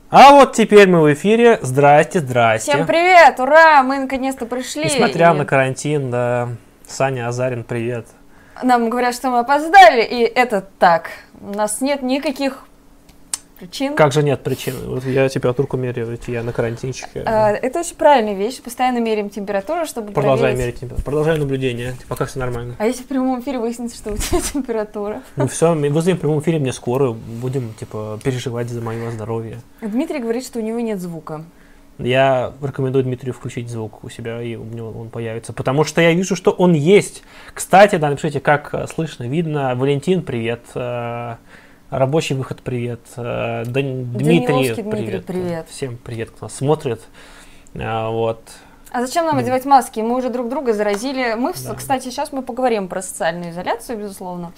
А вот теперь мы в эфире. Здрасте, здрасте. Всем привет, ура, мы наконец-то пришли. Несмотря на карантин, да. Саня Азарин, привет. Нам говорят, что мы опоздали, и это так. У нас нет никаких причин. Как же нет причин? Вот я температурку меряю, ведь я на карантинчике. Это очень правильная вещь. Постоянно меряем температуру, чтобы Продолжаем проверить. мерить температуру. Продолжаем наблюдение. Пока все нормально. А если в прямом эфире выяснится, что у тебя температура? Ну все, мы вызовем в прямом эфире мне скорую. Будем, переживать за мое здоровье. Дмитрий говорит, что у него нет звука. Я рекомендую Дмитрию включить звук у себя, и у него он появится. Потому что я вижу, что он есть. Кстати, да, напишите, как слышно, видно. Валентин, привет. Рабочий выход, привет. Дмитрий, привет. Всем привет, кто нас смотрит. Вот. А зачем нам одевать маски? Мы уже друг друга заразили. Да. Кстати, сейчас мы поговорим про социальную изоляцию, безусловно.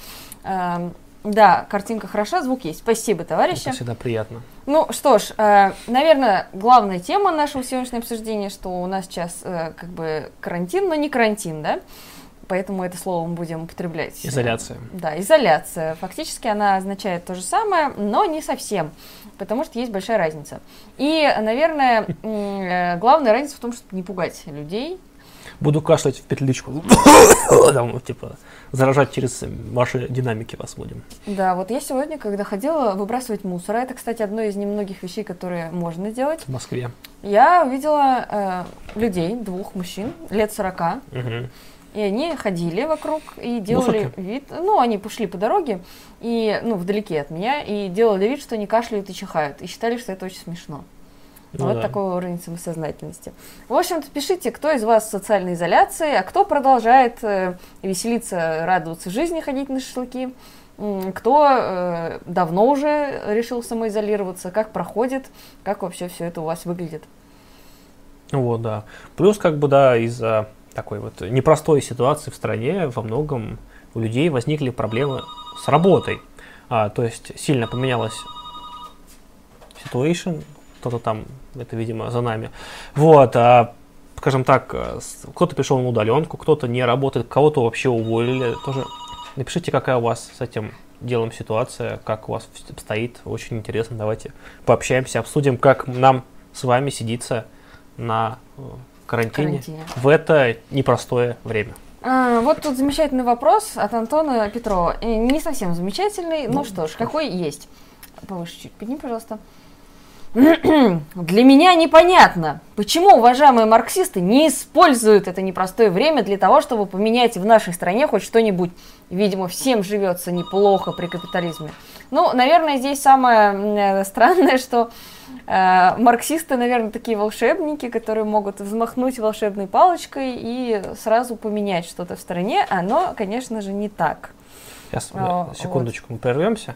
Да, картинка хороша, звук есть. Спасибо, товарищи. Это всегда приятно. Ну что ж, наверное, главная тема нашего сегодняшнего обсуждения, что у нас сейчас как бы карантин, но не карантин, да? Поэтому это слово мы будем употреблять. Изоляция. Да, изоляция. Фактически она означает то же самое, но не совсем, потому что есть большая разница. И, наверное, главная разница в том, чтобы не пугать людей. Буду кашлять в петличку. Заражать через ваши динамики вас будем. Да, вот я сегодня, когда ходила выбрасывать мусор, это, кстати, одно из немногих вещей, которые можно делать. В Москве. Я увидела людей, двух мужчин, лет 40. Угу. И они ходили вокруг и делали вид, они пошли по дороге, и, вдалеке от меня, и делали вид, что они кашляют и чихают, и считали, что это очень смешно. Вот такой уровень самосознательности. В общем-то, пишите, кто из вас в социальной изоляции, а кто продолжает веселиться, радоваться жизни, ходить на шашлыки, кто давно уже решил самоизолироваться, как проходит, как вообще все это у вас выглядит. Вот, да. Плюс, из-за такой вот непростой ситуации в стране во многом у людей возникли проблемы с работой. То есть сильно поменялась situation, кто-то там, это, видимо, за нами. Вот, скажем так, кто-то пришел на удаленку, кто-то не работает, кого-то вообще уволили. Тоже напишите, какая у вас с этим делом ситуация, как у вас стоит. Очень интересно. Давайте пообщаемся, обсудим, как нам с вами сидится на карантине в это непростое время. Вот тут замечательный вопрос от Антона Петрова. Не совсем замечательный, но что ж, какой есть. Повыше чуть подними, пожалуйста. Для меня непонятно, почему уважаемые марксисты не используют это непростое время для того, чтобы поменять в нашей стране хоть что-нибудь. Видимо, всем живется неплохо при капитализме. Наверное, здесь самое странное, что марксисты, наверное, такие волшебники, которые могут взмахнуть волшебной палочкой и сразу поменять что-то в стране. Оно, конечно же, не так. Сейчас, секундочку, мы прервемся.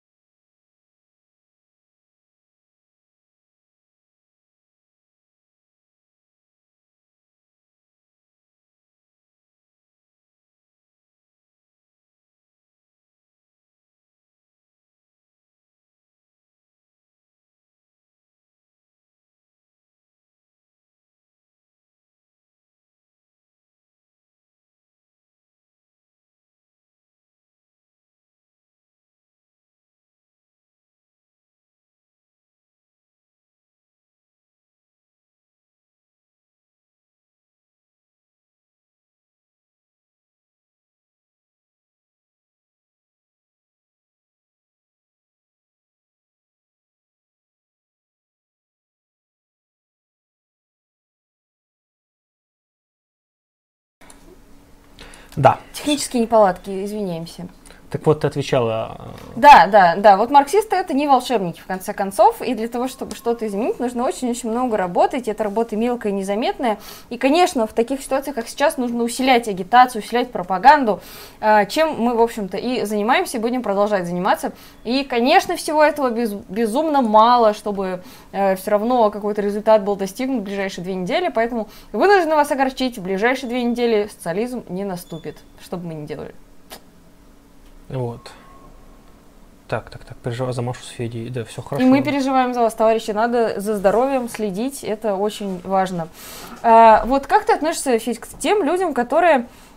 Да. Технические неполадки, извиняемся. Так вот, ты отвечала. Да. Вот марксисты это не волшебники, в конце концов, и для того, чтобы что-то изменить, нужно очень-очень много работать, и эта работа мелкая, незаметная. И, конечно, в таких ситуациях, как сейчас, нужно усилять агитацию, усилять пропаганду, чем мы, в общем-то, и занимаемся, и будем продолжать заниматься. И, конечно, всего этого безумно мало, чтобы все равно какой-то результат был достигнут в ближайшие 2 недели, поэтому вынуждены вас огорчить, в ближайшие 2 недели социализм не наступит, что бы мы ни делали. Вот. Так, переживаю за Машу с Федей. Да, все хорошо. И мы переживаем за вас, товарищи. Надо за здоровьем следить, это очень важно. Вот как ты относишься, Федь, к тем людям, которые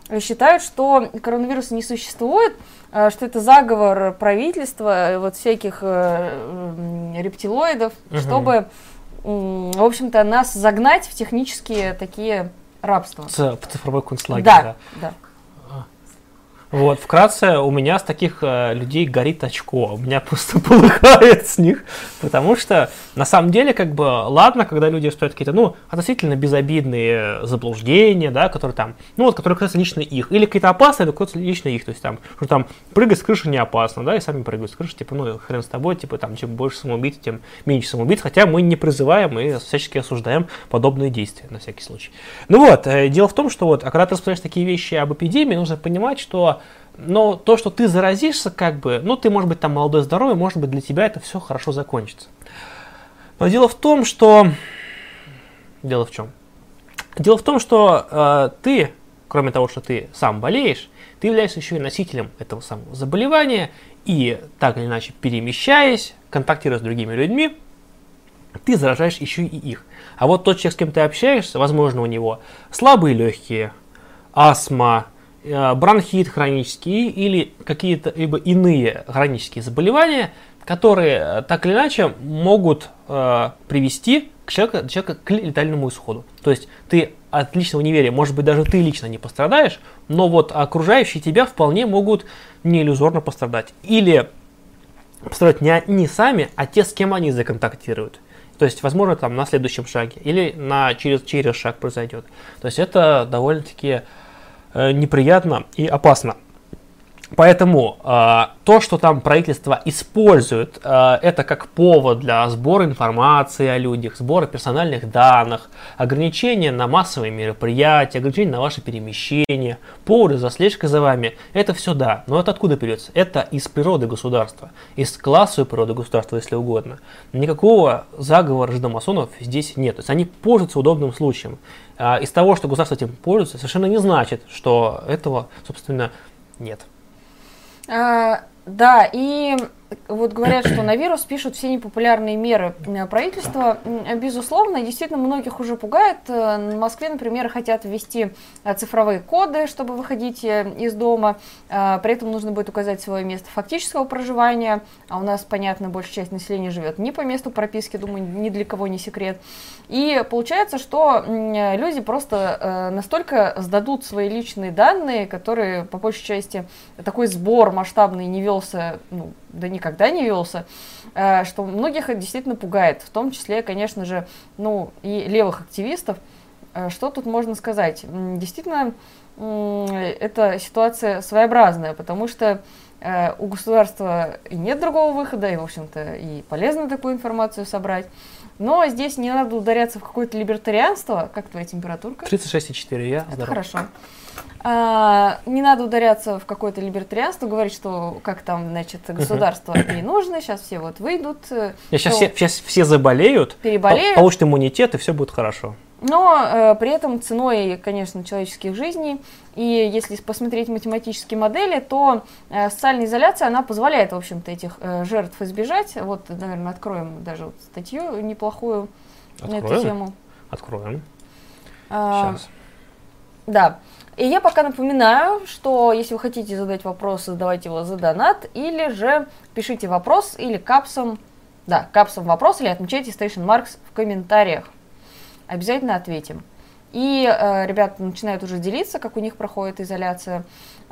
считают, что коронавируса не существует, что это заговор правительства, вот всяких рептилоидов, чтобы, в общем-то, нас загнать в технические такие рабства. В цифровой концлагерь. Да. Вот, вкратце, у меня с таких людей горит очко, у меня просто полыхает с них, потому что, на самом деле, как бы, ладно, когда люди ставят какие-то, относительно безобидные заблуждения, да, которые там, которые касаются лично их, или какие-то опасные, но касаются лично их, то есть там, что там прыгать с крыши не опасно, да, и сами прыгают с крыши, типа, хрен с тобой, типа, там, чем больше самоубийц, тем меньше самоубийц, хотя мы не призываем и всячески осуждаем подобные действия, на всякий случай. Дело в том, что когда ты распространяешь такие вещи об эпидемии, нужно понимать, что то, что ты заразишься, ты, может быть, там молодой, здоровый, может быть, для тебя это все хорошо закончится. Но дело в том, что ты, кроме того, что ты сам болеешь, ты являешься еще и носителем этого самого заболевания, и так или иначе перемещаясь, контактируя с другими людьми, ты заражаешь еще и их. А вот тот человек, с кем ты общаешься, возможно, у него слабые легкие, астма, бронхит хронический или какие-то либо иные хронические заболевания, которые так или иначе могут привести человека к летальному исходу. То есть ты от личного неверия, может быть, даже ты лично не пострадаешь, но вот окружающие тебя вполне могут не иллюзорно пострадать. Или пострадать не сами, а те, с кем они законтактируют. То есть, возможно, там на следующем шаге или через шаг произойдет. То есть это довольно-таки неприятно и опасно. Поэтому то, что там правительство использует, это как повод для сбора информации о людях, сбора персональных данных, ограничения на массовые мероприятия, ограничения на ваше перемещение, поводы за слежкой за вами, это все да. Но это откуда берется? Это из природы государства, из классовой природы государства, если угодно. Никакого заговора жидомасонов здесь нет. То есть они пользуются удобным случаем. Из того, что государство этим пользуется, совершенно не значит, что этого, собственно, нет. Да, и вот говорят, что на вирус пишут все непопулярные меры правительства. Безусловно, действительно, многих уже пугает. В Москве, например, хотят ввести цифровые коды, чтобы выходить из дома. При этом нужно будет указать свое место фактического проживания. А у нас, понятно, большая часть населения живет не по месту прописки, думаю, ни для кого не секрет. И получается, что люди просто настолько сдадут свои личные данные, которые, по большей части, такой сбор масштабный не велся, да никогда не велся, что многих это действительно пугает, в том числе, конечно же, и левых активистов. Что тут можно сказать? Действительно, эта ситуация своеобразная, потому что у государства и нет другого выхода, и, в общем-то, и полезно такую информацию собрать. Но здесь не надо ударяться в какое-то либертарианство. Как твоя температурка? 36,4, я здоров. Это хорошо. Не надо ударяться в какое-то либертарианство, говорить, что как там, значит, государство не нужно, сейчас все вот выйдут. Сейчас все заболеют, переболеют, получат иммунитет, и все будет хорошо. Но при этом ценой, конечно, человеческих жизней. И если посмотреть математические модели, то социальная изоляция, она позволяет, в общем-то, этих жертв избежать. Вот, наверное, откроем даже вот статью неплохую на эту тему. Откроем. Сейчас. Да. И я пока напоминаю, что если вы хотите задать вопрос, задавайте его за донат, или же пишите вопрос или капсом вопрос, или отмечайте Station Marks в комментариях. Обязательно ответим. И ребята начинают уже делиться, как у них проходит изоляция.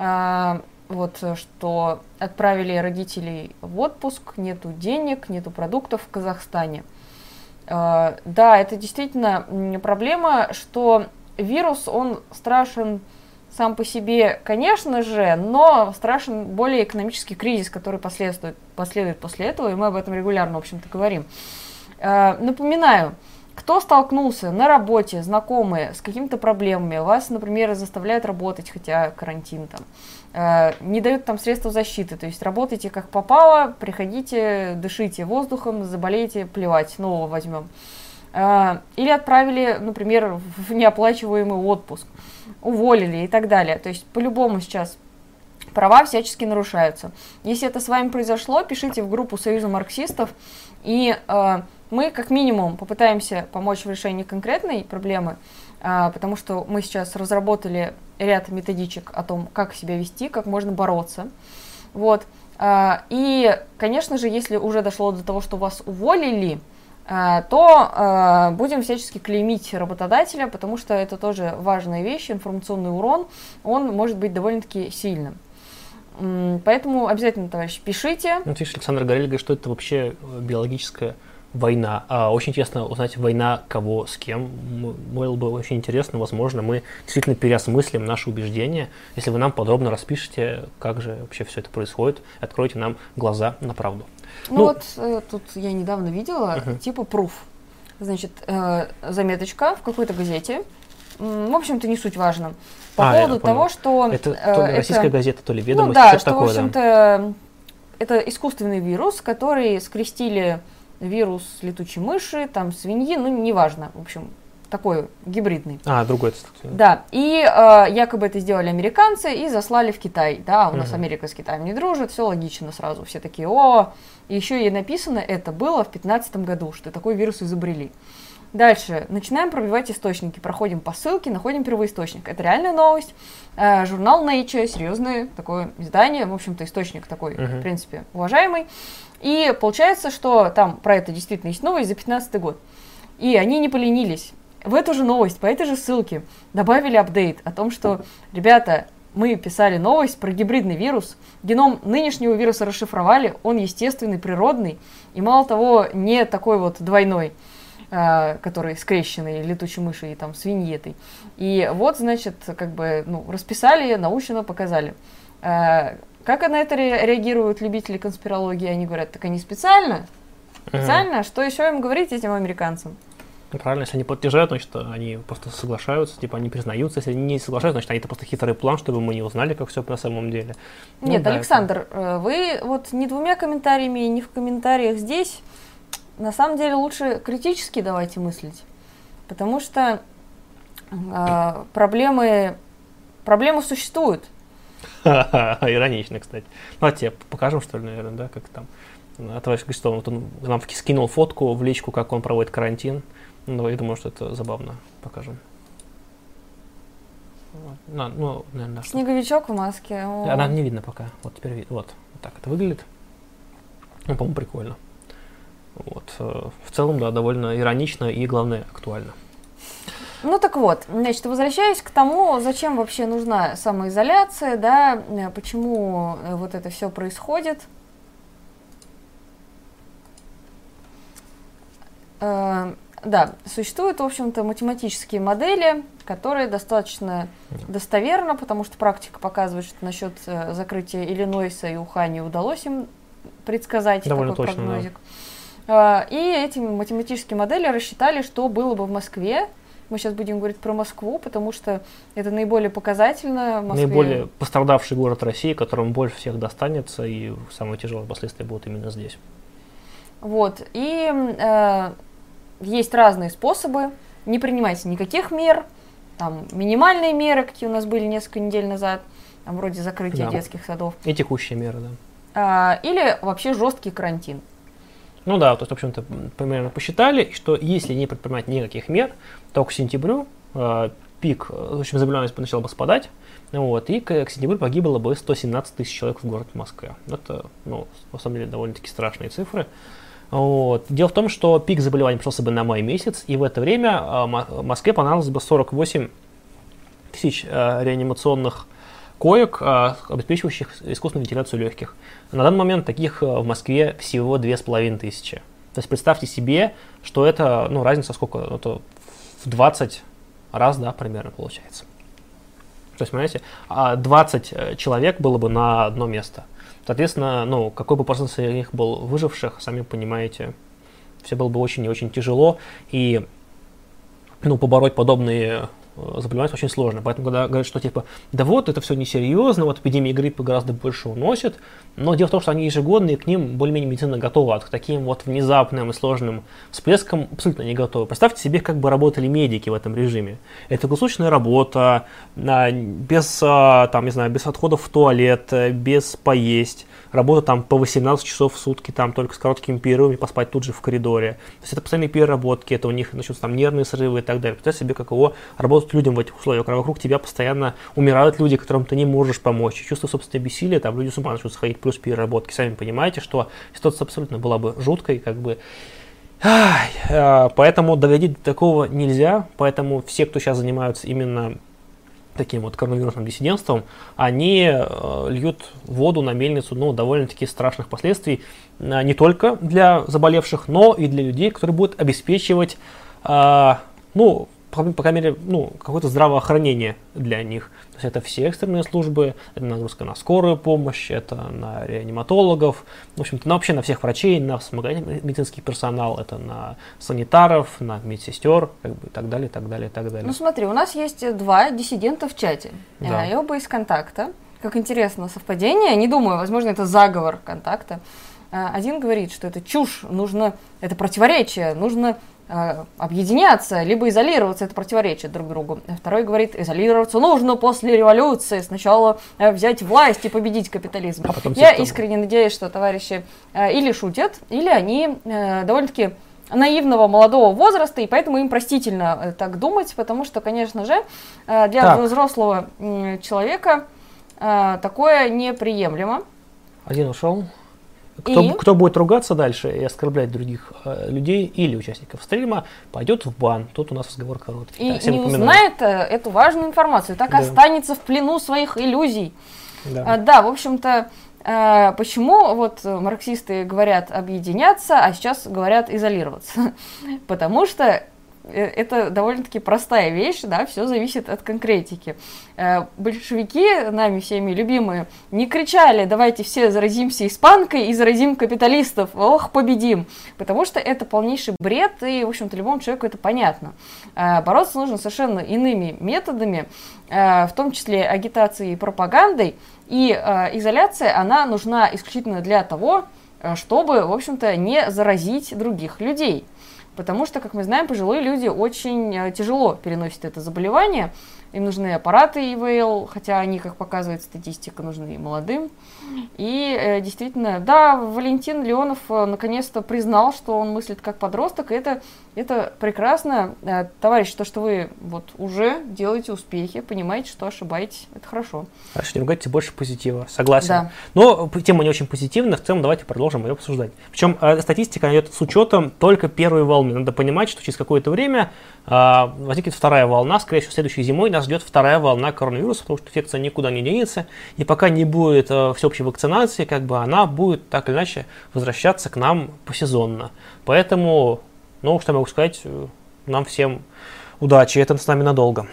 Вот что отправили родителей в отпуск, нету денег, нету продуктов в Казахстане. Да, это действительно проблема, что вирус, он страшен сам по себе, конечно же, но страшен более экономический кризис, который последует после этого, и мы об этом регулярно, в общем-то, говорим. Напоминаю, кто столкнулся на работе, знакомые, с какими-то проблемами, вас, например, заставляют работать, хотя карантин там, не дают там средства защиты, то есть работайте как попало, приходите, дышите воздухом, заболеете, плевать, нового возьмем. Или отправили, например, в неоплачиваемый отпуск, уволили и так далее. То есть по-любому сейчас права всячески нарушаются. Если это с вами произошло, пишите в группу Союза марксистов, и мы как минимум попытаемся помочь в решении конкретной проблемы. потому что мы сейчас разработали ряд методичек о том, как себя вести, как можно бороться. Вот. И, конечно же, если уже дошло до того, что вас уволили, то будем всячески клеймить работодателя, потому что это тоже важная вещь, информационный урон, он может быть довольно-таки сильным. Поэтому обязательно, товарищи, пишите. Ну, видишь, Александр Горель говорит, что это вообще биологическая война. Очень интересно узнать, война кого с кем. Было бы очень интересно, возможно, мы действительно переосмыслим наши убеждения. Если вы нам подробно распишете, как же вообще все это происходит, откройте нам глаза на правду. Ну вот тут я недавно видела, типа proof. Значит, заметочка в какой-то газете. В общем-то, не суть важно. По поводу того, что... Это то ли российская газета, то ли ведомость. Ну да, что, такое, в общем-то, это искусственный вирус, который скрестили вирус летучей мыши, там, свиньи, ну, неважно, в общем, такой гибридный. Другой. Да, и якобы это сделали американцы и заслали в Китай. Да, у нас Америка с Китаем не дружит, все логично сразу. Все такие, и еще и написано, это было в 2015 году, что такой вирус изобрели. Дальше, начинаем пробивать источники, проходим по ссылке, находим первоисточник. Это реальная новость. Журнал Nature, серьезное такое издание, в общем-то, источник такой, в принципе, уважаемый. И получается, что там про это действительно есть новость за 2015 год. И они не поленились. В эту же новость, по этой же ссылке, добавили апдейт о том, что, ребята, мы писали новость про гибридный вирус, геном нынешнего вируса расшифровали, он естественный, природный, и мало того, не такой вот двойной, который скрещенный летучей мыши и там свиньи этой. И вот, значит, как бы, расписали, научно показали. Как на это реагируют любители конспирологии? Они говорят, так они специально? Специально? Что еще им говорить этим американцам? Правильно, если они подтверждают, значит, они просто соглашаются, типа они признаются. Если они не соглашаются, значит, это просто хитрый план, чтобы мы не узнали, как все на самом деле. Нет, Александр, вы вот не двумя комментариями, не в комментариях здесь, на самом деле лучше критически давайте мыслить, потому что проблемы существуют. Иронично, кстати. Ну, а тебе покажем, что ли, наверное, да, как там. Товарищ говорит, что он нам скинул фотку в личку, как он проводит карантин. Ну, я думаю, что это забавно. Покажем. Наверное, снеговичок в маске. Она не видно пока. Вот теперь видно. Вот так это выглядит. Ну, по-моему, прикольно. Вот. В целом, да, довольно иронично и, главное, актуально. Ну так вот, значит, возвращаясь к тому, зачем вообще нужна самоизоляция, да, почему вот это все происходит. Да, существуют, в общем-то, математические модели, которые достаточно достоверны, потому что практика показывает, что насчет закрытия Иллинойса и Уханя удалось им предсказать довольно такой точно, прогнозик. Да. И эти математические модели рассчитали, что было бы в Москве. Мы сейчас будем говорить про Москву, потому что это наиболее показательно. Наиболее пострадавший город России, которому больше всех достанется, и самые тяжелые последствия будут именно здесь. Вот. И есть разные способы. Не принимайте никаких мер. Там минимальные меры, какие у нас были несколько недель назад, там, вроде закрытия детских садов. И текущие меры, да. Или вообще жесткий карантин. Ну да, то есть, в общем-то, примерно посчитали, что если не предпринимать никаких мер, то к сентябрю пик, в общем, заболеваемость начала бы спадать, вот, и к сентябрю погибло бы 117 тысяч человек в городе Москве. Это, на самом деле, довольно-таки страшные цифры. Вот. Дело в том, что пик заболеваний пришелся бы на май месяц, и в это время в Москве понадобилось бы 48 тысяч реанимационных коек, обеспечивающих искусственную вентиляцию легких. На данный момент таких в Москве всего 2500. То есть представьте себе, что это, разница сколько? Это в 20 раз, да, примерно получается. То есть, понимаете, 20 человек было бы на одно место. Соответственно, какой бы процент среди них был выживших, сами понимаете, все было бы очень и очень тяжело. И, побороть подобные заболевания очень сложно. Поэтому, когда говорят, что типа, да вот, это все несерьезно, вот эпидемии гриппа гораздо больше уносят, но дело в том, что они ежегодные, к ним более-менее медицина готова, а к таким вот внезапным и сложным всплескам абсолютно не готовы. Представьте себе, как бы работали медики в этом режиме. Это круглосуточная работа, без отходов в туалет, без поесть, работа там по 18 часов в сутки, там только с короткими перерывами, поспать тут же в коридоре. То есть это постоянные переработки, это у них начнутся там нервные срывы и так далее. Представь себе, каково работать людям в этих условиях, когда вокруг тебя постоянно умирают люди, которым ты не можешь помочь. Чувство собственного бессилия, там люди с ума начнут сходить, плюс переработки. Сами понимаете, что ситуация абсолютно была бы жуткой, как бы. Поэтому доводить до такого нельзя, поэтому все, кто сейчас занимаются именно таким вот коронавирусным диссидентством, они льют воду на мельницу, ну, довольно-таки страшных последствий, не только для заболевших, но и для людей, которые будут обеспечивать, ну, по крайней мере, ну, какое-то здравоохранение для них. То есть это все экстренные службы, это нагрузка на скорую помощь, это на реаниматологов, в общем-то, вообще на всех врачей, на медицинский персонал, это на санитаров, на медсестер, как бы, и так далее, и так далее, и так далее. Ну смотри, у нас есть 2 диссидента в чате, да. И оба из «Контакта». Как интересно совпадение, не думаю, возможно, это заговор «Контакта». Один говорит, что это чушь, это противоречие, нужно объединяться, либо изолироваться, это противоречие друг другу. Второй говорит, изолироваться нужно после революции, сначала взять власть и победить капитализм. Я искренне надеюсь, что товарищи или шутят, или они довольно-таки наивного молодого возраста, и поэтому им простительно так думать, потому что, конечно же, для взрослого человека такое неприемлемо. Один ушел. Кто будет ругаться дальше и оскорблять других людей или участников стрима, пойдет в бан. Тут у нас разговор короткий. И не узнает эту важную информацию, так останется в плену своих иллюзий. Да, в общем-то, почему вот марксисты говорят объединяться, а сейчас говорят изолироваться? Потому что это довольно-таки простая вещь, да, все зависит от конкретики. Большевики, нами всеми любимые, не кричали, давайте все заразимся испанкой и заразим капиталистов, ох, победим, потому что это полнейший бред, и, в общем-то, любому человеку это понятно. Бороться нужно совершенно иными методами, в том числе агитацией и пропагандой, и изоляция, она нужна исключительно для того, чтобы, в общем-то, не заразить других людей. Потому что, как мы знаем, пожилые люди очень тяжело переносят это заболевание. Им нужны аппараты ИВЛ, хотя они, как показывает статистика, нужны и молодым. И действительно, да, Валентин Леонов наконец-то признал, что он мыслит как подросток, и это прекрасно. Товарищ, то, что вы вот уже делаете успехи, понимаете, что ошибаетесь, это хорошо. Хорошо, не ругайте, больше позитива, согласен. Да. Но тема не очень позитивная, в целом давайте продолжим ее обсуждать. Причем статистика идет с учетом только первой волны. Надо понимать, что через какое-то время возникнет вторая волна, скорее всего, следующей зимой нас ждет вторая волна коронавируса, потому что инфекция никуда не денется, и пока не будет всеобщей вакцинации, как бы она будет так или иначе возвращаться к нам посезонно. Поэтому, ну, что я могу сказать, нам всем удачи, это с нами надолго.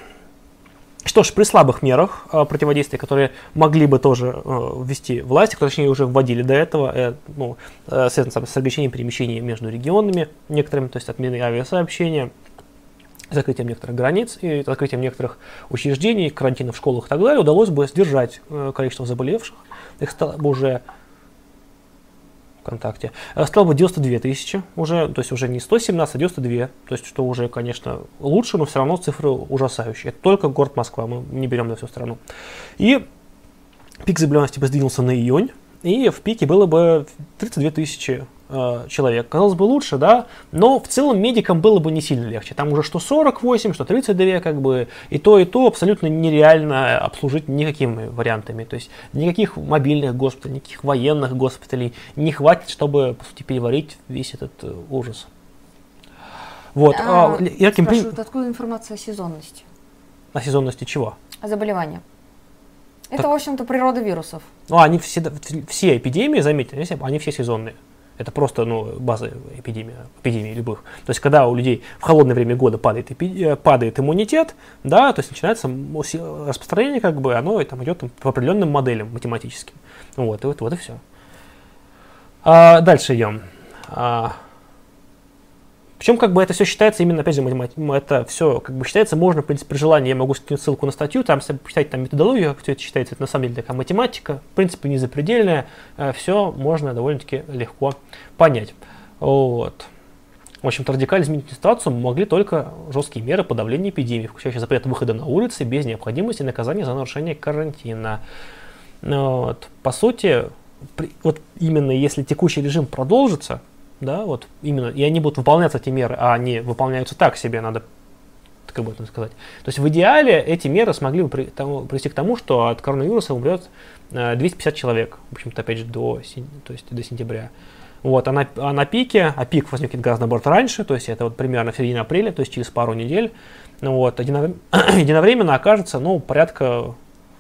Что ж, при слабых мерах противодействия, которые могли бы тоже ввести власти, которые, точнее, уже вводили до этого, связано с ограничением перемещения между регионами некоторыми, то есть отменой авиасообщения, закрытием некоторых границ и закрытием некоторых учреждений, карантина в школах и так далее, удалось бы сдержать количество заболевших. Их стало бы уже ВКонтакте. Стало бы 92 тысячи уже, то есть уже не 117, а 92, то есть что уже, конечно, лучше, но все равно цифры ужасающие. Это только город Москва, мы не берем на всю страну. И пик заболеваемости бы сдвинулся на июнь, и в пике было бы 32 тысячи человек. Казалось бы, лучше, да, но в целом медикам было бы не сильно легче. Там уже что 48, что 32, как бы, и то абсолютно нереально обслужить никакими вариантами. То есть никаких мобильных госпиталей, никаких военных госпиталей не хватит, чтобы, по сути, переварить весь этот ужас. Вот. Спрашивают, откуда информация о сезонности? О сезонности чего? О заболевании. Это, в общем-то, природа вирусов. Ну, они все эпидемии, заметьте, они все сезонные. Это просто база эпидемий любых. То есть, когда у людей в холодное время года падает иммунитет, да, то есть начинается распространение, как бы, оно там идет по определенным моделям математическим. Вот и все. Дальше идем. Причем, как бы, это все считается именно, опять же, это все, как бы, считается, можно, в принципе, при желании, я могу скинуть ссылку на статью, там, почитать там методологию, как все это считается, это на самом деле такая математика, в принципе, не запредельная, все можно довольно-таки легко понять. Вот. В общем-то, радикально изменить ситуацию могли только жесткие меры подавления эпидемии, включающие запрет выхода на улицы без необходимости наказания за нарушение карантина. Вот. По сути, вот именно если текущий режим продолжится, да, вот именно, и они будут выполняться, эти меры, а они выполняются так себе, надо как бы это сказать. То есть в идеале эти меры смогли бы привести к тому, что от коронавируса умрет 250 человек, в общем-то, опять же, до сентября. Вот, а на пике, а пик возникнет гораздо, наоборот, раньше, то есть это вот примерно в середине апреля, то есть через пару недель, вот, единовременно окажется, порядка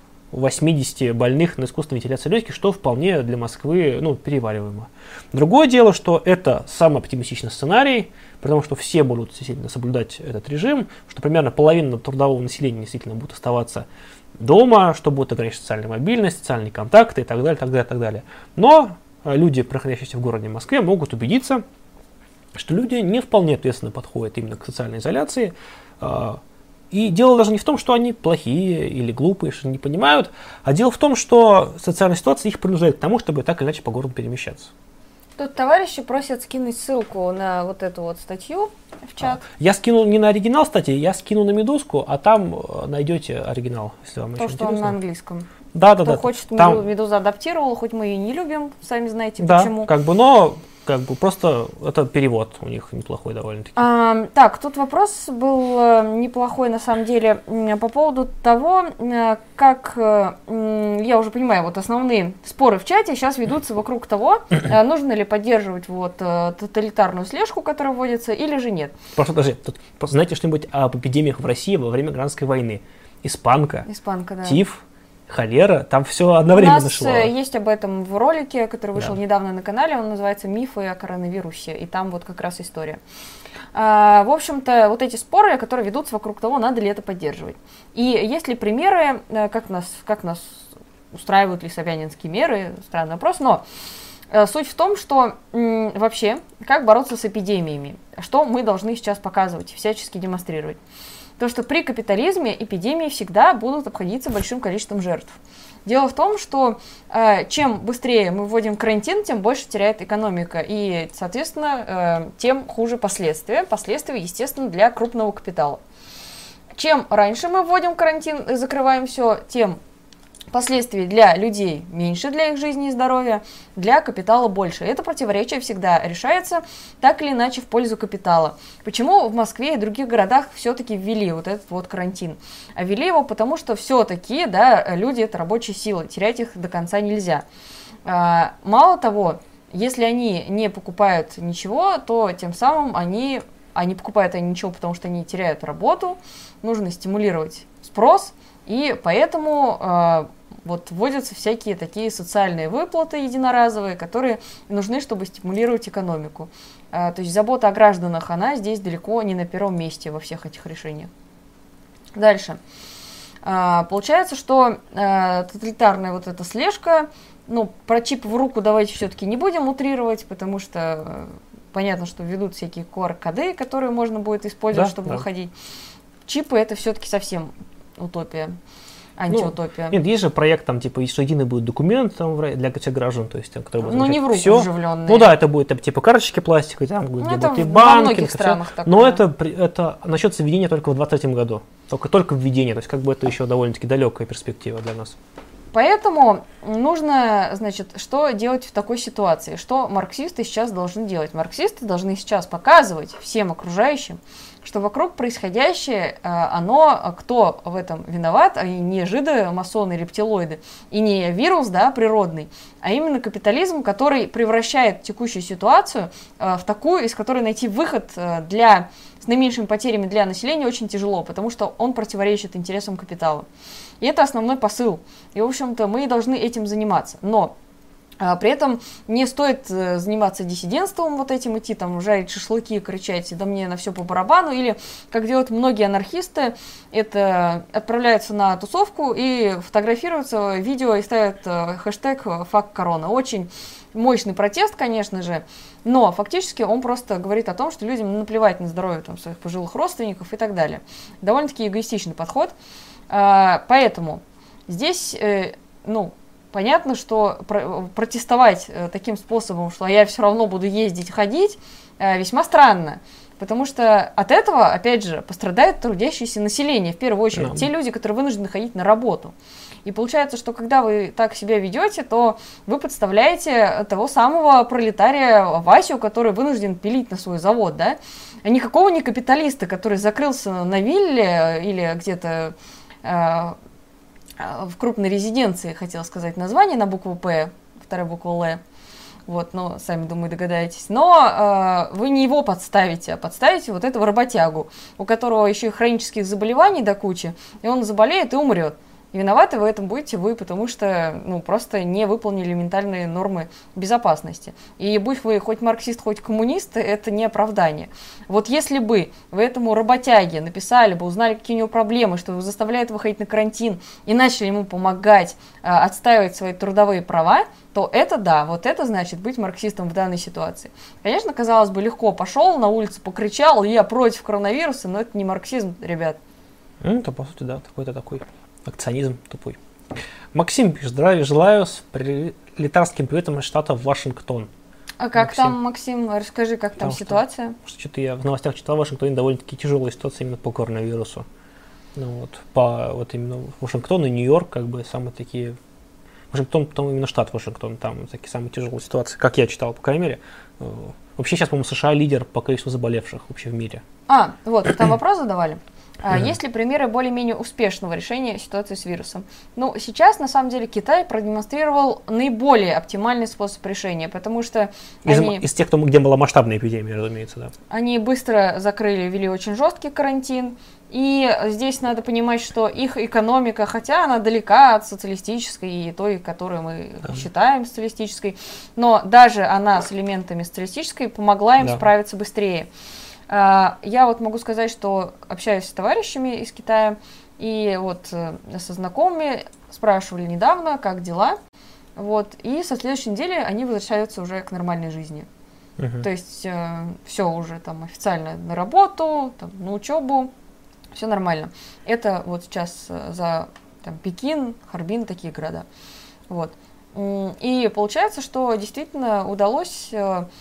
80 больных на искусственной вентиляции легких, что вполне для Москвы, перевариваемо. Другое дело, что это самый оптимистичный сценарий, потому что все будут действительно соблюдать этот режим, что примерно половина трудового населения действительно будет оставаться дома, что будет ограничена социальная мобильность, социальные контакты и так далее, так далее, так далее. Но люди, находящиеся в городе Москве, могут убедиться, что люди не вполне ответственно подходят именно к социальной изоляции. И дело даже не в том, что они плохие или глупые, что не понимают, а дело в том, что социальная ситуация их принуждает к тому, чтобы так или иначе по городу перемещаться. Тут товарищи просят скинуть ссылку на вот эту вот статью в чат. Я скину не на оригинал статьи, я скину на Медузку, а там найдете оригинал, если вам То, еще что интересно. он на английском. Да. Кто хочет, там... Медуза адаптировала, хоть мы ее не любим, сами знаете почему. Но просто это перевод у них неплохой довольно-таки. Так, тут вопрос был неплохой на самом деле по поводу того, как, я уже понимаю, вот основные споры в чате сейчас ведутся вокруг того, нужно ли поддерживать вот тоталитарную слежку, которая вводится, или же нет. Прошу, подожди, тут знаете что-нибудь об эпидемиях в России во время гражданской войны? Испанка, да. Тиф, холера, там все одновременно шло. У нас есть об этом в ролике, который вышел недавно на канале, он называется «Мифы о коронавирусе», и там вот как раз история. В общем-то, вот эти споры, которые ведутся вокруг того, надо ли это поддерживать. И есть ли примеры, как нас устраивают ли собянинские меры, странный вопрос, но суть в том, что вообще, как бороться с эпидемиями, что мы должны сейчас показывать, всячески демонстрировать. То, что при капитализме эпидемии всегда будут обходиться большим количеством жертв. Дело в том, что чем быстрее мы вводим карантин, тем больше теряет экономика. И, соответственно, тем хуже последствия. Последствия, естественно, для крупного капитала. Чем раньше мы вводим карантин и закрываем все, тем последствий для людей меньше, для их жизни и здоровья, для капитала больше. Это противоречие всегда решается так или иначе в пользу капитала. Почему в Москве и других городах все-таки ввели вот этот вот карантин? А ввели его потому, что все-таки, люди — это рабочая сила, терять их до конца нельзя. Мало того, если они не покупают ничего, то тем самым они покупают ничего, потому что они теряют работу, нужно стимулировать спрос, и поэтому вводятся всякие такие социальные выплаты единоразовые, которые нужны, чтобы стимулировать экономику. То есть забота о гражданах, она здесь далеко не на первом месте во всех этих решениях. Дальше. Получается, что тоталитарная вот эта слежка, про чип в руку давайте все-таки не будем утрировать, потому что понятно, что введут всякие QR-коды, которые можно будет использовать, чтобы выходить. Чипы — это все-таки совсем утопия. Антиутопия. Нет, есть же проект, что единый будет документ для всех граждан, то есть, который будет не в руку все. вживленные. Это будет карточки пластиковые, там будет и банкинг, но это начнется введение только в 2023 году. Только введение, то есть это еще довольно-таки далекая перспектива для нас. Поэтому нужно, что делать в такой ситуации? Что марксисты сейчас должны делать? Марксисты должны сейчас показывать всем окружающим, что вокруг происходящее, кто в этом виноват, а не жиды, масоны, рептилоиды, и не вирус, природный, а именно капитализм, который превращает текущую ситуацию в такую, из которой найти выход с наименьшими потерями для населения очень тяжело, потому что он противоречит интересам капитала. И это основной посыл. И, в общем-то, мы должны этим заниматься. Но при этом не стоит заниматься диссидентством идти, жарить шашлыки, кричать, да мне на все по барабану, или, как делают многие анархисты, это отправляются на тусовку и фотографируются видео и ставят хэштег «Fuck Corona». Очень мощный протест, конечно же, но фактически он просто говорит о том, что людям наплевать на здоровье своих пожилых родственников и так далее. Довольно-таки эгоистичный подход. Поэтому здесь, понятно, что протестовать таким способом, что я все равно буду ездить, ходить, весьма странно. Потому что от этого, опять же, пострадает трудящееся население, в первую очередь, те люди, которые вынуждены ходить на работу. И получается, что когда вы так себя ведете, то вы подставляете того самого пролетария Васю, который вынужден пилить на свой завод, да? А никакого не капиталиста, который закрылся на вилле или где-то в крупной резиденции, хотела сказать название на букву «П», вторая буква «Л». Вот, но сами, думаю, догадаетесь. Но вы не его подставите, а подставите вот этого работягу, у которого еще и хронических заболеваний до кучи, и он заболеет и умрет. И виноваты в этом будете вы, потому что, ну, просто не выполнили элементарные нормы безопасности. И будь вы хоть марксист, хоть коммунист, это не оправдание. Вот если бы вы этому работяге написали бы, узнали, какие у него проблемы, что заставляет выходить на карантин, и начали ему помогать отстаивать свои трудовые права, то это да, вот это значит быть марксистом в данной ситуации. Конечно, казалось бы, легко пошел на улицу, покричал, я против коронавируса, но это не марксизм, ребят. Это, по сути, да, какой-то такой акционизм тупой. Максим пишет: здравия желаю, с пролетарским приветом из штата Вашингтон. А как Максим. Там, Максим, расскажи, как там ситуация? Что-то я в новостях читал, в Вашингтоне довольно-таки тяжелая ситуация именно по коронавирусу. Ну, вот, по вот именно Вашингтон и Нью-Йорк, как бы самые такие. Вашингтон, потом именно штат Вашингтон, там такие самые тяжелые ситуации, как я читал, по крайней мере. Вообще сейчас, по-моему, США лидер по количеству заболевших вообще в мире. Вот, там вопрос задавали. Есть ли примеры более-менее успешного решения ситуации с вирусом? Ну, сейчас, на самом деле, Китай продемонстрировал наиболее оптимальный способ решения, потому что из тех, где была масштабная эпидемия, разумеется, да. Они быстро закрыли, ввели очень жесткий карантин, и здесь надо понимать, что их экономика, хотя она далека от социалистической и той, которую мы считаем социалистической, но даже она с элементами социалистической помогла им справиться быстрее. Я вот могу сказать, что общаюсь с товарищами из Китая, и вот со знакомыми спрашивали недавно, как дела, вот, и со следующей недели они возвращаются уже к нормальной жизни. То есть все уже там официально на работу, там, на учебу, все нормально. Это вот сейчас за там, Пекин, Харбин, такие города. Вот. И получается, что действительно удалось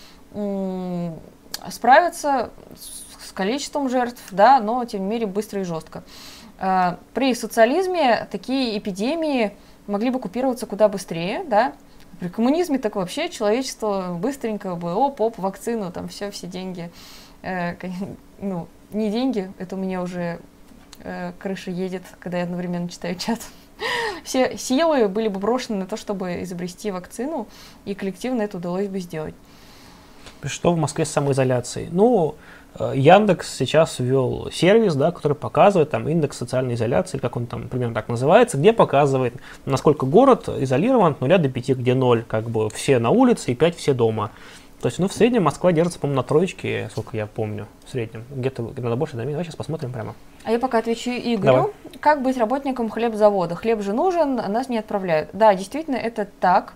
справиться с количеством жертв, да, но тем не менее быстро и жестко. При социализме такие эпидемии могли бы купироваться куда быстрее, да. При коммунизме так вообще человечество быстренько бы, вакцину, там все деньги. Ну, не деньги, это у меня уже крыша едет, когда я одновременно читаю чат. Все силы были бы брошены на то, чтобы изобрести вакцину, и коллективно это удалось бы сделать. Что в Москве с самоизоляцией? Ну, Яндекс сейчас ввел сервис, да, который показывает там индекс социальной изоляции, как он там примерно так называется, где показывает, насколько город изолирован от 0 до 5, где 0, как бы все на улице и 5 все дома. То есть, ну, в среднем Москва держится, по-моему, на троечке, сколько я помню, в среднем. Где-то надо больше, да, давай сейчас посмотрим прямо. А я пока отвечу Игорю. Давай. Как быть работником хлебзавода? Хлеб же нужен, а нас не отправляют. Да, действительно, это так.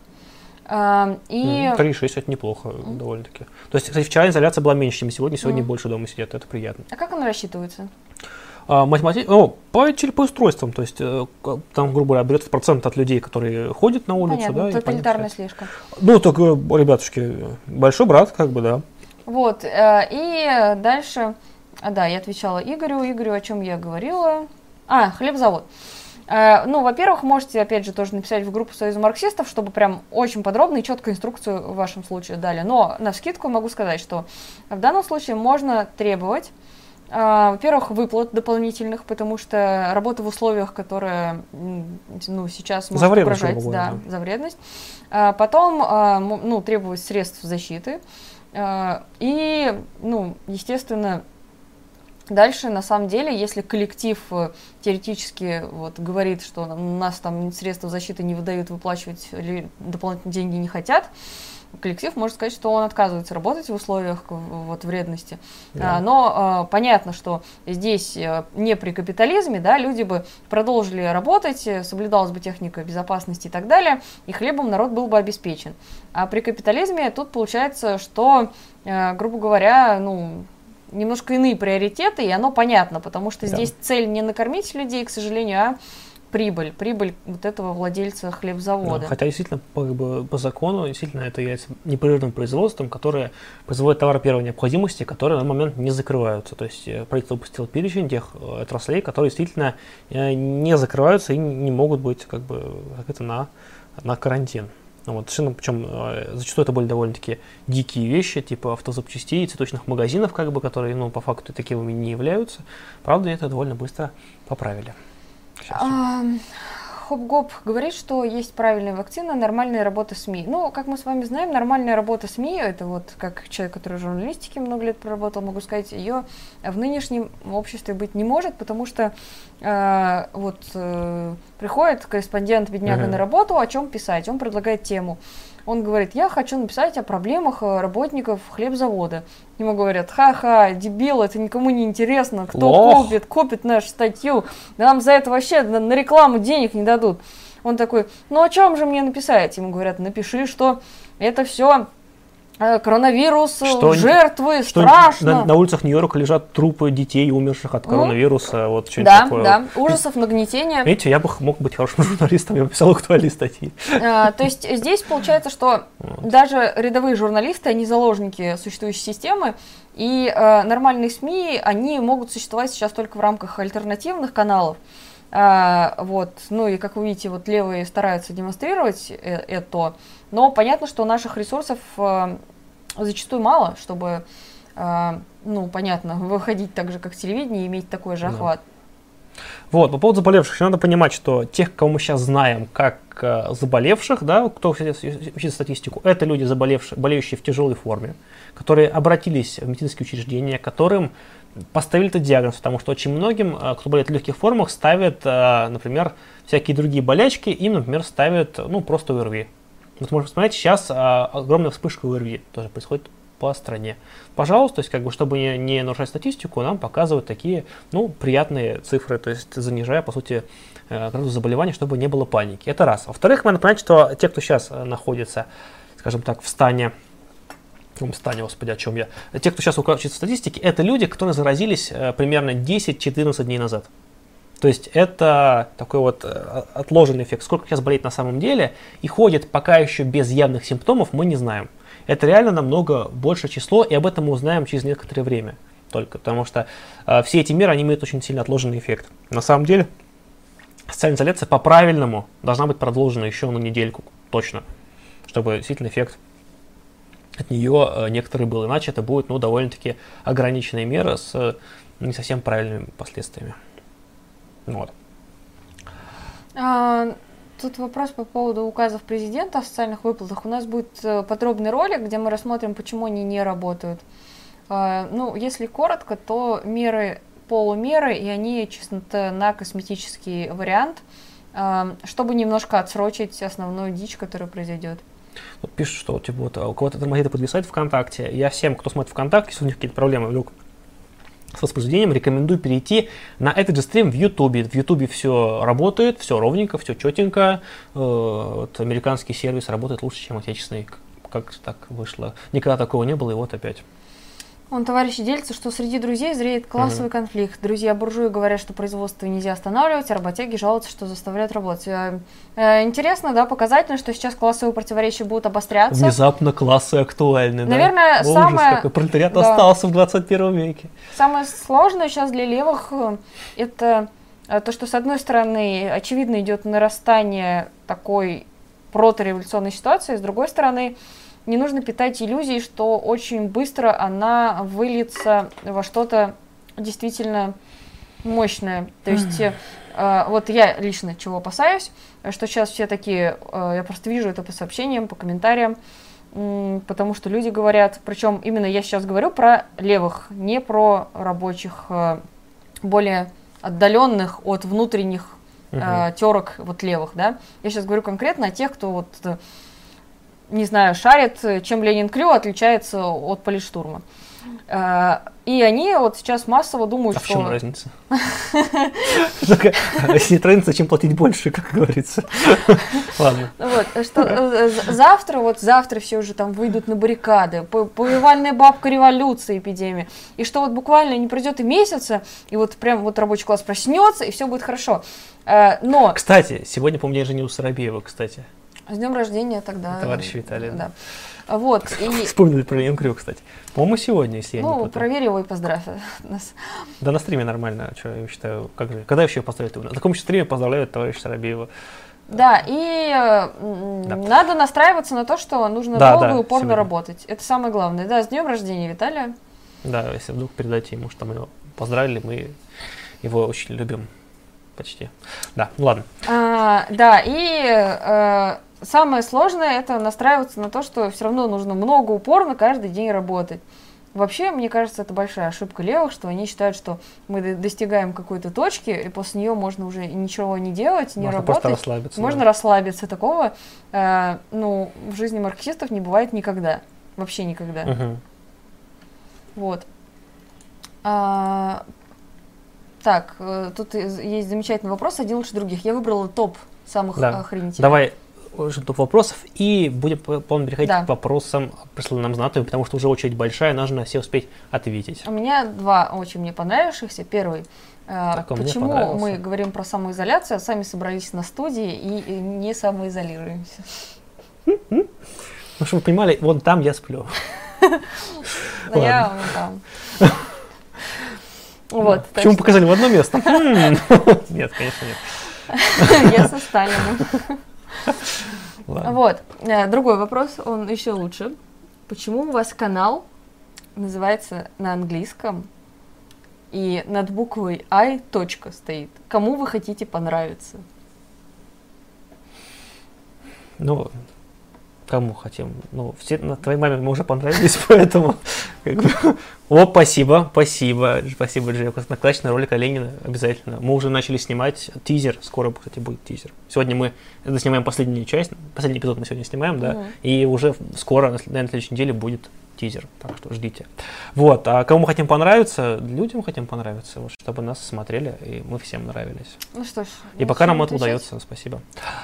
3,6 это неплохо довольно-таки. То есть, кстати, вчера изоляция была меньше, чем сегодня. Сегодня больше дома сидят, это приятно. А как она рассчитывается? По устройствам, то есть там, грубо говоря, берет в процент от людей, которые ходят на улицу. Понятно, да, тоталитарная слежка. Ну, так, ребятушки, большой брат, как бы, да. Вот, и дальше, да, я отвечала Игорю, о чем я говорила. Хлебзавод. Ну, во-первых, можете, опять же, тоже написать в группу Союза марксистов, чтобы прям очень подробно и четко инструкцию в вашем случае дали. Но навскидку могу сказать, что в данном случае можно требовать, во-первых, выплат дополнительных, потому что работа в условиях, которые, ну, сейчас может угрожать, за вредность. Потом, ну, требовать средств защиты. И, ну, естественно, дальше, на самом деле, если коллектив теоретически вот, говорит, что у нас там средства защиты не выдают, выплачивать или дополнительные деньги не хотят, коллектив может сказать, что он отказывается работать в условиях вот, вредности. Да. Но понятно, что здесь не при капитализме, да, люди бы продолжили работать, соблюдалась бы техника безопасности и так далее, и хлебом народ был бы обеспечен. А при капитализме тут получается, что, грубо говоря, ну, немножко иные приоритеты, и оно понятно, потому что здесь цель не накормить людей, к сожалению, а прибыль вот этого владельца хлебзавода. Да, хотя действительно по закону действительно это является непрерывным производством, которое производит товары первой необходимости, которые на момент не закрываются. То есть правительство выпустило перечень тех отраслей, которые действительно не закрываются и не могут быть закрыты на карантин. Вот, причем зачастую это были довольно-таки дикие вещи, типа автозапчастей, цветочных магазинов, которые по факту таковыми не являются. Правда, это довольно быстро поправили. Хоп-Гоп говорит, что есть правильная вакцина, нормальная работа СМИ. Ну, как мы с вами знаем, нормальная работа СМИ, это вот как человек, который в журналистике много лет проработал, могу сказать, ее в нынешнем обществе быть не может, потому что приходит корреспондент бедняга на работу, о чем писать, он предлагает тему. Он говорит, я хочу написать о проблемах работников хлебзавода. Ему говорят, ха-ха, дебил, это никому не интересно, кто купит нашу статью, нам за это вообще на рекламу денег не дадут. Он такой, ну о чем же мне написать? Ему говорят, напиши, что это все коронавирус, жертвы, страшно. На улицах Нью-Йорка лежат трупы детей, умерших от коронавируса, вот что-нибудь такое. Да, ужасов, нагнетения. Видите, я мог быть хорошим журналистом, я писал актуальные статьи. То есть здесь получается, что даже рядовые журналисты, они заложники существующей системы, и нормальные СМИ, они могут существовать сейчас только в рамках альтернативных каналов. Ну и как вы видите, левые стараются демонстрировать это, но понятно, что наших ресурсов зачастую мало, чтобы, понятно, выходить так же, как телевидение, и иметь такой же охват. Вот, по поводу заболевших, надо понимать, что тех, кого мы сейчас знаем как заболевших, да, кто учит статистику, это люди, болеющие в тяжелой форме, которые обратились в медицинские учреждения, которым поставили этот диагноз, потому что очень многим, кто болеет в легких формах, ставят, например, всякие другие болячки, им, например, ставят, просто ОРВИ. Вот можно посмотреть, сейчас огромная вспышка ОРВИ тоже происходит по стране. Пожалуйста, то есть, чтобы не нарушать статистику, нам показывают такие, приятные цифры, то есть занижая, по сути, градус заболевания, чтобы не было паники. Это раз. Во-вторых, надо понять, что те, кто сейчас находится, скажем так, в стане, господи, о чем я? Те, кто сейчас учится в статистике, это люди, которые заразились примерно 10-14 дней назад. То есть это такой отложенный эффект. Сколько сейчас болеет на самом деле и ходит пока еще без явных симптомов, мы не знаем. Это реально намного большее число, и об этом мы узнаем через некоторое время только, потому что все эти меры, они имеют очень сильно отложенный эффект. На самом деле, социальная изоляция по-правильному должна быть продолжена еще на недельку, точно, чтобы действительно эффект от нее некоторый был, иначе это будет, довольно-таки ограниченная мера с не совсем правильными последствиями. Вот. Тут вопрос по поводу указов президента о социальных выплатах. У нас будет подробный ролик, где мы рассмотрим, почему они не работают. Если коротко, то меры полумеры, и они чисто на косметический вариант, чтобы немножко отсрочить основную дичь, которая произойдет. Пишут, что у кого-то тормозит и подвисает ВКонтакте. Я всем, кто смотрит ВКонтакте, если у них какие-то проблемы вдруг с воспроизведением, рекомендую перейти на этот же стрим в Ютубе. В Ютубе все работает, все ровненько, все четенько. Американский сервис работает лучше, чем отечественный. Как так вышло? Никогда такого не было, и вот опять. Товарищи делятся, что среди друзей зреет классовый конфликт. Друзья-буржуи говорят, что производство нельзя останавливать, а работяги жалуются, что заставляют работать. Интересно, да, показательно, что сейчас классовые противоречия будут обостряться. Внезапно классы актуальны, наверное, да? Ужас какой, пролетариат остался в 21 веке. Самое сложное сейчас для левых – это то, что, с одной стороны, очевидно, идет нарастание такой протореволюционной ситуации, с другой стороны, не нужно питать иллюзий, что очень быстро она выльется во что-то действительно мощное. То есть я лично чего опасаюсь, что сейчас все такие, я просто вижу это по сообщениям, по комментариям, потому что люди говорят, причем именно я сейчас говорю про левых, не про рабочих, более отдаленных от внутренних терок левых, да. Я сейчас говорю конкретно о тех, кто не знаю, шарит, чем Ленин-Крю отличается от Политштурма. И они вот сейчас массово думают, А что... в чем разница? Если нет разницы, зачем платить больше, как говорится. Ладно. Вот, что завтра все уже там выйдут на баррикады, повивальная бабка, революция, эпидемия. И что вот буквально не пройдет и месяца, и вот прям вот рабочий класс проснется, и все будет хорошо. Но... Кстати, сегодня, по-моему, день рождения у Соробеева, кстати. С днем рождения тогда. Товарищ Виталий. Да. Вот, и... Вспомнили про Ленкрю, кстати. По-моему, сегодня, если я не путаю. Проверь его и поздравь нас. Да на стриме нормально, что я считаю, как же. Когда вообще поздравить? На таком еще стриме поздравляют товарища Соробеева. Да, и надо настраиваться на то, что нужно долго и упорно сегодня работать. Это самое главное. Да, с днем рождения, Виталия. Да, если вдруг передайте ему, что мы его поздравили, мы его очень любим. Почти. Да, ну ладно. Да, и самое сложное это настраиваться на то, что все равно нужно много упорно каждый день работать. Вообще, мне кажется, это большая ошибка левых, что они считают, что мы достигаем какой-то точки, и после нее можно уже ничего не делать, не можно работать. Просто расслабиться. Можно расслабиться. Такого в жизни марксистов не бывает никогда. Вообще никогда. Угу. Вот. Так, тут есть замечательный вопрос, один лучше других. Я выбрала топ самых охренительных. Давай топ вопросов и будем плавно переходить к вопросам, присланным нам знатыми, потому что уже очередь большая, нужно на все успеть ответить. У меня два очень мне понравившихся. Первый. Почему мы говорим про самоизоляцию, а сами собрались на студии и не самоизолируемся? Ну, чтобы вы понимали, вон там я сплю. Я вон там. Вот, почему показали в одно место? Нет, конечно, нет. Я со Сталиным. Вот. Другой вопрос, он еще лучше. Почему у вас канал называется на английском и над буквой I точка стоит? Кому вы хотите понравиться? Ну, кому хотим? Ну, все, твоей маме мы уже понравились, поэтому... О, спасибо, Джей. Наклачный ролик о Ленине обязательно. Мы уже начали снимать тизер, скоро, кстати, будет тизер. Сегодня мы снимаем последнюю часть, последний эпизод мы сегодня снимаем, да, и уже скоро, наверное, на следующей неделе будет тизер, так что ждите. Вот, а кому мы хотим понравиться? Людям хотим понравиться, вот, чтобы нас смотрели, и мы всем нравились. Ну что ж. И пока нам это удается, спасибо.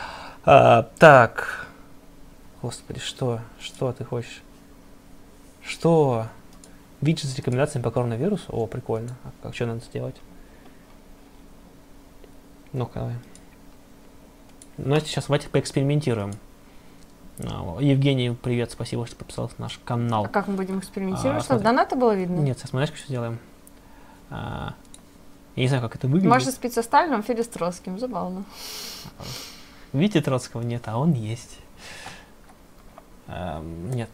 Так, господи, что ты хочешь? Что? Виджет с рекомендациями по коронавирусу? О, прикольно. А как что надо сделать? Ну-ка, давай. Ну, сейчас давайте поэкспериментируем. Евгений, привет, спасибо, что подписался на наш канал. А как мы будем экспериментировать? Чтобы донаты было видно? Нет, сейчас мы знаешь, что сделаем? Я не знаю, как это выглядит. Маша спит со Сталином, Федя с Троцким. Забавно. Видите, Троцкого нет, а он есть. Нет.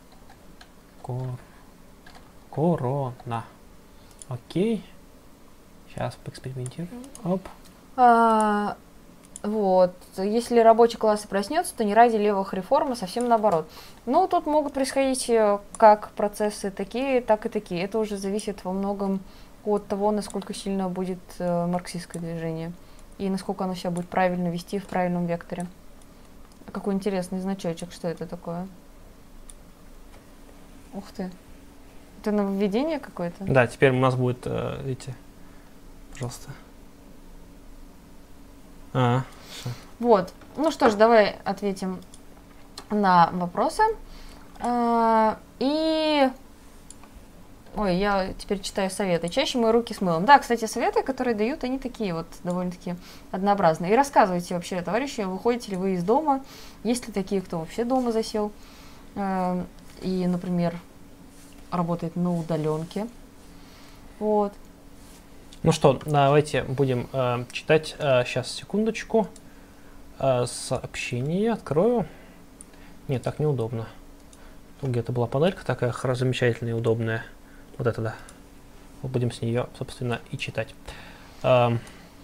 Корона. Окей. Сейчас поэкспериментируем. Оп. Вот. Если рабочий класс и проснется, то не ради левых реформ, а совсем наоборот. Ну, тут могут происходить как процессы такие, так и такие. Это уже зависит во многом от того, насколько сильно будет марксистское движение. И насколько оно себя будет правильно вести в правильном векторе. Какой интересный значочек. Что это такое? Ух ты. Это нововведение какое-то? Да, теперь у нас будет, видите, пожалуйста. Вот. Ну что ж, давай ответим на вопросы. Ой, я теперь читаю советы. Чаще мою руки с мылом. Да, кстати, советы, которые дают, они такие вот довольно-таки однообразные. И рассказывайте вообще, товарищи, выходите ли вы из дома, есть ли такие, кто вообще дома засел, и, например, работает на удаленке. Вот. Ну что, давайте будем читать. Сейчас, секундочку. Сообщение открою. Нет, так неудобно. Тут где-то была панелька такая замечательная и удобная. Вот это да. Вот будем с нее, собственно, и читать. Ну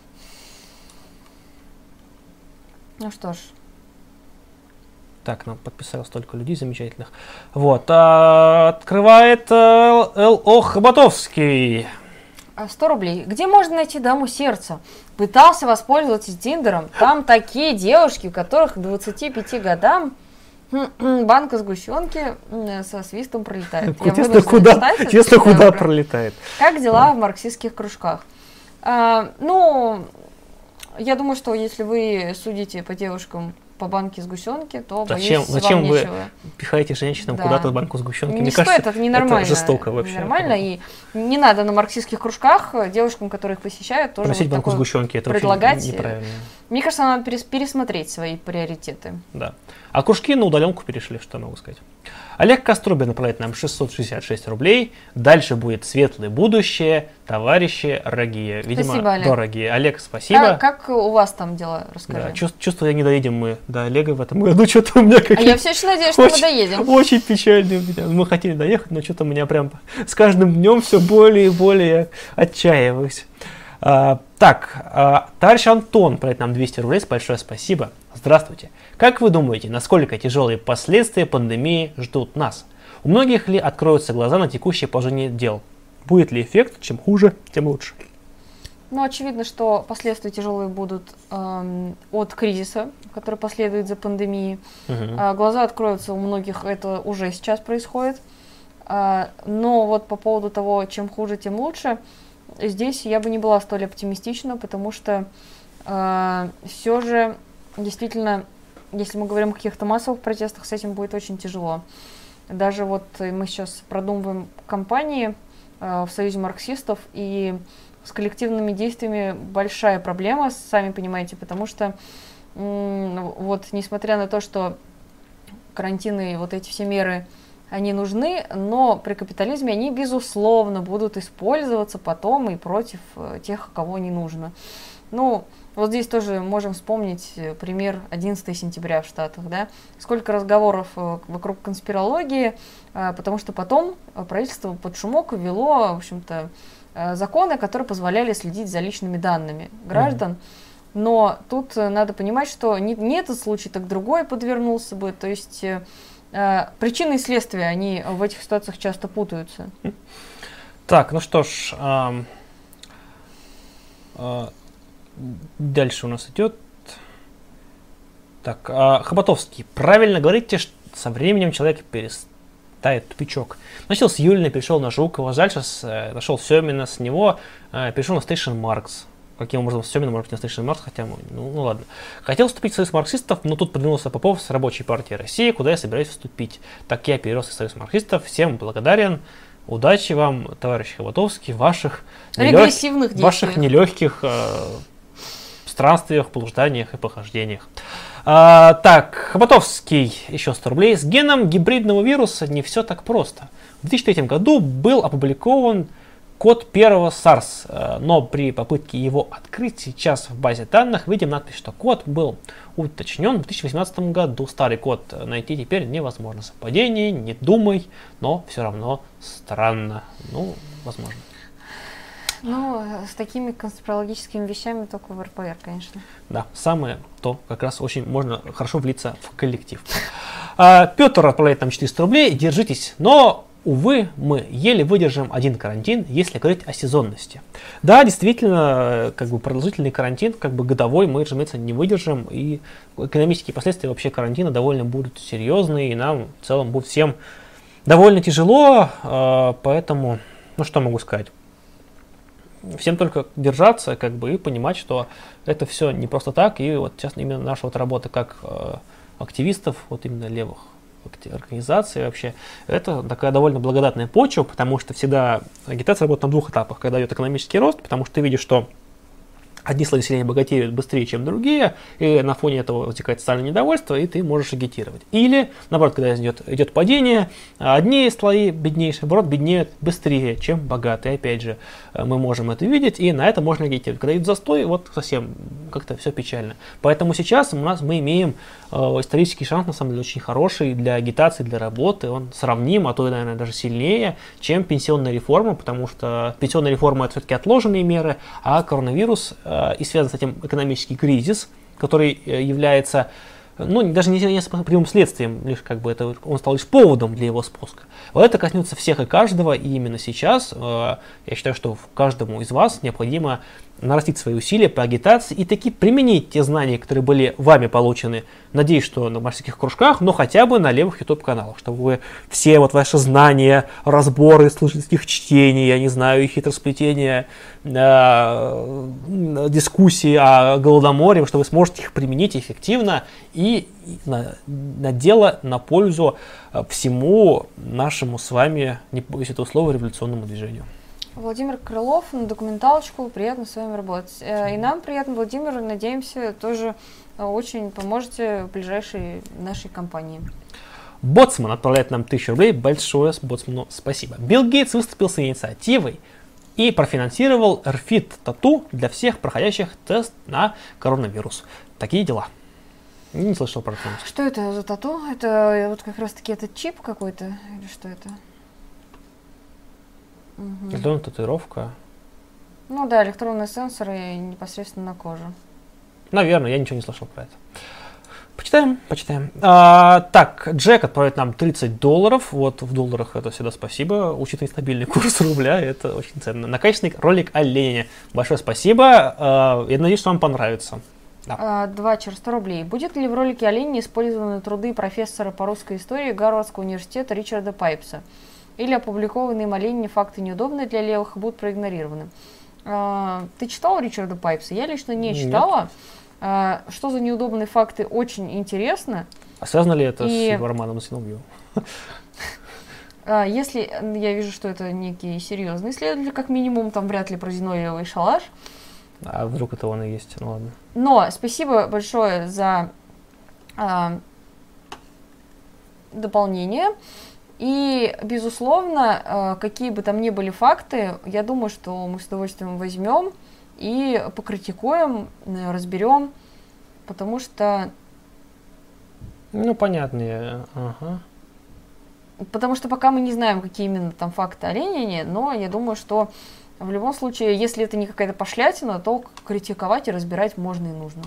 что ж. Так, нам подписалось столько людей замечательных. Вот. Открывает Л.О. Хоботовский. 100 рублей. Где можно найти даму сердца? Пытался воспользоваться Тиндером. Там такие девушки, у которых к 25 годам Банка сгущенки со свистом пролетает. Честно, куда пролетает? Как дела в марксистских кружках? Ну, я думаю, что если вы судите по девушкам по банке сгущенки, то зачем вы нечего. Пихаете женщинам куда-то банку сгущенки? Не стоит, это ненормально. Это жестоко вообще. Ненормально, и не надо на марксистских кружках девушкам, которые их посещают, тоже просить вот банку сгущенки, это предлагать. очень неправильно. Мне кажется, надо пересмотреть свои приоритеты. Да. А кружки на удаленку перешли, что я могу сказать. Олег Кострубин направляет нам 666 рублей. Дальше будет светлое будущее, товарищи дорогие. Видимо, спасибо, Олег. Дорогие. Олег, спасибо. Как у вас там дела? Расскажи. Да, чувствую, не доедем мы до Олега в этом году. Что-то у меня А я все еще надеюсь, что мы доедем. Очень печально у меня. Мы хотели доехать, но что-то у меня прям с каждым днем все более и более отчаиваюсь. Товарищ Антон отправляет нам 200 рублей. Большое спасибо. Здравствуйте. Как вы думаете, насколько тяжелые последствия пандемии ждут нас? У многих ли откроются глаза на текущее положение дел? Будет ли эффект, чем хуже, тем лучше? Ну, очевидно, что последствия тяжелые будут от кризиса, который последует за пандемией. Глаза откроются у многих, это уже сейчас происходит. Но вот по поводу того, чем хуже, тем лучше, здесь я бы не была столь оптимистична, потому что все же действительно, если мы говорим о каких-то массовых протестах, с этим будет очень тяжело. Даже вот мы сейчас продумываем кампании в Союзе марксистов, и с коллективными действиями большая проблема, сами понимаете, потому что вот несмотря на то, что карантины и вот эти все меры, они нужны, но при капитализме они, безусловно, будут использоваться потом и против тех, кого не нужно. Ну, вот здесь тоже можем вспомнить пример 11 сентября в Штатах, да? Сколько разговоров вокруг конспирологии, потому что потом правительство под шумок ввело, в общем-то, законы, которые позволяли следить за личными данными граждан. Но тут надо понимать, что не этот случай, так другой подвернулся бы. То есть причины и следствия, они в этих ситуациях часто путаются. Так, ну что ж, дальше у нас идет. Так, Хоботовский. Правильно говорите, что со временем человек перестает тупичок. Начал с Юлина, перешел на Жукова, дальше нашел Семина, с него перешел на Station Marks. Каким образом Семин может быть на Station Marks, хотя, ну ладно. Хотел вступить в Союз марксистов, но тут подвинулся Попов с Рабочей партии России, куда я собираюсь вступить. Так я перерос в Союз марксистов. Всем благодарен. Удачи вам, товарищ Хоботовский, в ваших нелегких странствиях, блужданиях и похождениях. Так, Хоботовский, еще 100 рублей. С геном гибридного вируса не все так просто. В 2003 году был опубликован код первого SARS, но при попытке его открыть сейчас в базе данных видим надпись, что код был уточнен в 2018 году. Старый код найти теперь невозможно. Совпадение, не думай, но все равно странно. Ну, возможно. Ну, с такими конспирологическими вещами только в РПР, конечно. Да, самое то, как раз очень можно хорошо влиться в коллектив. Петр отправляет нам 400 рублей. Держитесь, но увы, мы еле выдержим один карантин, если говорить о сезонности. Да, действительно, как бы продолжительный карантин, как бы годовой, мы, разумеется, не выдержим, и экономические последствия вообще карантина довольно будут серьезные, и нам в целом будет всем довольно тяжело, поэтому, ну что могу сказать, всем только держаться, как бы, и понимать, что это все не просто так, и вот сейчас именно наша вот работа как активистов, вот именно левых организации вообще, это такая довольно благодатная почва, потому что всегда агитация работает на двух этапах, когда идет экономический рост, потому что ты видишь, что одни слои населения богатеют быстрее, чем другие, и на фоне этого возникает социальное недовольство, и ты можешь агитировать. Или, наоборот, когда идет падение, одни слои беднейшие, наоборот, беднеют быстрее, чем богатые. Опять же, мы можем это видеть, и на это можно агитировать. Когда идет застой, вот совсем как-то все печально. Поэтому сейчас мы имеем исторический шанс, на самом деле, очень хороший для агитации, для работы. Он сравним, а то, наверное, даже сильнее, чем пенсионная реформа, потому что пенсионная реформа – это все-таки отложенные меры, а коронавирус и связан с этим экономический кризис, который является, ну, даже не прямым следствием, лишь как бы он стал лишь поводом для его спуска. Вот это коснется всех и каждого, и именно сейчас я считаю, что каждому из вас необходимо нарастить свои усилия по агитации и таки применить те знания, которые были вами получены. Надеюсь, что на марксистских кружках, но хотя бы на левых YouTube-каналах, чтобы вы все вот ваши знания, разборы слушательских чтений, я не знаю, хитросплетения, дискуссии о Голодоморе, что вы сможете их применить эффективно и на дело, на пользу всему нашему с вами, не боюсь этого слова, революционному движению. Владимир Крылов, на документалочку, приятно с вами работать. И нам приятно, Владимир, надеемся, тоже очень поможете в ближайшей нашей кампании. Боцман отправляет нам 1000 рублей, большое Боцману спасибо. Билл Гейтс выступил с инициативой и профинансировал РФИД-тату для всех проходящих тест на коронавирус. Такие дела. Не слышал про это. Что это за тату? Это вот как раз таки этот чип какой-то? Или что это? Электронная татуировка. Ну да, электронные сенсоры непосредственно на коже. Наверное, я ничего не слышал про это. Почитаем. Так, Джек отправит нам $30. Вот в долларах это всегда спасибо. Учитывая стабильный курс рубля, это очень ценно. Накачанный ролик о Ленине. Большое спасибо. Я надеюсь, что вам понравится. Да. 2 через 100 рублей. Будет ли в ролике о Ленине использованы труды профессора по русской истории Гарвардского университета Ричарда Пайпса? Или опубликованные им о Ленине факты неудобные для левых будут проигнорированы? Ты читал Ричарда Пайпса? Я лично не читала. Что за неудобные факты, очень интересно. А связано ли это с его романом «Синовью»? Если я вижу, что это некий серьезный исследователь, как минимум, там вряд ли про Зиновьева и Шалаш. А вдруг это он и есть? Ну ладно. Но спасибо большое за дополнение. И, безусловно, какие бы там ни были факты, я думаю, что мы с удовольствием возьмем и покритикуем, разберем, потому что... Ну, понятно. Ага. Потому что пока мы не знаем, какие именно там факты о Ленине, но я думаю, что в любом случае, если это не какая-то пошлятина, то критиковать и разбирать можно и нужно.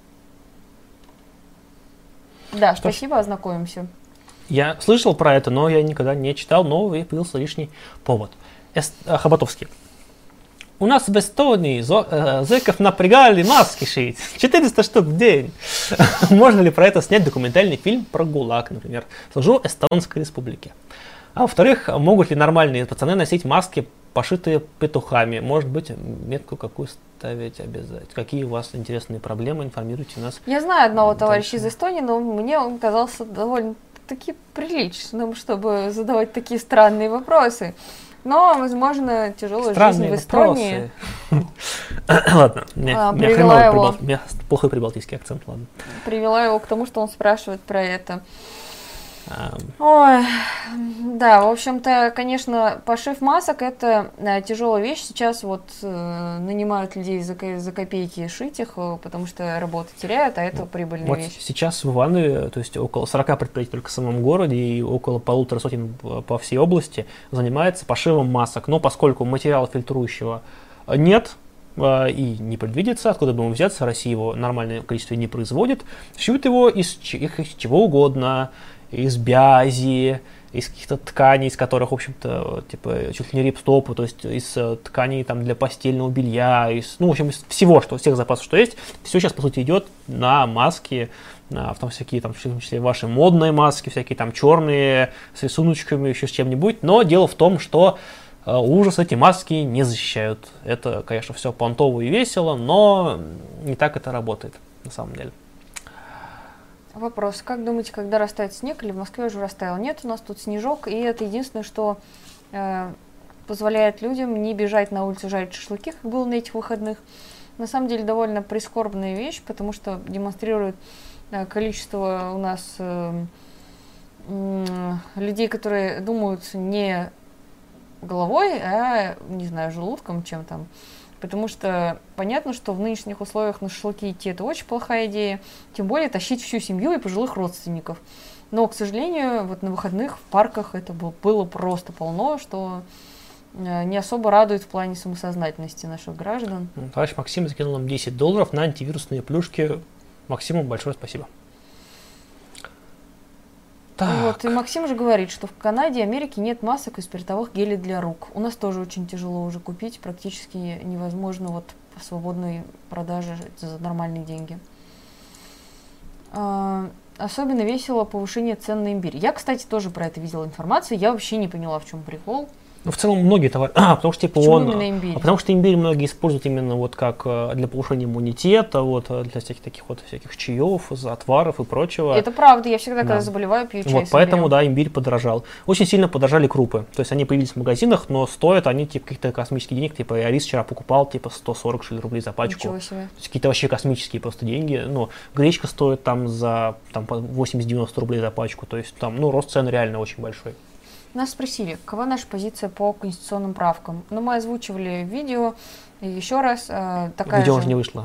Да, что спасибо, ознакомимся. Я слышал про это, но я никогда не читал, но появился лишний повод. Хоботовский. У нас в Эстонии зэков напрягали маски шить. 400 штук в день. Можно ли про это снять документальный фильм про ГУЛАГ, например? Служу Эстонской республике. А во-вторых, могут ли нормальные пацаны носить маски, пошитые петухами? Может быть, метку какую ставить обязательно? Какие у вас интересные проблемы? Информируйте нас. Я знаю одного товарища из Эстонии, но мне он казался довольно-таки приличным, чтобы задавать такие странные вопросы. Но, возможно, тяжелая жизнь в Эстонии. Ладно, у меня плохой прибалтийский акцент, ладно. Привела его к тому, что он спрашивает про это. Ой, да, в общем-то, конечно, пошив масок – это тяжелая вещь. Сейчас вот нанимают людей за копейки шить их, потому что работу теряют, а это прибыльная вот вещь. Сейчас в Иванове, то есть около 40 предприятий только в самом городе и около 150 по всей области занимается пошивом масок. Но поскольку материала фильтрующего нет, и не предвидится, откуда бы ему взяться, Россия его в нормальном количестве не производит, шьют его из чего угодно, из бязи, из каких-то тканей, из которых, в общем-то, типа, чуть ли не рипстопы, то есть из тканей там, для постельного белья, из, ну, в общем, из всего, что, всех запасов, что есть, все сейчас, по сути, идет на маски, в том всякие, там, в том числе, ваши модные маски, всякие там черные, с рисуночками, еще с чем-нибудь, но дело в том, что ужас, эти маски не защищают. Это, конечно, все понтово и весело, но не так это работает, на самом деле. Вопрос. Как думаете, когда растает снег, или в Москве уже растаял? Нет, у нас тут снежок, и это единственное, что позволяет людям не бежать на улицу жарить шашлыки, как было на этих выходных. На самом деле довольно прискорбная вещь, потому что демонстрирует количество у нас людей, которые думают не головой, а, не знаю, желудком, чем там. Потому что понятно, что в нынешних условиях на шашлыки идти – это очень плохая идея, тем более тащить всю семью и пожилых родственников. Но, к сожалению, вот на выходных в парках это было просто полно, что не особо радует в плане самосознательности наших граждан. Товарищ Максим закинул нам $10 на антивирусные плюшки. Максиму большое спасибо. Вот, и Максим же говорит, что в Канаде и Америке нет масок и спиртовых гелей для рук. У нас тоже очень тяжело уже купить, практически невозможно вот в свободной продаже за нормальные деньги. Особенно весело повышение цен на имбирь. Я, кстати, тоже про это видела информацию. Я вообще не поняла, в чем прикол. Ну, в целом, многие товары... потому что, типа, Почему именно имбирь? Потому что имбирь многие используют именно вот как для повышения иммунитета, вот для всяких таких вот всяких чаев, отваров и прочего. Это правда. Я всегда, когда заболеваю, пью чай. Вот, поэтому, да, имбирь подорожал. Очень сильно подорожали крупы. То есть они появились в магазинах, но стоят они, типа, каких-то космических денег. Типа, я рис вчера покупал, типа, 140 что ли, рублей за пачку. Ничего себе. То есть какие-то вообще космические просто деньги. Ну, гречка стоит там за 80-90 рублей за пачку. То есть там, ну, рост цен реально очень большой. Нас спросили, какова наша позиция по конституционным правкам. Ну, мы озвучивали видео, и еще раз такая видео же... уже не вышло.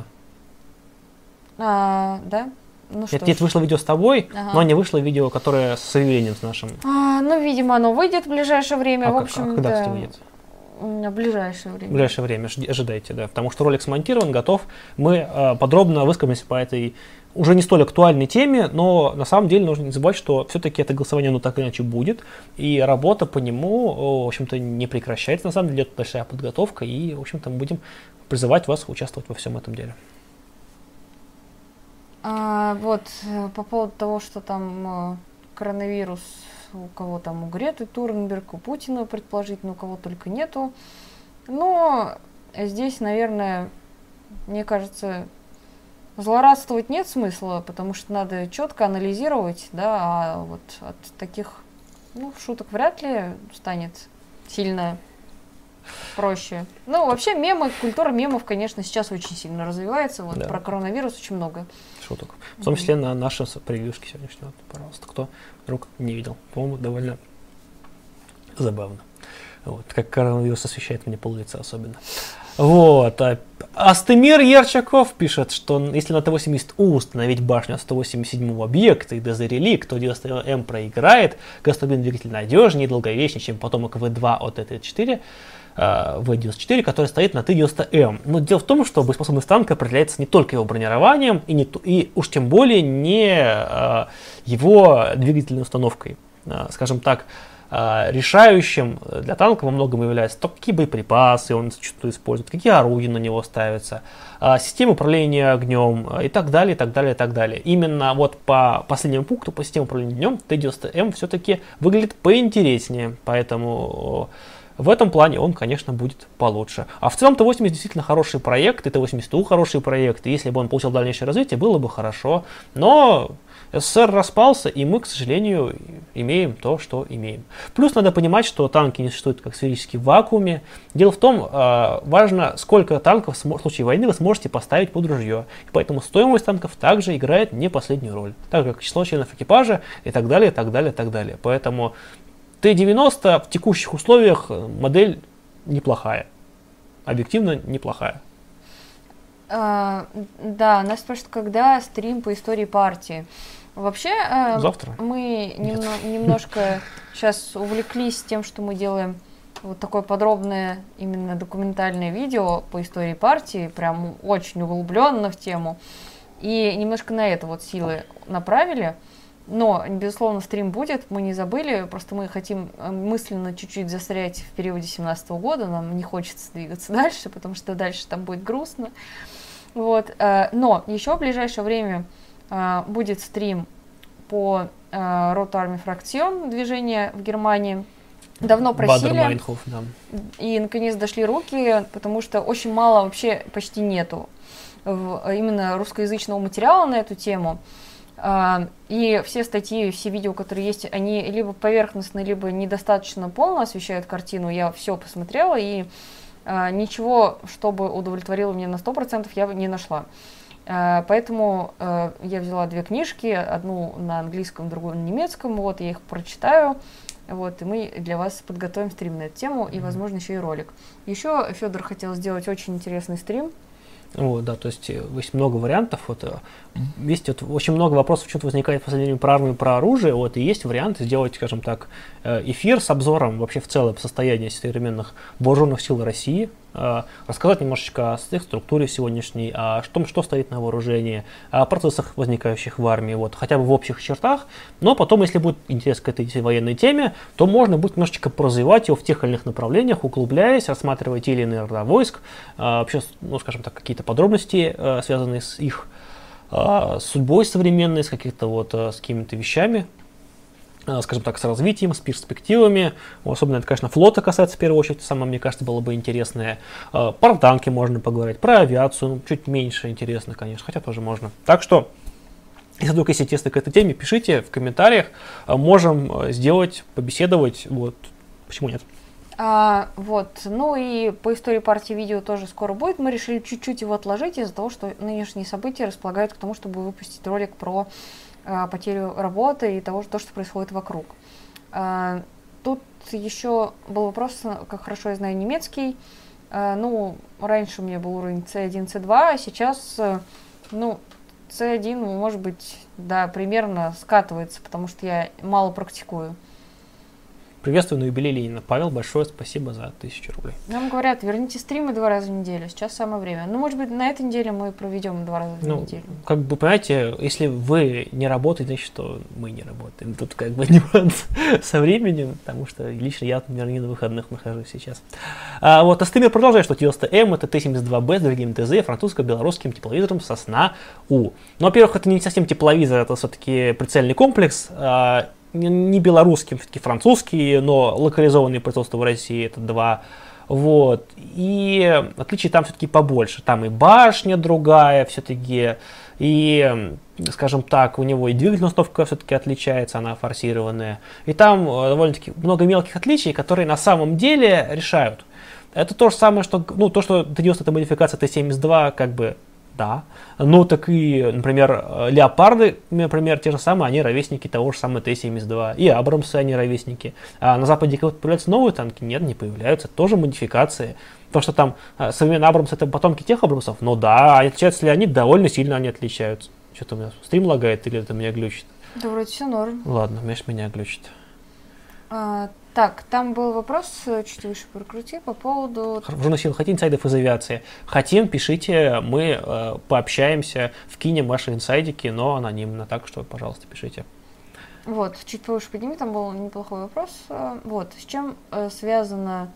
Да? Ну, что Нет, вышло видео с тобой, Ага. но не вышло видео, которое с заявлением с нашим. Ну, видимо, оно выйдет в ближайшее время. В А общем, когда, да, кстати, выйдет? в ближайшее время. В ближайшее время, ожидайте, да. Потому что ролик смонтирован, готов. Мы подробно выскажемся по этой уже не столь актуальной теме, но на самом деле нужно не забывать, что все-таки это голосование, оно так или иначе будет, и работа по нему, в общем-то, не прекращается, на самом деле, идет большая подготовка, и, в общем-то, мы будем призывать вас участвовать во всем этом деле. Вот, по поводу того, что там коронавирус, у кого там, у Греты Турнберг, у Путина, предположительно, у кого только нету. Но здесь, наверное, мне кажется, злорадствовать нет смысла, потому что надо четко анализировать, да, а вот от таких, шуток вряд ли станет сильно проще. Ну, вообще мемы, культура мемов, конечно, сейчас очень сильно развивается. Вот Да. про коронавирус очень много. Шуток. В том числе на наши превьюшки сегодняшнего, пожалуйста, кто вдруг не видел. По-моему, довольно забавно. Вот, как коронавирус освещает мне пол-лица особенно. Вот. Астемир Ерчаков пишет, что если на Т-80У установить башню от 187 объекта и дозарелик, то 90М проиграет, газ-турбинный двигатель надежнее и долговечнее, чем потомок В2 от Т-34, В-94, который стоит на Т-90М. Но дело в том, что боеспособность танка определяется не только его бронированием, и уж тем более не его двигательной установкой. Скажем так, решающим для танка во многом является то, какие боеприпасы он зачастую использует, какие орудия на него ставятся, система управления огнем и так далее, и так далее, и так далее. Именно вот по последнему пункту, по системе управления огнем, Т-90М все-таки выглядит поинтереснее, поэтому в этом плане он, конечно, будет получше. А в целом Т-80 действительно хороший проект, и Т-80У хороший проект, и если бы он получил дальнейшее развитие, было бы хорошо, но СССР распался, и мы, к сожалению, имеем то, что имеем. Плюс надо понимать, что танки не существуют как сферически в вакууме. Дело в том, важно, сколько танков в случае войны вы сможете поставить под ружье. И поэтому стоимость танков также играет не последнюю роль. Так же, как число членов экипажа и так далее, и так далее, и так далее. Поэтому Т-90 в текущих условиях модель неплохая. Объективно неплохая. Да, нас спрашивают, когда стрим по истории партии. Вообще, Завтра? Мы немножко сейчас увлеклись тем, что мы делаем вот такое подробное именно документальное видео по истории партии, прям очень углубленно в тему. И немножко на это вот силы направили. Но, безусловно, стрим будет, мы не забыли, просто мы хотим мысленно чуть-чуть застрять в периоде 2017 года, нам не хочется двигаться дальше, потому что дальше там будет грустно. Вот. Но еще в ближайшее время будет стрим по Роту Армии Фракцион, движение в Германии. Давно просили, Бадер-Майнхоф, да. И наконец дошли руки, потому что очень мало, вообще почти нету именно русскоязычного материала на эту тему. И все статьи, все видео, которые есть, они либо поверхностно, либо недостаточно полно освещают картину. Я все посмотрела, и ничего, чтобы удовлетворило меня на 100%, я не нашла. Поэтому я взяла 2 книжки, одну на английском, другую на немецком, вот, я их прочитаю, вот, и мы для вас подготовим стрим на эту тему, и, возможно, еще и ролик. Еще Федор хотел сделать очень интересный стрим. Вот, да, то есть есть много вариантов, вот, есть вот очень много вопросов, что-то возникает в последнее время про армию, про оружие, вот, и есть вариант сделать, скажем так, эфир с обзором вообще в целом состояния современных вооруженных сил России, рассказать немножечко о их структуре сегодняшней, о том, что стоит на вооружении, о процессах, возникающих в армии, вот, хотя бы в общих чертах. Но потом, если будет интерес к этой военной теме, то можно будет немножечко поразвивать его в тех или иных направлениях, углубляясь, рассматривая те или иные рода войск, вообще, ну, скажем так, какие-то подробности, связанные с их судьбой современной, с каких-то вот, с какими-то вещами, скажем так, с развитием, с перспективами. Особенно это, конечно, флота касается в первую очередь, самое, мне кажется, было бы интересное. Про танки можно поговорить, про авиацию, ну, чуть меньше интересно, конечно, хотя тоже можно. Так что, если вдруг есть интересно к этой теме, пишите в комментариях, можем сделать, побеседовать, вот, почему нет. Вот, ну и по истории партии видео тоже скоро будет. Мы решили чуть-чуть его отложить из-за того, что нынешние события располагают к тому, чтобы выпустить ролик про потерю работы и того, что происходит вокруг. Тут еще был вопрос, как хорошо я знаю немецкий. Ну, раньше у меня был уровень C1, C2, а сейчас, ну, C1, может быть, да, примерно скатывается, потому что я мало практикую. Приветствую на юбилей Ленина. Павел, большое спасибо за 1000 рублей. Нам говорят, верните стримы 2 раза в неделю. Сейчас самое время. Ну, может быть, на этой неделе мы проведем 2 раза в неделю. Как бы, понимаете, если вы не работаете, значит, что мы не работаем. Тут как бы нюанс со временем, потому что лично я, например, не на выходных нахожусь сейчас. Вот, Астемир продолжает, что 90М это Т-72Б с другим ТЗ, французско-белорусским тепловизором Сосна-У. Ну, во-первых, это не совсем тепловизор, это все-таки прицельный комплекс. Не белорусским, все-таки французский, но локализованные производства в России это 2. Вот. И отличий там все-таки побольше. Там и башня другая все-таки, и, скажем так, у него и двигательная установка все-таки отличается, она форсированная. И там довольно-таки много мелких отличий, которые на самом деле решают. Это то же самое, что, ну, то, что Т-90 это модификация Т-72, как бы, да, ну так и, например, Леопарды, например, те же самые, они ровесники того же самого Т-72, и Абрамсы, они ровесники. А на Западе появляются новые танки? Нет, не появляются, тоже модификации. То, что там современные Абрамсы это потомки тех Абрамсов, ну да, отличаются ли они? Довольно сильно они отличаются. Что-то у меня стрим лагает или это меня глючит? Да вроде все норм. Ладно, меня глючит. Так, там был вопрос, чуть выше прокрути, по поводу... Журналистин, хотите инсайдов из авиации? Хотим, пишите, мы пообщаемся, вкинем ваши инсайдики, но анонимно, так что, пожалуйста, пишите. Вот, чуть повыше подними, там был неплохой вопрос. Вот, с чем связана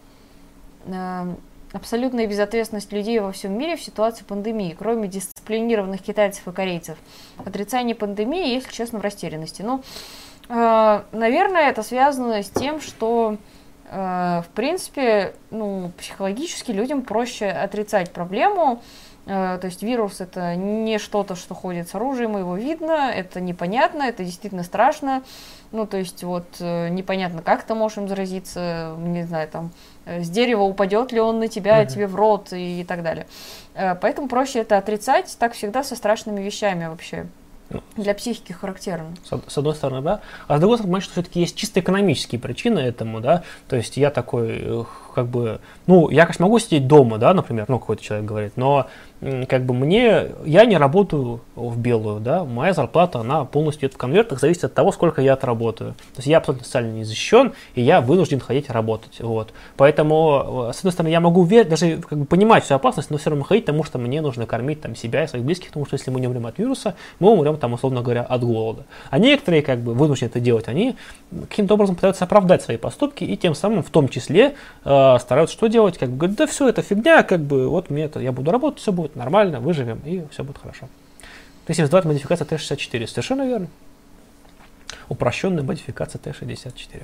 абсолютная безответственность людей во всем мире в ситуации пандемии, кроме дисциплинированных китайцев и корейцев? Отрицание пандемии, если честно, в растерянности. Ну, наверное, это связано с тем, что, в принципе, ну, психологически людям проще отрицать проблему. То есть вирус это не что-то, что ходит с оружием, его видно, это непонятно, это действительно страшно. Ну, то есть вот непонятно, как ты можешь им заразиться, не знаю, там, с дерева упадет ли он на тебя, тебе в рот и так далее. Поэтому проще это отрицать, так всегда со страшными вещами вообще. Для психики характерно. С одной стороны, да. А с другой стороны, понимаешь, что все-таки есть чисто экономические причины этому, да. То есть я такой, как бы, ну, я, конечно, могу сидеть дома, да, например, ну, какой-то человек говорит, но как бы я не работаю в белую, да, моя зарплата, она полностью идет в конвертах, зависит от того, сколько я отработаю. То есть я абсолютно социально не защищен, и я вынужден ходить работать, вот. Поэтому, с одной стороны, я могу верить, даже как бы понимать всю опасность, но все равно ходить, потому что мне нужно кормить там себя и своих близких, потому что если мы не умрем от вируса, мы умрем там, условно говоря, от голода. А некоторые, как бы, вынуждены это делать, они каким-то образом пытаются оправдать свои поступки, и тем самым, в том числе, стараются что делать, как бы, говорят, да все, это фигня, как бы, вот мне это, я буду работать, все будет нормально, выживем, и все будет хорошо. Т-72 это модификация Т-64, совершенно верно. Упрощенная модификация Т-64.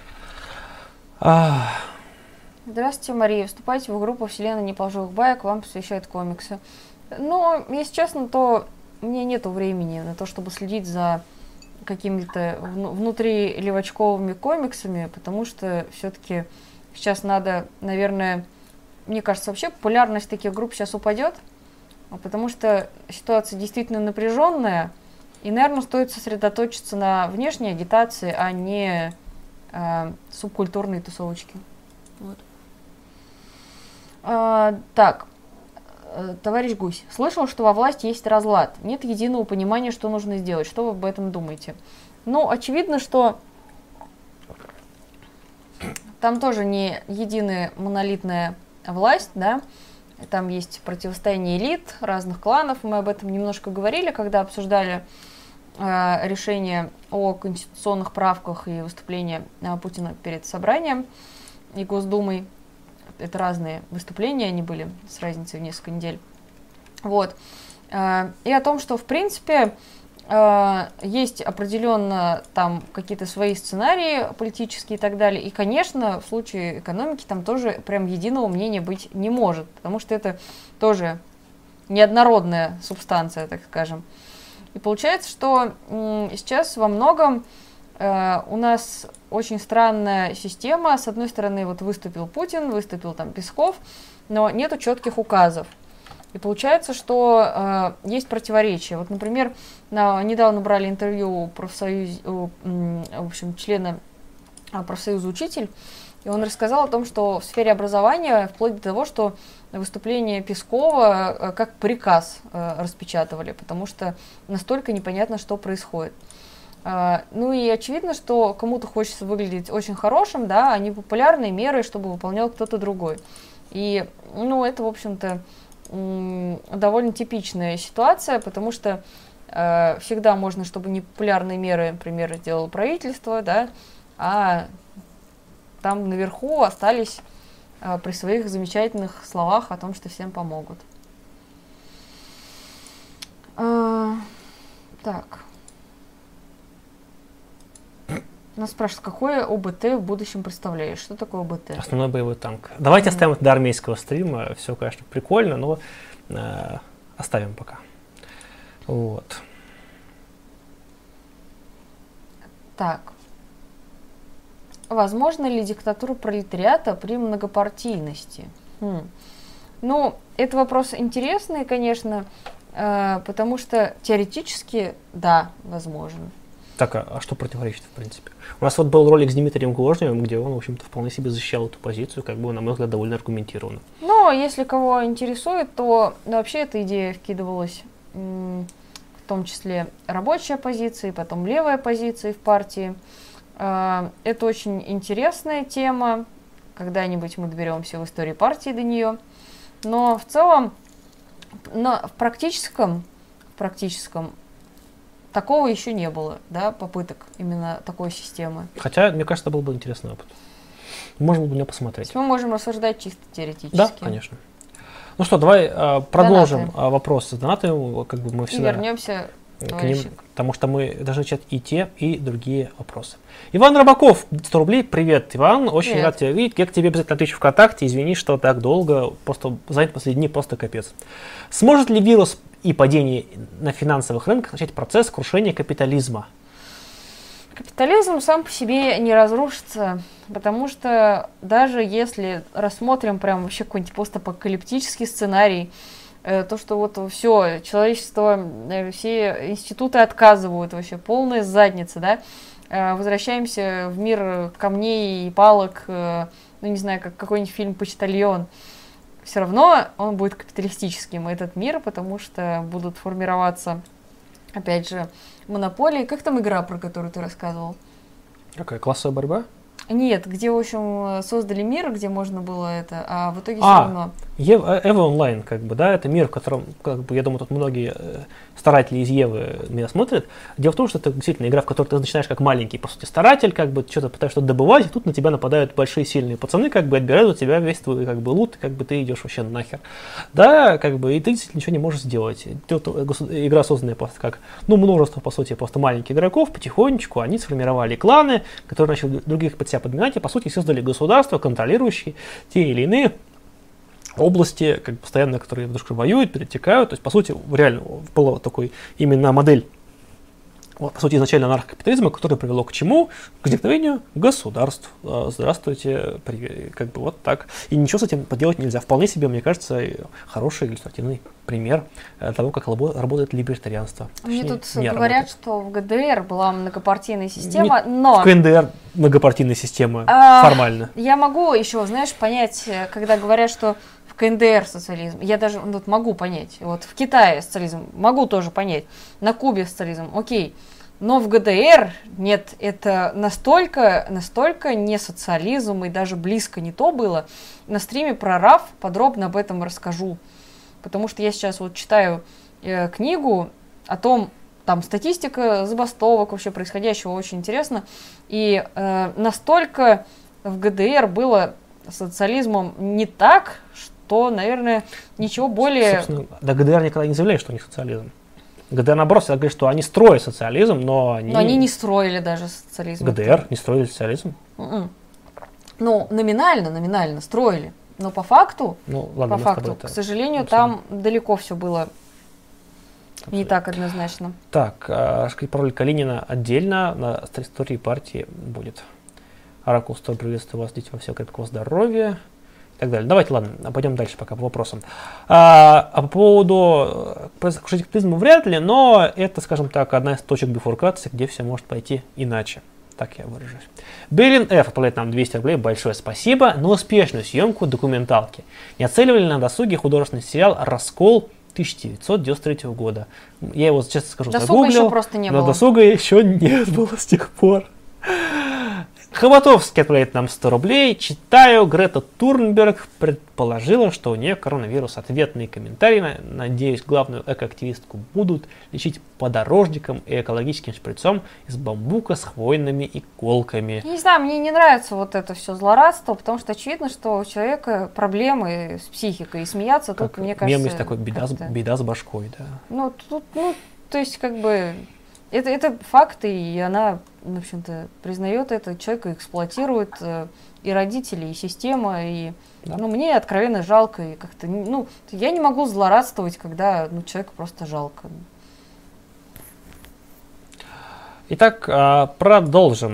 Здравствуйте, Мария. Вступайте в группу «Вселенная неположивых баек», вам посвящают комиксы. Но, если честно, то у меня нету времени на то, чтобы следить за какими-то внутри-левачковыми комиксами, потому что все-таки сейчас надо, наверное, мне кажется, вообще популярность таких групп сейчас упадет, потому что ситуация действительно напряженная, и, наверное, стоит сосредоточиться на внешней агитации, а не субкультурные тусовочки. Вот. Так, товарищ Гусь, слышал, что во власти есть разлад, нет единого понимания, что нужно сделать. Что вы об этом думаете? Ну, очевидно, что там тоже не единая монолитная власть, да, там есть противостояние элит, разных кланов, мы об этом немножко говорили, когда обсуждали решение о конституционных правках и выступление Путина перед собранием и Госдумой. Это разные выступления, они были с разницей в несколько недель. Вот. И о том, что, в принципе, есть определенно там какие-то свои сценарии политические и так далее. И, конечно, в случае экономики там тоже прям единого мнения быть не может, потому что это тоже неоднородная субстанция, так скажем. И получается, что сейчас во многом у нас очень странная система. С одной стороны, вот выступил Путин, выступил там Песков, но нету четких указов. И получается, что есть противоречия. Вот, например, недавно брали интервью в общем, члена профсоюза «Учитель», и он рассказал о том, что в сфере образования, вплоть до того, что выступление Пескова как приказ распечатывали, потому что настолько непонятно, что происходит. Ну и очевидно, что кому-то хочется выглядеть очень хорошим, да, а не популярные меры, чтобы выполнял кто-то другой. И, ну, это, в общем-то, довольно типичная ситуация, потому что всегда можно, чтобы непопулярные меры, например, сделало правительство, да, а там наверху остались при своих замечательных словах о том, что всем помогут. Так. Нас спрашивают, какое ОБТ в будущем представляешь? Что такое ОБТ? Основной боевой танк. Давайте оставим это до армейского стрима. Все, конечно, прикольно, но оставим пока. Вот. Так. Возможно ли диктатура пролетариата при многопартийности? Ну, это вопрос интересный, конечно, потому что теоретически, да, возможно. Так, а что противоречит, в принципе? У нас вот был ролик с Дмитрием Гложневым, где он, в общем-то, вполне себе защищал эту позицию, как бы, на мой взгляд, довольно аргументированно. Но если кого интересует, то вообще эта идея вкидывалась в том числе рабочей оппозиции, потом левой оппозиции в партии. Это очень интересная тема, когда-нибудь мы доберемся в истории партии до нее. Но в целом, в практическом такого еще не было, да, попыток именно такой системы. Хотя, мне кажется, это был бы интересный опыт. Можно было бы на него посмотреть. Мы можем рассуждать чисто теоретически. Да, конечно. Ну что, давай продолжим вопросы с донатами. Как бы мы всегда и вернемся к ним, потому что мы должны читать и те, и другие вопросы. Иван Рыбаков, 100 рублей. Привет, Иван. Очень Привет. рад тебя видеть. Я к тебе обязательно отвечу ВКонтакте. Извини, что так долго. Просто занят последние дни, просто капец. Сможет ли вирус и падение на финансовых рынках начать процесс крушения капитализма? Капитализм сам по себе не разрушится, потому что даже если рассмотрим прям вообще какой-нибудь постапокалиптический сценарий, то, что вот все, человечество, все институты отказывают, вообще полная задница, да, возвращаемся в мир камней и палок, ну не знаю, как какой-нибудь фильм «Почтальон», все равно он будет капиталистическим, этот мир, потому что будут формироваться, опять же, монополии. Как там игра, про которую ты рассказывал? Какая классовая борьба? Нет, где, в общем, создали мир, где можно было это, а в итоге все равно. Ева онлайн, как бы, да, это мир, в котором, как бы, я думаю, тут многие старатели из Евы меня смотрят. Дело в том, что это действительно игра, в которой ты начинаешь как маленький, по сути, старатель, как бы, что-то пытаешься что-то добывать, и тут на тебя нападают большие сильные пацаны, как бы, отбирают у тебя весь твой, как бы, лут, и, как бы, ты идешь вообще нахер. Да, как бы, и ты действительно ничего не можешь сделать. Тут игра созданная просто как, ну, множество, по сути, просто маленьких игроков, потихонечку они сформировали кланы, которые начали других под себя подминать, и, по сути, создали государства, контролирующие те или иные области, как бы, постоянно, которые вдруг воюют, перетекают. То есть, по сути, реально была такой именно модель, по сути, изначально анархокапитализма, которое привело к чему? К возникновению государств. Здравствуйте, как бы вот так. И ничего с этим поделать нельзя. Вполне себе, мне кажется, хороший иллюстративный пример того, как работает либертарианство. Мне тут говорят, что в ГДР была многопартийная система, но... В КНДР многопартийная система формально. Я могу еще, знаешь, понять, когда говорят, что в КНДР социализм, я даже могу понять. Вот в Китае социализм могу тоже понять. На Кубе социализм, окей. Но в ГДР нет, это настолько не социализм и даже близко не то было. На стриме про РАФ подробно об этом расскажу. Потому что я сейчас вот читаю книгу о том, там статистика забастовок вообще происходящего очень интересно. И настолько в ГДР было социализмом не так, что, наверное, ничего более... Собственно, да, ГДР никогда не заявляет, что у них социализм. ГДР, наоборот, всегда говорит, что они строят социализм, но они... Но они не строили даже социализм. ГДР не строили социализм? Ну, номинально строили. Но по факту, к сожалению, там далеко все было не так однозначно. Так, про Калинина отдельно на истории партии будет. Оракул Стор, приветствую вас, дети, во всего крепкого здоровья. И так далее. Давайте, ладно, пойдем дальше пока по вопросам. По поводу капитализма вряд ли, но это, скажем так, одна из точек бифуркации, где все может пойти иначе. Так я выражусь. Белин Ф. отправляет нам 200 рублей. Большое спасибо на успешную съемку документалки. Не оценивали на досуге художественный сериал «Раскол» 1993 года. Я его, честно скажу, загуглил, еще просто не было. Но досуга еще не было с тех пор. Хоботовский отправляет нам 100 рублей. Читаю, Грета Турнберг предположила, что у нее коронавирус. Ответные комментарии, надеюсь, главную экоактивистку будут лечить подорожником и экологическим шприцом из бамбука с хвойными иголками. Не знаю, мне не нравится вот это все злорадство, потому что очевидно, что у человека проблемы с психикой, и смеяться как тут, мне кажется... Мем есть такой, беда с башкой, да. Ну, тут, то есть, как бы... Это факты, и она, в общем-то, признает это, человека эксплуатирует, и родители, и система, и да. Мне откровенно жалко, и как-то, я не могу злорадствовать, когда человека просто жалко. Итак, продолжим.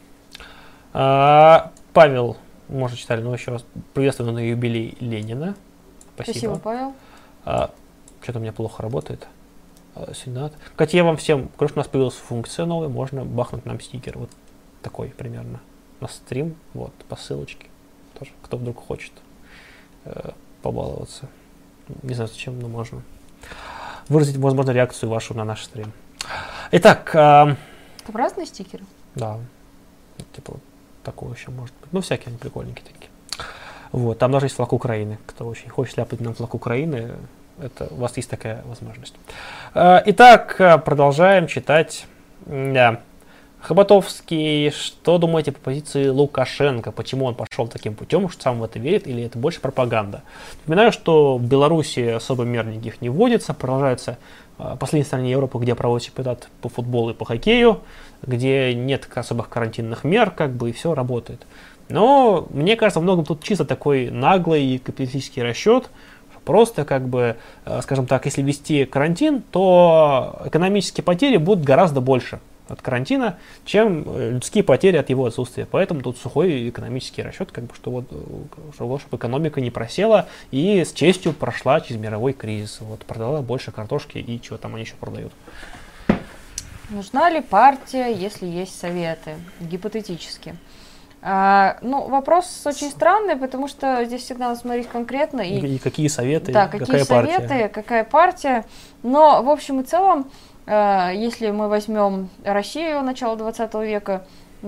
Павел, может, читали, но еще раз приветствую на юбилей Ленина. Спасибо, Павел. Что-то у меня плохо работает. Сенат. Кстати, я вам всем говорю, что у нас появилась функция новая, можно бахнуть нам стикер. Вот такой примерно. На стрим, вот, по ссылочке. Тоже, кто вдруг хочет побаловаться. Не знаю зачем, но можно. Выразить, возможно, реакцию вашу на наш стрим. Итак. Там разные стикеры? Да. Типа, такое еще может быть. Ну, всякие они прикольненькие такие. Вот, там даже есть флаг Украины. Кто очень хочет ляпать нам флаг Украины, у вас есть такая возможность. Итак, продолжаем читать. Хоботовский, что думаете по позиции Лукашенко? Почему он пошел таким путем? Что сам в это верит или это больше пропаганда? Напоминаю, что в Беларуси особо мер никаких не вводится. Продолжается последняя стране Европы, где проводят чемпионат по футболу и по хоккею, где нет особых карантинных мер, и все работает. Но мне кажется, во многом тут чисто такой наглый капиталистический расчет. Просто, скажем так, если ввести карантин, то экономические потери будут гораздо больше от карантина, чем людские потери от его отсутствия. Поэтому тут сухой экономический расчет, чтобы экономика не просела и с честью прошла через мировой кризис. Продала больше картошки и чего там они еще продают. Нужна ли партия, если есть советы? Гипотетически. Вопрос очень странный, потому что здесь всегда надо смотреть конкретно. И какие советы, да, какие советы, какая партия. Но, в общем и целом, если мы возьмем Россию начала 20 века,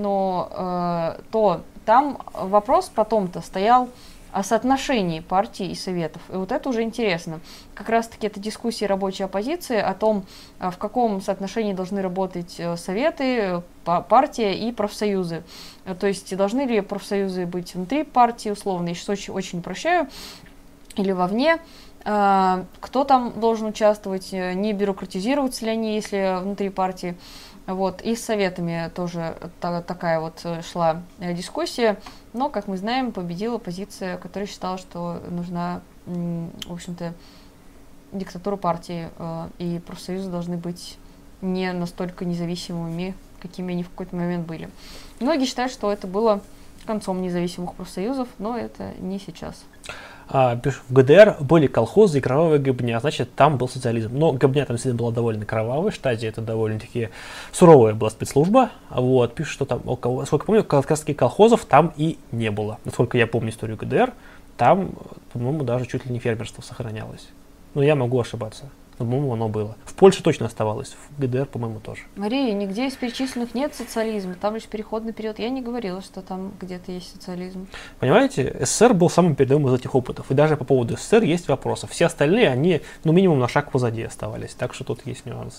то там вопрос потом-то стоял о соотношении партий и советов. И вот это уже интересно. Как раз-таки это дискуссии рабочей оппозиции о том, в каком соотношении должны работать советы, партия и профсоюзы. То есть должны ли профсоюзы быть внутри партии, условно, я сейчас очень упрощаю, или вовне. Кто там должен участвовать, не бюрократизируются ли они, если внутри партии. И с советами тоже такая шла дискуссия. Но, как мы знаем, победила позиция, которая считала, что нужна, в общем-то, диктатура партии, и профсоюзы должны быть не настолько независимыми, какими они в какой-то момент были. Многие считают, что это было концом независимых профсоюзов, но это не сейчас. В ГДР были колхозы и кровавая гыбня, значит, там был социализм. Но гыбня там всегда была довольно кровавой, штази это довольно-таки суровая была спецслужба. Пишут, что там, сколько помню, кавказских колхозов там и не было. Насколько я помню историю ГДР, там, по-моему, даже чуть ли не фермерство сохранялось. Но я могу ошибаться. По-моему, оно было. В Польше точно оставалось, в ГДР, по-моему, тоже. Мария, нигде из перечисленных нет социализма, там лишь переходный период. Я не говорила, что там где-то есть социализм. Понимаете, СССР был самым передовым из этих опытов. И даже по поводу СССР есть вопросы. Все остальные, они, ну, минимум на шаг позади оставались. Так что тут есть нюансы.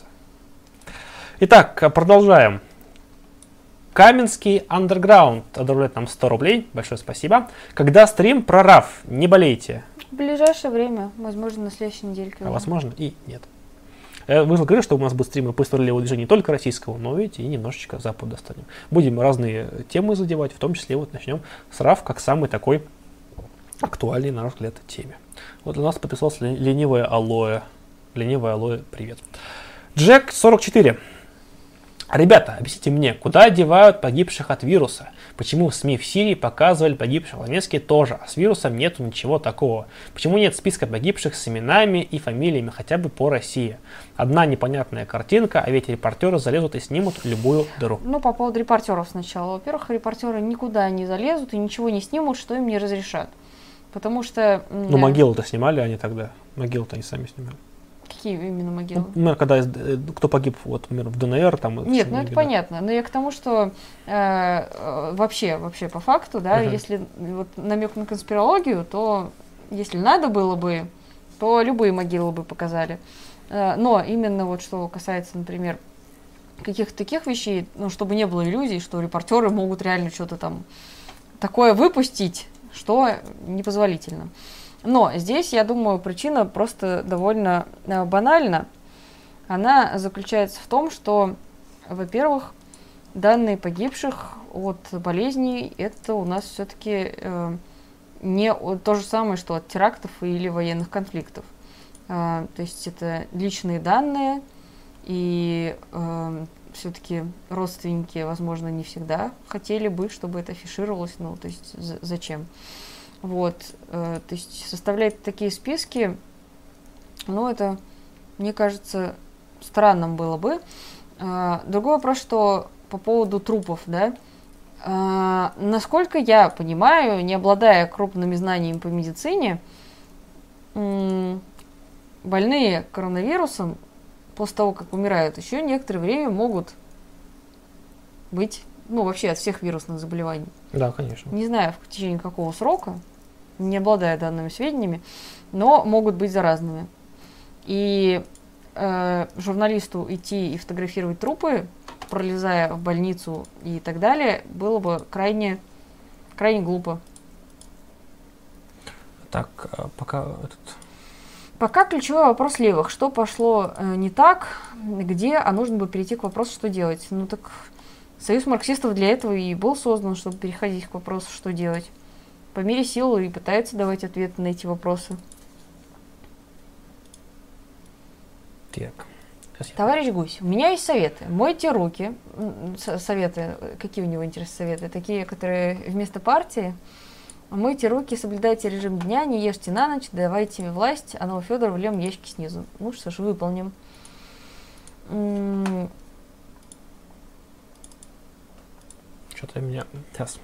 Итак, продолжаем. Каменский Underground одобряет нам 100 рублей. Большое спасибо. Когда стрим про РАФ? Не болейте. В ближайшее время, возможно, на следующей недельке. А возможно и нет. Вы же говорили, что у нас будет стримы по истории левого движения не только российского, но, видите, и немножечко Запад достанем. Будем разные темы задевать, в том числе вот начнем с РАФ, как самый такой актуальный, на наш взгляд, теме. Вот для нас подписался ленивое алоэ. Ленивое алоэ, привет. Джек 44. Ребята, объясните мне, куда девают погибших от вируса? Почему в СМИ в Сирии показывали погибших, в Донецке тоже, а с вирусом нету ничего такого? Почему нет списка погибших с именами и фамилиями хотя бы по России? Одна непонятная картинка, а ведь репортеры залезут и снимут любую дыру. Ну, по поводу репортеров сначала. Во-первых, репортеры никуда не залезут и ничего не снимут, что им не разрешат. Потому что... Ну, могилы-то снимали они тогда. Могилы-то они сами снимали. Какие именно могилы? Ну, когда кто погиб, вот, например, в ДНР, там... Нет, ну это понятно. Но я к тому, что вообще по факту, да, если вот намек на конспирологию, то если надо было бы, то любые могилы бы показали. Но именно вот что касается, например, каких-то таких вещей, ну, чтобы не было иллюзий, что репортеры могут реально что-то там такое выпустить, что непозволительно. Но здесь, я думаю, причина просто довольно банальна. Она заключается в том, что, во-первых, данные погибших от болезней – это у нас все-таки не то же самое, что от терактов или военных конфликтов. То есть это личные данные, и все-таки родственники, возможно, не всегда хотели бы, чтобы это афишировалось. Ну, то есть зачем? Вот, то есть составлять такие списки, ну, это, мне кажется, странным было бы. Другой вопрос, что по поводу трупов, да, насколько я понимаю, не обладая крупными знаниями по медицине, больные коронавирусом после того, как умирают, еще некоторое время могут быть, ну, вообще от всех вирусных заболеваний. Да, конечно. Не знаю, в течение какого срока, не обладая данными сведениями, но могут быть заразными. И журналисту идти и фотографировать трупы, пролезая в больницу и так далее, было бы крайне глупо. Так, Пока ключевой вопрос левых. Что пошло не так, где, а нужно бы перейти к вопросу, что делать. Ну так Союз марксистов для этого и был создан, чтобы переходить к вопросу, что делать. По мере сил и пытается давать ответы на эти вопросы. Так. Товарищ Гусь, у меня есть советы. Мойте руки. Советы, какие у него интересные советы? Такие, которые вместо партии. Мойте руки, соблюдайте режим дня, не ешьте на ночь, давайте мне власть, а Новофёдорова льем ящики снизу. Ну что ж, выполним. Что-то меня... Сейчас.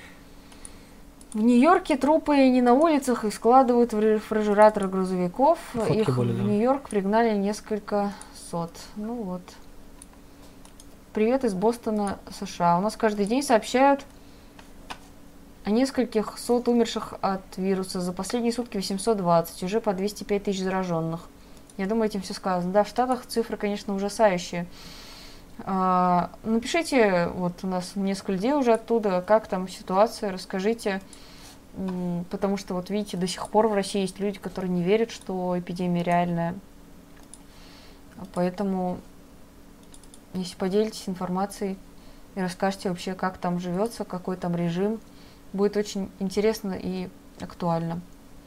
В Нью-Йорке трупы не на улицах, их складывают в рефрижераторы грузовиков. Фотки Их были, да. в Нью-Йорк пригнали несколько сот. Ну вот. Привет из Бостона, США. У нас каждый день сообщают о нескольких сот умерших от вируса. За последние сутки 820, уже по 205 тысяч зараженных. Я думаю, этим все сказано. Да, в Штатах цифры, конечно, ужасающие. Напишите, вот у нас несколько людей уже оттуда, как там ситуация, расскажите. Потому что, вот видите, до сих пор в России есть люди, которые не верят, что эпидемия реальная. Поэтому, если поделитесь информацией и расскажете вообще, как там живется, какой там режим, будет очень интересно и актуально.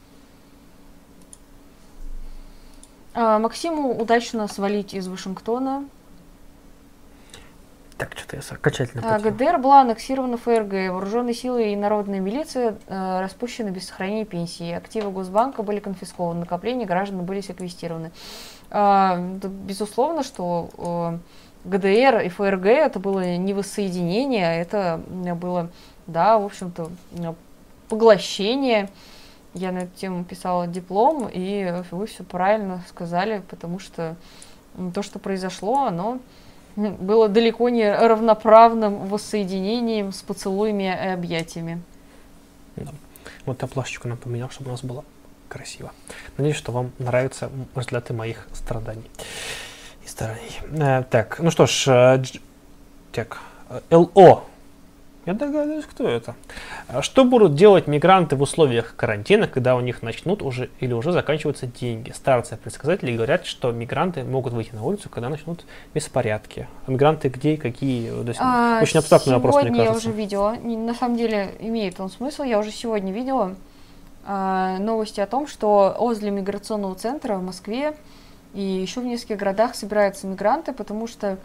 Максиму удачно свалить из Вашингтона. Так, что-то я окончательно потерял. ГДР была аннексирована ФРГ. Вооруженные силы и народная милиция распущены без сохранения пенсии. Активы Госбанка были конфискованы. Накопления граждан были секвестированы. Безусловно, что ГДР и ФРГ это было не воссоединение, это было, да, в общем-то, поглощение. я на эту тему писала диплом, и вы все правильно сказали, потому что то, что произошло, оно было далеко не равноправным воссоединением с поцелуями и объятиями. Да. Вот я плашечку нам поменял, чтобы у нас было красиво. Надеюсь, что вам нравятся результаты моих страданий и стараний. Так, ну что ж, так, ЛО. Я догадываюсь, кто это. Что будут делать мигранты в условиях карантина, когда у них начнут уже или уже заканчиваются деньги? Старцы предсказатели говорят, что мигранты могут выйти на улицу, когда начнут беспорядки. А мигранты где и какие? Очень абстрактный вопрос, мне кажется. Сегодня я уже видела, на самом деле имеет он смысл, я уже сегодня видела новости о том, что возле миграционного центра в Москве и еще в нескольких городах собираются мигранты, потому что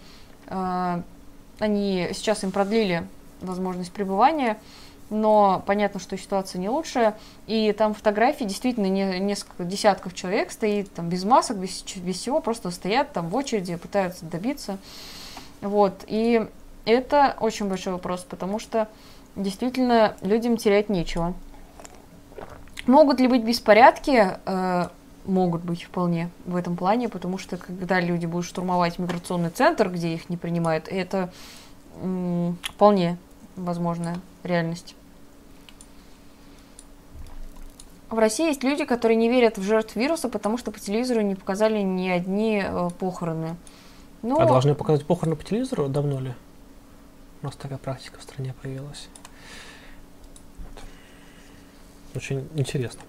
они сейчас им продлили возможность пребывания, но понятно, что ситуация не лучшая, и там фотографии действительно несколько десятков человек стоит там без масок, без всего, просто стоят там в очереди, пытаются добиться, вот, и это очень большой вопрос, потому что действительно людям терять нечего. Могут ли быть беспорядки? Могут быть вполне в этом плане, потому что когда люди будут штурмовать миграционный центр, где их не принимают, это вполне возможная реальность. В России есть люди, которые не верят в жертв вируса, потому что по телевизору не показали ни одни похороны. А должны показать похороны по телевизору? Давно ли? У нас такая практика в стране появилась. Очень интересно.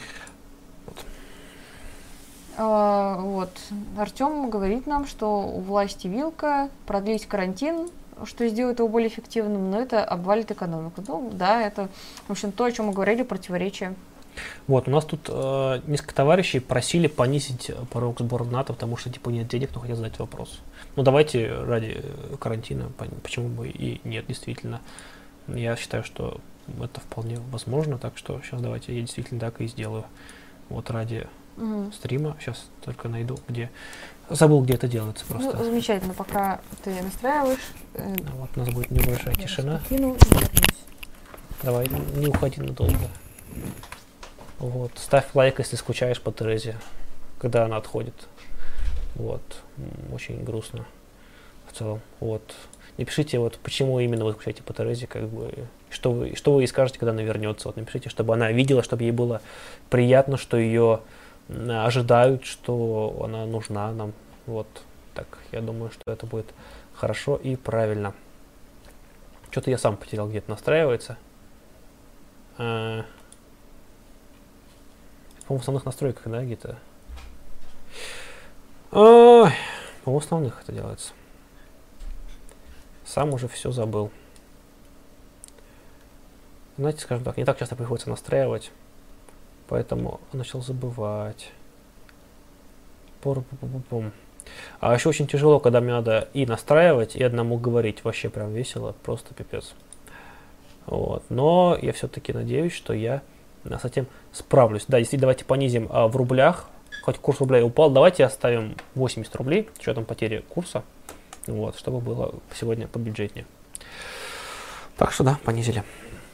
Вот. Артем говорит нам, что у власти вилка продлить карантин, что сделает его более эффективным, но это обвалит экономику. Ну да, это, в общем, то, о чем мы говорили, противоречие. Вот, у нас тут несколько товарищей просили понизить порог сбора НАТО, потому что типа нет денег, но хотят задать вопрос. Ну давайте ради карантина, почему бы и нет, действительно. Я считаю, что это вполне возможно, так что сейчас давайте я действительно так и сделаю. Вот ради стрима, сейчас только найду, где... Забыл, где это делается просто. Ну, замечательно, пока ты настраиваешь. Вот у нас будет небольшая тишина. Давай, не уходи надолго. Вот, ставь лайк, если скучаешь по Терезе, когда она отходит. Вот, очень грустно в целом. Вот, напишите, вот, почему именно вы скучаете по Терезе, как бы, что вы ей скажете, когда она вернется. Вот, напишите, чтобы она видела, чтобы ей было приятно, что ее ожидают, что она нужна нам. Вот, так, я думаю, что это будет хорошо и правильно. Что-то я сам потерял, где-то настраивается. По-моему, в основных настройках, да, где-то. По-моему, в основных это делается. Сам уже все забыл. Знаете, скажем так, не так часто приходится настраивать, поэтому начал забывать. А еще очень тяжело, когда мне надо и настраивать, и одному говорить. Вообще прям весело, просто пипец. Вот. Но я все-таки надеюсь, что я с этим справлюсь. Да, если давайте понизим в рублях, хоть курс рубля и упал, давайте оставим 80 рублей, с учетом потери курса, вот, чтобы было сегодня побюджетнее. Так что да, понизили.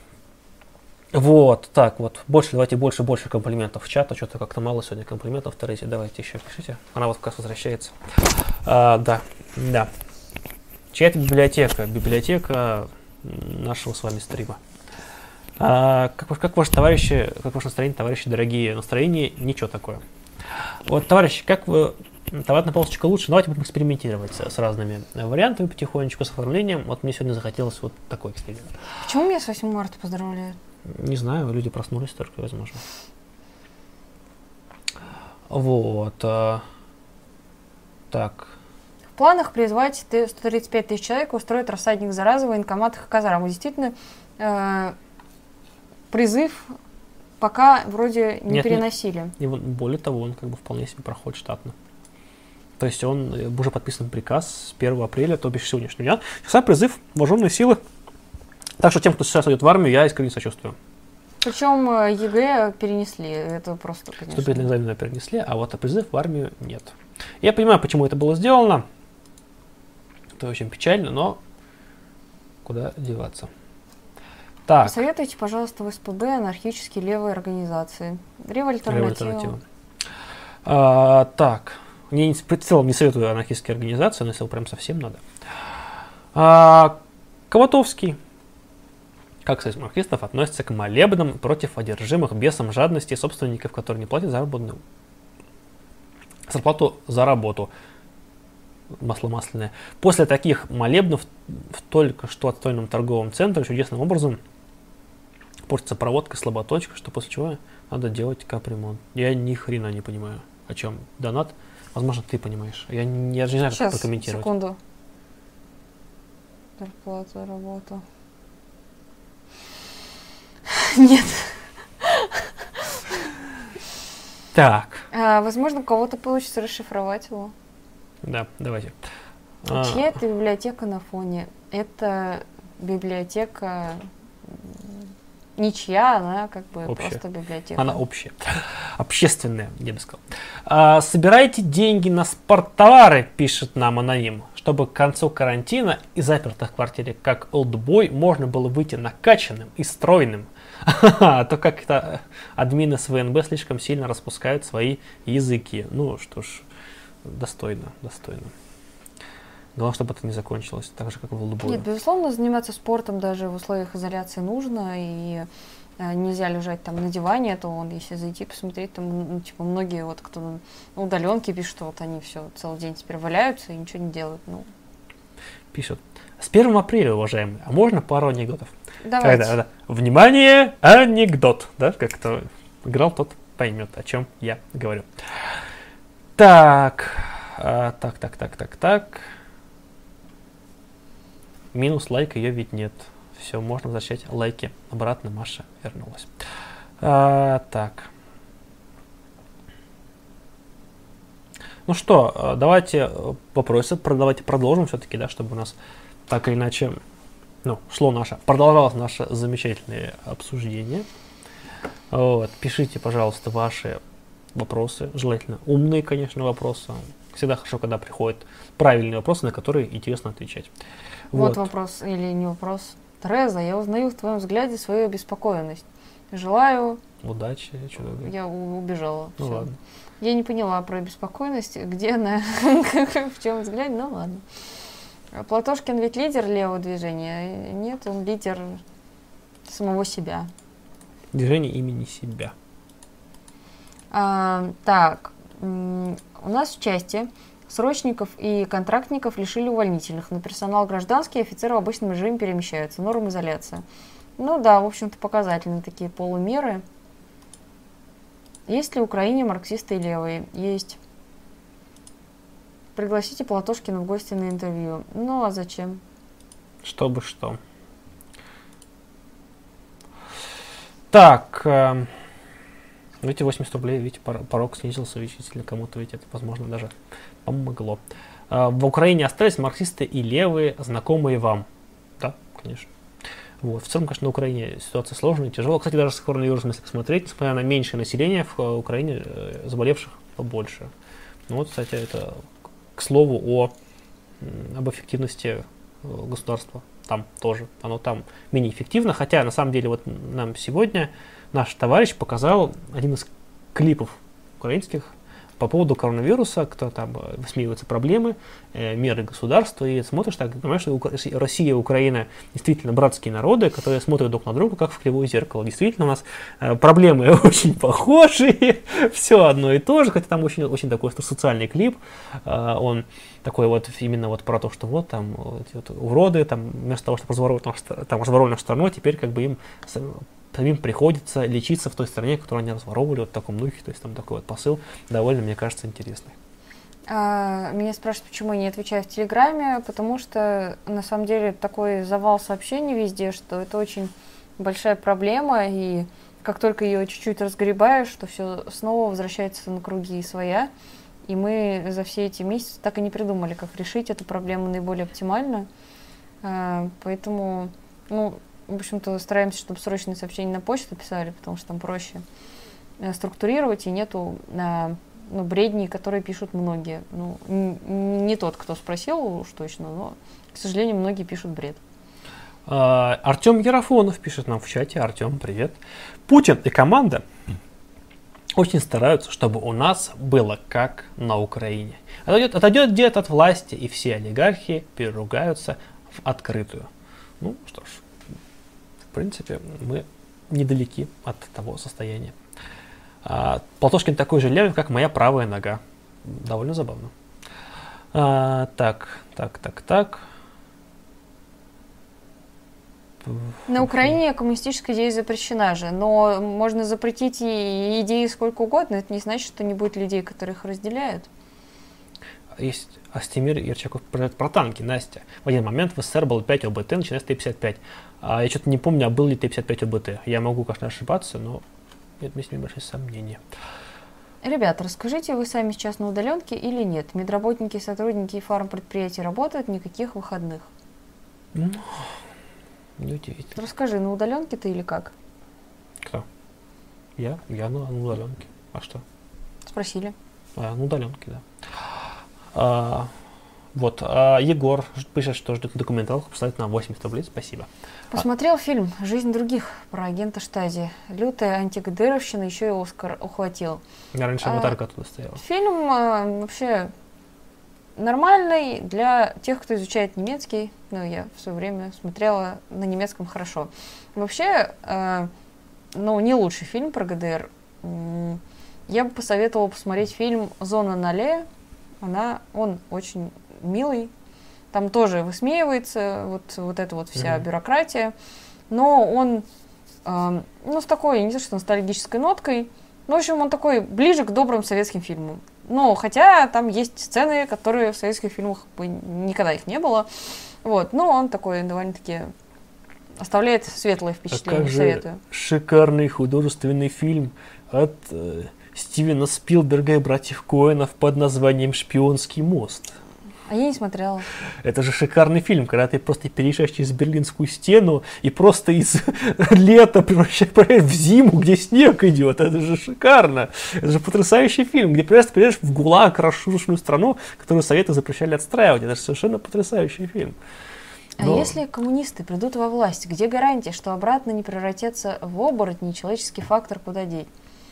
Вот, так вот, давайте больше комплиментов в чат, а что-то как-то мало сегодня комплиментов, Терезе, давайте еще пишите, она вот как раз возвращается. Да. Чья это библиотека? Библиотека нашего с вами стрима. Как ваше настроение, товарищи дорогие? Настроение ничего такое. Вот, товарищи, как вы... Товарная полосочка лучше, давайте будем экспериментировать с разными вариантами потихонечку, с оформлением. Вот мне сегодня захотелось вот такой эксперимент. Почему меня с 8 марта поздравляют? Не знаю, люди проснулись только, возможно. Вот. Так. В планах призвать 135 тысяч человек, устроить рассадник заразы в военкоматах и казармах. Действительно, призыв пока вроде не переносили. И более того, он как бы вполне себе проходит штатно. То есть он уже подписан приказ с 1 апреля, то бишь сегодняшнего дня. Сейчас призыв, вооруженные силы. Так что тем, кто сейчас идет в армию, я искренне сочувствую. Причем ЕГЭ перенесли, это просто, конечно. Вступительные экзамены перенесли, а вот призыв в армию нет. Я понимаю, почему это было сделано. Это очень печально, но куда деваться. Так. Посоветуйте, пожалуйста, в СПБ анархические левые организации. Ревальтернатива. Так. Мне в целом не советую анархистские организации, но если прям совсем надо. Колотовский. Как союз анархистов относится к молебнам против одержимых бесом жадности собственников, которые не платят зарплату за работу? Масло масляное. После таких молебнов в только что отстроенном торговом центре чудесным образом портится проводка, слаботочка, что после чего надо делать капремонт. Я ни хрена не понимаю, о чем донат. Возможно, ты понимаешь. Я не знаю, как прокомментировать. Секунду. Зарплата за работу. Нет. Так. Возможно, у кого-то получится расшифровать его. Да, давайте. Чья это библиотека на фоне? Это библиотека ничья, она как бы общая. просто библиотека. Она общая. Общественная, я бы сказал. Собирайте деньги на спорттовары, пишет нам аноним, чтобы к концу карантина и запертых в квартире как олдбой можно было выйти накачанным и стройным. А то как-то админы с ВНБ слишком сильно распускают свои языки. Ну что ж, достойно. Главное, чтобы это не закончилось, так же, как в олдбое. Нет, безусловно, заниматься спортом даже в условиях изоляции нужно, и нельзя лежать там на диване, то он, если зайти посмотреть, там, ну, типа, многие вот, кто на удаленке пишут, что вот они все целый день теперь валяются и ничего не делают. Ну. Пишут. С 1 апреля, уважаемые, а можно пару анекдотов? Давайте. Когда, внимание, анекдот. Да, как кто играл, тот поймет, о чем я говорю. Так. Минус лайк, ее ведь нет. Все, можно возвращать лайки. Обратно Маша вернулась. Так. Ну что, давайте вопросы, давайте продолжим все-таки, да, чтобы у нас так или иначе продолжалось наше замечательное обсуждение. Вот, пишите, пожалуйста, ваши вопросы, желательно умные, конечно, вопросы. Всегда хорошо, когда приходят правильные вопросы, на которые интересно отвечать. Вот вопрос, или не вопрос. Тереза, я узнаю в твоем взгляде свою обеспокоенность. Желаю... Удачи. Я убежала. Ну ладно. Я не поняла про беспокойность, где она, в чем взгляд, ну ладно. Платошкин ведь лидер левого движения? Нет, он лидер самого себя. Движение имени себя. Так, у нас в части срочников и контрактников лишили увольнительных, но персонал гражданский и офицеры в обычном режиме перемещаются. Норм изоляция. Ну да, в общем-то, показательны такие полумеры. Есть ли в Украине марксисты и левые? Есть. Пригласите Платошкина в гости на интервью. Ну, а зачем? Чтобы что. Так. Эти 80 рублей, видите, порог снизился вычислительно. Кому-то ведь это, возможно, даже помогло. В Украине остались марксисты и левые, знакомые вам. Да, конечно. Вот. В целом, конечно, на Украине ситуация сложная, тяжелая. Кстати, даже с коронавирусом, если посмотреть, несмотря на меньшее население, в Украине заболевших побольше. Ну вот, кстати, это к слову об эффективности государства. Там тоже. Оно там менее эффективно. Хотя, на самом деле, вот нам сегодня наш товарищ показал один из клипов украинских по поводу коронавируса, кто там высмеиваются проблемы, меры государства, и смотришь так, понимаешь, что Россия и Украина действительно братские народы, которые смотрят друг на друга, как в кривое зеркало. Действительно, у нас проблемы очень похожие, все одно и то же, хотя там очень, очень такой социальный клип, он такой вот именно вот про то, что вот там эти вот уроды, там вместо того, чтобы разворовали нашу страну, теперь как бы им приходится лечиться в той стране, которую они разворовывали, вот в таком духе, то есть там такой вот посыл довольно, мне кажется, интересный. Меня спрашивают, почему я не отвечаю в Телеграме, потому что на самом деле такой завал сообщений везде, что это очень большая проблема, и как только ее чуть-чуть разгребаешь, то все снова возвращается на круги своя, и мы за все эти месяцы так и не придумали, как решить эту проблему наиболее оптимально, поэтому, в общем-то, стараемся, чтобы срочные сообщения на почту писали, потому что там проще структурировать, и нету бредней, которые пишут многие. Не тот, кто спросил уж точно, но, к сожалению, многие пишут бред. Артем Ерофонов пишет нам в чате. Артем, привет. Путин и команда очень стараются, чтобы у нас было как на Украине. Отойдет дед от власти, и все олигархи переругаются в открытую. Ну что ж, в принципе, мы недалеки от того состояния. Платошкин такой же левый, как моя правая нога. Довольно забавно. Так. На Украине коммунистическая идея запрещена же, но можно запретить и идеи сколько угодно, это не значит, что не будет людей, которые их разделяют. Есть Астемир Ярчаков про танки, Настя. В один момент в СССР было 5 ОБТ, начиная с Т-55. Я что-то не помню, был ли Т-55 ОБТ. Я могу, конечно, ошибаться, но нет, у меня с ним большие сомнения. Ребята, расскажите, вы сами сейчас на удаленке или нет? Медработники, сотрудники фармпредприятий работают, никаких выходных. Неудивительно. Расскажи, на удаленке ты или как? Кто? Я? Я на удаленке. А что? Спросили. На удаленке, да. Егор пишет, что ждет документалку, поставить на 80 рублей. Спасибо. Посмотрел фильм «Жизнь других» про агента Штази. Лютая антикадыровщина, еще и Оскар ухватил. Я раньше аватарка оттуда стояла. Фильм вообще нормальный для тех, кто изучает немецкий. Ну, я в свое время смотрела на немецком хорошо. Вообще, не лучший фильм про ГДР. Я бы посоветовала посмотреть фильм «Зона Нале». Он очень милый. Там тоже высмеивается вот эта вот вся бюрократия. Но он с такой, не знаю, что ностальгической ноткой. Ну, в общем, он такой ближе к добрым советским фильмам. Но хотя там есть сцены, которые в советских фильмах никогда их не было. Но он такой довольно-таки оставляет светлое впечатление, как же советую. Шикарный художественный фильм от Стивена Спилберга и братьев Коэнов под названием «Шпионский мост». А я не смотрела. Это же шикарный фильм, когда ты просто переезжаешь через Берлинскую стену и просто из лета превращаешь в зиму, где снег идет. Это же шикарно. Это же потрясающий фильм, где просто приезжаешь в ГУЛАГ, разрушенную страну, которую Советы запрещали отстраивать. Это же совершенно потрясающий фильм. А если коммунисты придут во власть, где гарантия, что обратно не превратятся в оборотни, человеческий фактор куда деть?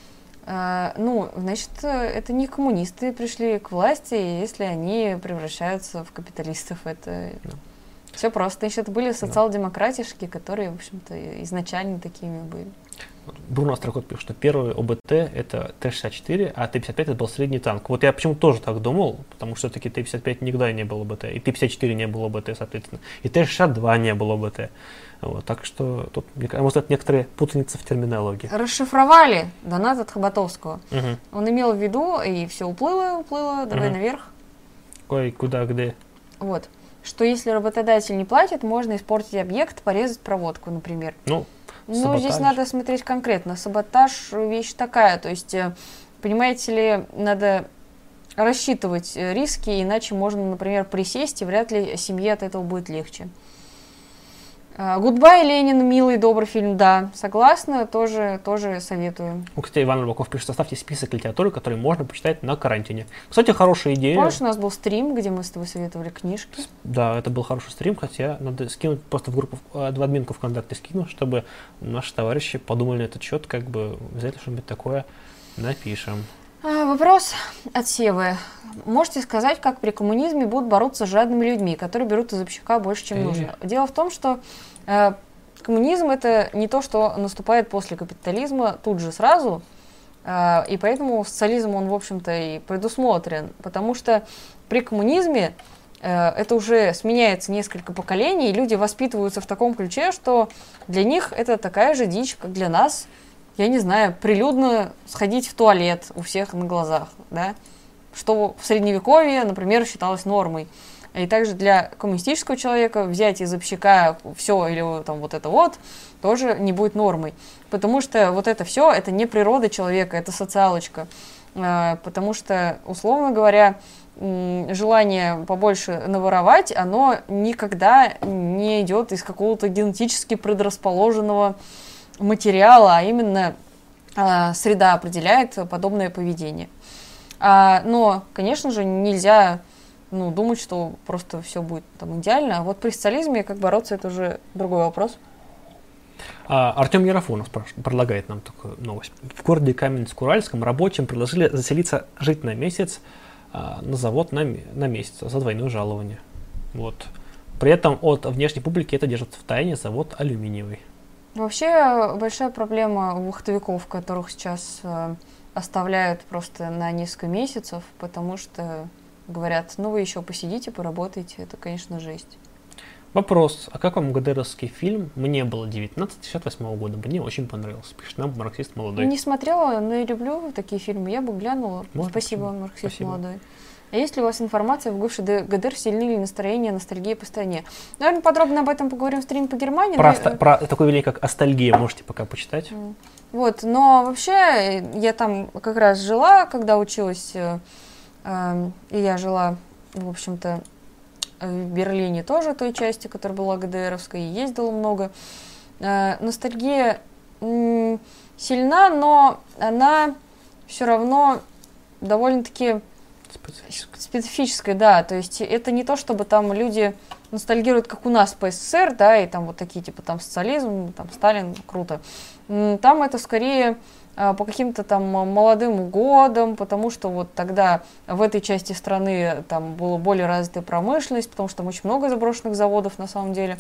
Значит, это не коммунисты пришли к власти, если они превращаются в капиталистов. Это все просто. Значит, это были социал-демократишки, которые, в общем-то, изначально такими были. Бруно Острокот пишет, что первый ОБТ это Т-64, а Т-55 это был средний танк. Вот я почему-то тоже так думал, потому что все-таки Т-55 никогда не был ОБТ, и Т-54 не был ОБТ, соответственно, и Т-62 не был ОБТ. Так что тут, может, это некоторые путаницы в терминологии. Расшифровали донат от Хоботовского. Угу. Он имел в виду, и все уплыло, давай наверх. Ой, куда, где? Что если работодатель не платит, можно испортить объект, порезать проводку, например. Здесь надо смотреть конкретно. Саботаж – вещь такая, то есть, понимаете ли, надо рассчитывать риски, иначе можно, например, присесть, и вряд ли семье от этого будет легче. «Гудбай, Ленин», милый, добрый фильм, да, согласна, тоже советую. Кстати, Иван Рыбаков пишет, составьте список литературы, который можно почитать на карантине. Кстати, хорошая идея. Помнишь, у нас был стрим, где мы с тобой советовали книжки? Да, это был хороший стрим, хотя надо скинуть просто в группу, в админку ВКонтакте скину, чтобы наши товарищи подумали на этот счет, обязательно что-нибудь такое напишем. Вопрос от Севы. Можете сказать, как при коммунизме будут бороться с жадными людьми, которые берут из общака больше, чем нужно? Дело в том, что коммунизм – это не то, что наступает после капитализма тут же сразу, и поэтому социализм, он, в общем-то, и предусмотрен, потому что при коммунизме это уже сменяется несколько поколений, и люди воспитываются в таком ключе, что для них это такая же дичь, как для нас. Я не знаю, прилюдно сходить в туалет у всех на глазах, да, что в Средневековье, например, считалось нормой. И также для коммунистического человека взять из общака все или там это тоже не будет нормой. Потому что это все, это не природа человека, это социалочка. Потому что, условно говоря, желание побольше наворовать, оно никогда не идет из какого-то генетически предрасположенного материала, а именно среда определяет подобное поведение. Но, конечно же, нельзя думать, что просто все будет там идеально. А вот при социализме как бороться, это уже другой вопрос. Артем Ерофонов предлагает нам такую новость. В городе Каменск-Уральском рабочим предложили заселиться, жить на месяц на завод на месяц за двойное жалование. Вот. При этом от внешней публики это держит в тайне завод алюминиевый. Вообще большая проблема у вахтовиков, которых сейчас оставляют просто на несколько месяцев, потому что говорят, вы еще посидите, поработаете. Это, конечно, жесть. Вопрос. А как вам ГДРовский фильм «Мне было 19» 68 года? Мне очень понравился. Пишет нам марксист молодой. Не смотрела, но и люблю такие фильмы. Я бы глянула. Может, Спасибо вам, марксист спасибо. молодой. А есть ли у вас информация, в бывшей ГДР сильны ли настроения, ностальгия по стране? Наверное, подробно об этом поговорим в стриме по Германии. Про такое явление, как астальгия, можете пока почитать. Вот, но вообще я там как раз жила, когда училась, и я жила, в общем-то, в Берлине тоже, той части, которая была ГДРовской, и ездила много. Ностальгия сильна, но она все равно довольно-таки специфическая, да, то есть это не то, чтобы там люди ностальгируют, как у нас по СССР, да, и там вот такие, типа, там социализм, там Сталин, круто. Там это скорее по каким-то там молодым годам, потому что вот тогда в этой части страны там была более развитая промышленность, потому что там очень много заброшенных заводов на самом деле,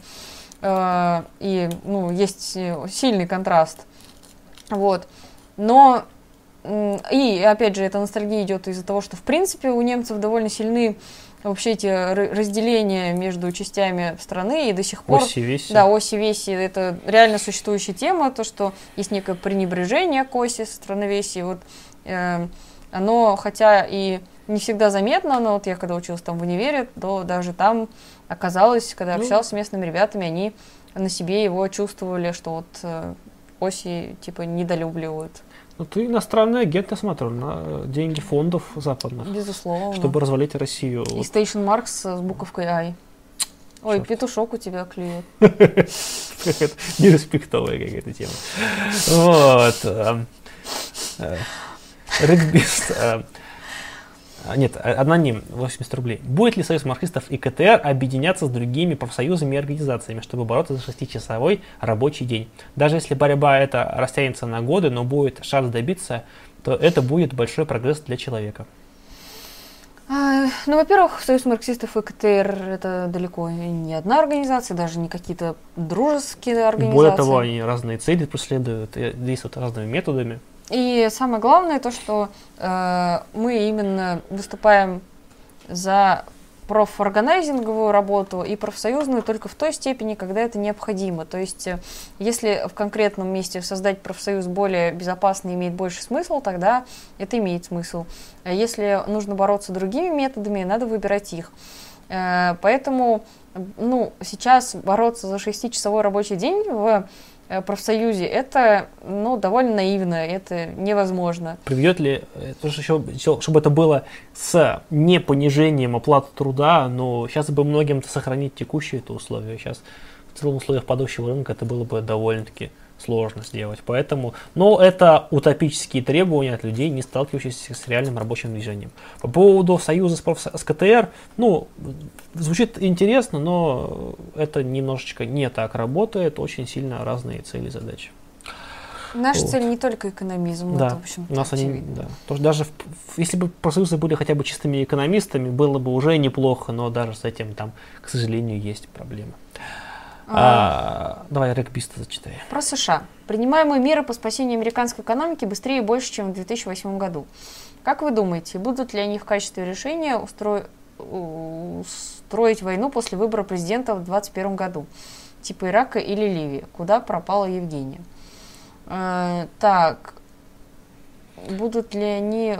и, есть сильный контраст, вот, но и, опять же, эта ностальгия идет из-за того, что, в принципе, у немцев довольно сильны вообще эти разделения между частями страны, и до сих пор... Оси-веси. Да, оси-веси, это реально существующая тема, то, что есть некое пренебрежение к оси со стороны веси, вот, оно, хотя и не всегда заметно, но вот я когда училась там в универе, то даже там оказалось, когда общалась с местными ребятами, они на себе его чувствовали, что вот оси, типа, недолюбливают. Ты иностранный агент, я смотрю, на деньги фондов западных. Безусловно. Чтобы развалить Россию. И Station Marks с буковкой I. Ой, черт. Петушок у тебя клюет. Нереспектовая какая-то тема. Вот. Регбист. Нет, аноним, 80 рублей. Будет ли Союз марксистов и КТР объединяться с другими профсоюзами и организациями, чтобы бороться за 6-часовой рабочий день? Даже если борьба эта растянется на годы, но будет шанс добиться, то это будет большой прогресс для человека. Во-первых, Союз марксистов и КТР это далеко не одна организация, даже не какие-то дружеские организации. Более того, они разные цели преследуют, действуют разными методами. И самое главное то, что мы именно выступаем за профорганайзинговую работу и профсоюзную только в той степени, когда это необходимо. То есть, если в конкретном месте создать профсоюз более безопасный, имеет больше смысл, тогда это имеет смысл. А если нужно бороться другими методами, надо выбирать их. Поэтому, сейчас бороться за 6-часовой рабочий день в профсоюзе, это, довольно наивно, это невозможно. Приведет ли, чтобы это было с не понижением оплаты труда, но сейчас бы многим-то сохранить текущие это условия. Сейчас в целом условиях падающего рынка это было бы довольно-таки сложно сделать. Поэтому, это утопические требования от людей, не сталкивающихся с реальным рабочим движением. По поводу союза с КТР, звучит интересно, но это немножечко не так работает, очень сильно разные цели и задачи. Наша цель не только экономизм, да, это, в общем-то, у нас тоже даже если бы профсоюзы были хотя бы чистыми экономистами, было бы уже неплохо, но даже с этим там, к сожалению, есть проблемы. Давай регбиста зачитай. Про США. Принимаемые меры по спасению американской экономики быстрее и больше, чем в 2008 году. Как вы думаете, будут ли они в качестве решения устроить войну после выбора президента в 2021 году? Типа Ирака или Ливии? Куда пропала Евгения? Так. Будут ли они...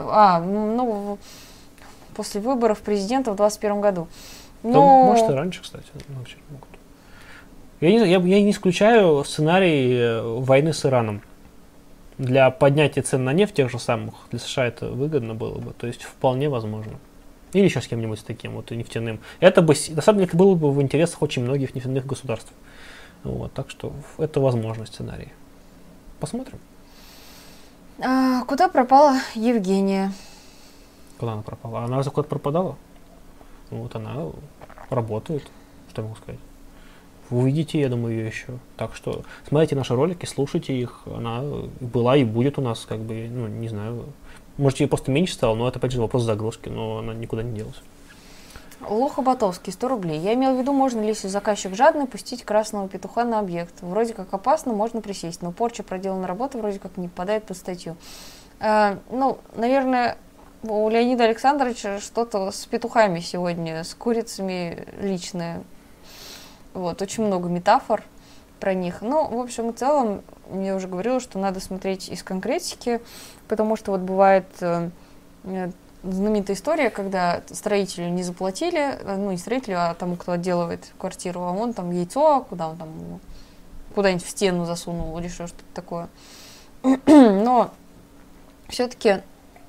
после выборов президента в 2021 году. Может и раньше, кстати. Могут. Я не исключаю сценарий войны с Ираном. Для поднятия цен на нефть тех же самых, для США это выгодно было бы, то есть вполне возможно. Или еще с кем-нибудь таким вот нефтяным. На самом деле это было бы в интересах очень многих нефтяных государств. Так что это возможный сценарий. Посмотрим. Куда пропала Евгения? Куда она пропала? Она разве куда-то пропадала? Вот она работает, что я могу сказать. Вы увидите, я думаю, ее еще. Так что смотрите наши ролики, слушайте их. Она была и будет у нас, как бы, ну, не знаю. Может, ее просто меньше стало, но это, опять же, вопрос заглушки, но она никуда не делась. Лоха Ботовский, 100 рублей. Я имел в виду, можно ли, если заказчик жадный, пустить красного петуха на объект. Вроде как опасно, можно присесть, но порча проделанной работы вроде как не попадает под статью. Ну, наверное, у Леонида Александровича что-то с петухами сегодня, с курицами личное. Вот, очень много метафор про них. Ну, в общем и целом, я уже говорила, что надо смотреть из конкретики, потому что вот бывает знаменитая история, когда строителю не заплатили, ну, не строителю, а тому, кто отделывает квартиру, а он там яйцо, куда он там, куда-нибудь в стену засунул или что-то такое. Но все-таки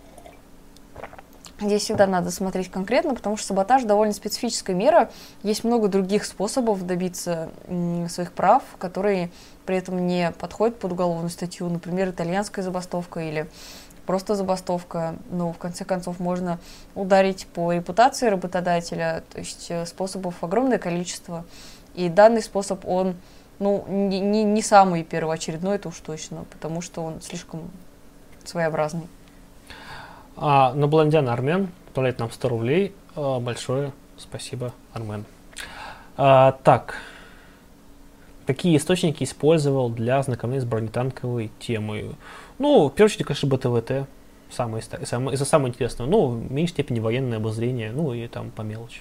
здесь всегда надо смотреть конкретно, потому что саботаж довольно специфическая мера. Есть много других способов добиться своих прав, которые при этом не подходят под уголовную статью. Например, итальянская забастовка или просто забастовка. Но в конце концов можно ударить по репутации работодателя. То есть способов огромное количество. И данный способ, он не самый первоочередной, это уж точно, потому что он слишком своеобразный. Наблондян Армен отправляет нам 100 рублей. Большое спасибо, Армен. Так. Какие источники использовал для ознакомления с бронетанковой темой? Ну, в первую очередь, конечно, БТВТ. Самое интересное. Ну, в меньшей степени военное обозрение. Ну, и там по мелочи.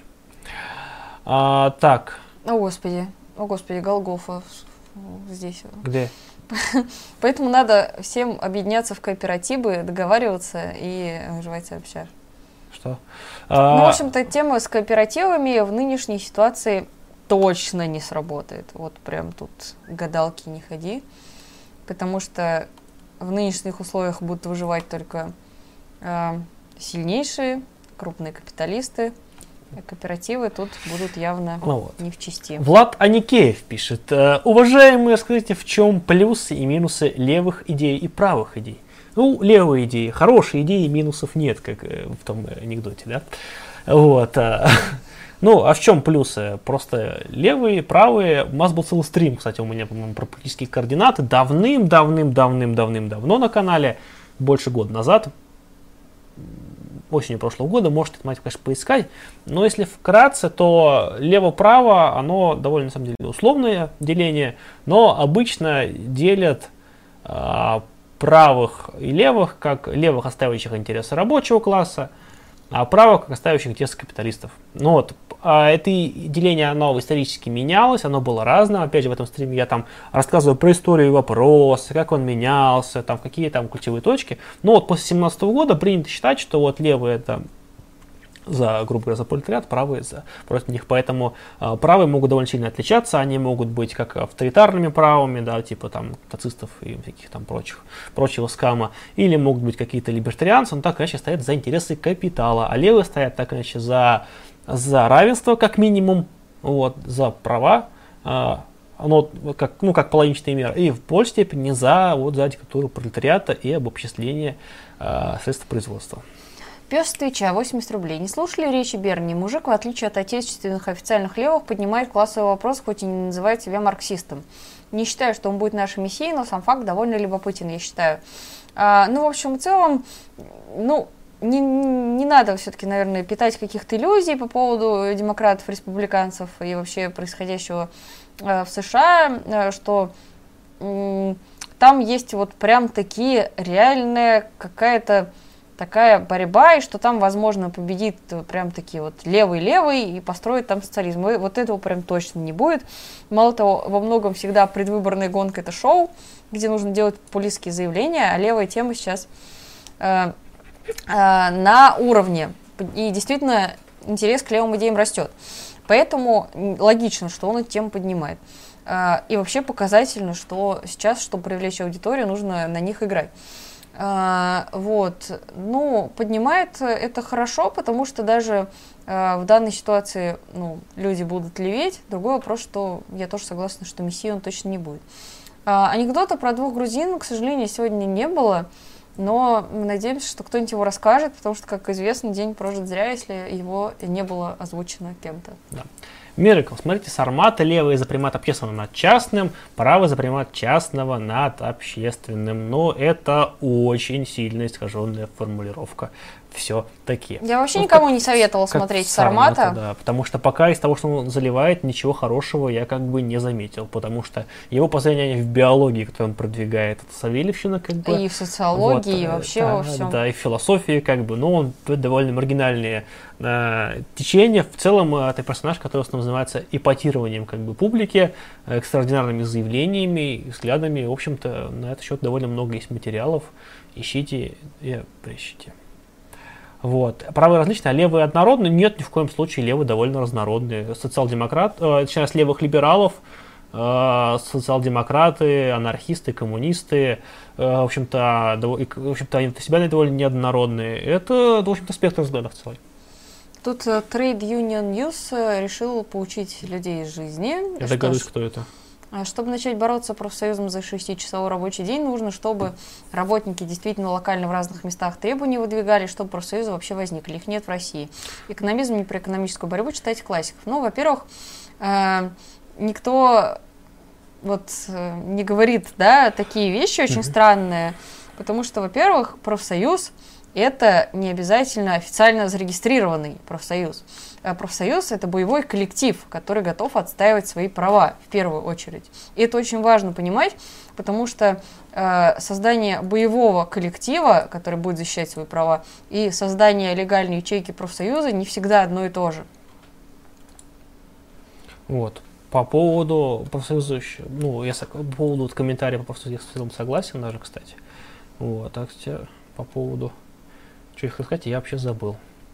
Так. О, Господи, Голгофа здесь. Где? Поэтому надо всем объединяться в кооперативы, договариваться и выживать сообща. Что? Ну, в общем-то, тема с кооперативами в нынешней ситуации точно не сработает. Вот прям тут гадалки не ходи. Потому что в нынешних условиях будут выживать только сильнейшие, крупные капиталисты. Кооперативы тут будут явно не в чести. Влад Аникеев пишет: уважаемые, расскажите, в чем плюсы и минусы левых идей и правых идей? Ну, левые идеи, хорошие идеи, минусов нет, как в том анекдоте, да? Вот. Ну, а в чем плюсы? Просто левые, правые. У нас был целый стрим, кстати, у меня, по-моему, про политические координаты давным-давным-давным-давно на канале, больше года назад. Осенью прошлого года, можете, конечно, поискать, но если вкратце, то лево-право, оно довольно, на самом деле, условное деление, но обычно делят правых и левых, как левых, отстаивающих интересы рабочего класса, а правых, как отстаивающих интересы капиталистов. Ну вот, это деление, оно исторически менялось, оно было разным. Опять же, в этом стриме я там рассказываю про историю вопроса, как он менялся, там, какие там ключевые точки. Но вот после 2017 года принято считать, что вот левые это за, грубо говоря, за пролетариат, правые против них. Поэтому правые могут довольно сильно отличаться, они могут быть как авторитарными правыми, да, типа там нацистов и всяких там прочего скама, или могут быть какие-то либертарианцы, но так иначе стоят за интересы капитала, а левые стоят так иначе за равенство как минимум, вот, за права, как половинчатая мера, и в большей степени за диктатуру пролетариата и обобществление средств производства. Пес с Твича, 80 рублей. Не слушали речи Берни? Мужик, в отличие от отечественных официальных левых, поднимает классовый вопрос, хоть и не называет себя марксистом. Не считаю, что он будет нашей мессией, но сам факт довольно любопытен, я считаю. В общем и целом, не надо все-таки, наверное, питать каких-то иллюзий по поводу демократов, республиканцев и вообще происходящего в США, что там есть вот прям такие реальная какая-то такая борьба, и что там, возможно, победит прям такие вот левый-левый и построит там социализм. И вот этого прям точно не будет. Мало того, во многом всегда предвыборная гонка — это шоу, где нужно делать популистские заявления, а левая тема сейчас на уровне. И действительно интерес к левым идеям растет. Поэтому логично, что он эту тему поднимает. И вообще показательно, что сейчас, чтобы привлечь аудиторию, нужно на них играть. Поднимает это хорошо, потому что даже в данной ситуации люди будут леветь. Другой вопрос, что я тоже согласна, что мессией он точно не будет. Анекдота про двух грузин, к сожалению, сегодня не было. но мы надеемся, что кто-нибудь его расскажет, потому что, как известно, день прожит зря, если его не было озвучено кем-то. Да. Миракл, смотрите, Сармата, левые за примат общественного над частным, правый за примат частного над общественным. Но это очень сильно искаженная формулировка. Все-таки. Я вообще никому не советовала смотреть Сармата. Да, потому что пока из того, что он заливает, ничего хорошего я как бы не заметил. Потому что его последнее в биологии, которое он продвигает, это Савельевщина как бы. И в социологии, вот, и вообще да, во всем. Да, и в философии как бы. Но он довольно маргинальные течения. В целом это персонаж, который в основном занимается эпатированием как бы публики, экстраординарными заявлениями и взглядами. В общем-то, на этот счет довольно много есть материалов. Ищите и поищите. Вот. Правые различные, а левые однородные? Нет, ни в коем случае левые довольно разнородные. Социал-демократ, сейчас левых либералов, социал-демократы, анархисты, коммунисты, в общем-то, они себя довольно неоднородные. Это, в общем-то, спектр взглядов целый. Тут Trade Union News решил поучить людей из жизни. Я догадываюсь, кто это. Чтобы начать бороться профсоюзом за 6-часовой рабочий день, нужно, чтобы работники действительно локально в разных местах требования выдвигали, чтобы профсоюзы вообще возникли. Их нет в России. Экономизм не про экономическую борьбу, читайте классиков. Ну, во-первых, никто не говорит, да, такие вещи очень странные, потому что, во-первых, профсоюз – это не обязательно официально зарегистрированный профсоюз. Профсоюз – это боевой коллектив, который готов отстаивать свои права в первую очередь. И это очень важно понимать, потому что создание боевого коллектива, который будет защищать свои права, и создание легальной ячейки профсоюза не всегда одно и то же. Вот. По поводу профсоюза, по поводу комментария по профсоюзу я в целом согласен даже, кстати. Вот, так что по поводу, что я хотел сказать, я вообще забыл.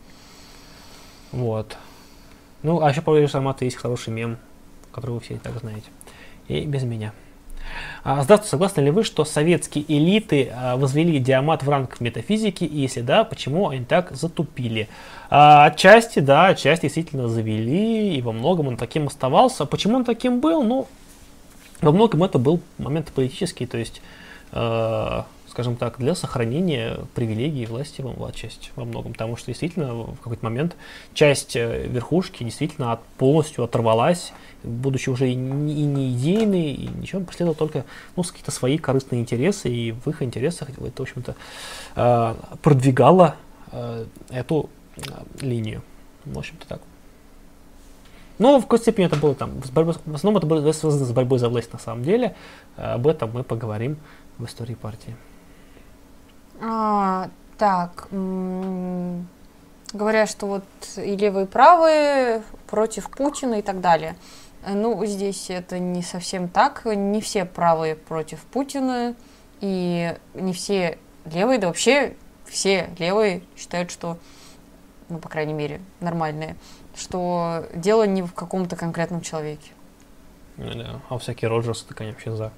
Вот. Ну, а еще по Сармата есть хороший мем, который вы все и так знаете. И без меня. Здравствуйте, согласны ли вы, что советские элиты возвели диамат в ранг метафизики? И если да, почему они так затупили? Отчасти, да, отчасти действительно завели, и во многом он таким оставался. Почему он таким был? Ну, во многом это был момент политический, то есть, скажем так, для сохранения привилегий власти отчасти во многом. Потому что действительно в какой-то момент часть верхушки действительно полностью оторвалась, будучи уже и не идейной, и ничего, преследовала только какие-то свои корыстные интересы, и в их интересах это, в общем-то, продвигало эту линию. В общем-то так. Но в какой-то степени это было там, в основном это было связано с борьбой за власть на самом деле. Об этом мы поговорим в истории партии. Говорят, что вот и левые, и правые против Путина и так далее. Ну, здесь это не совсем так. Не все правые против Путина, и не все левые, да вообще все левые считают, что, ну, по крайней мере, нормальные, что дело не в каком-то конкретном человеке. Да, а всякие Роджерсы, так они вообще за.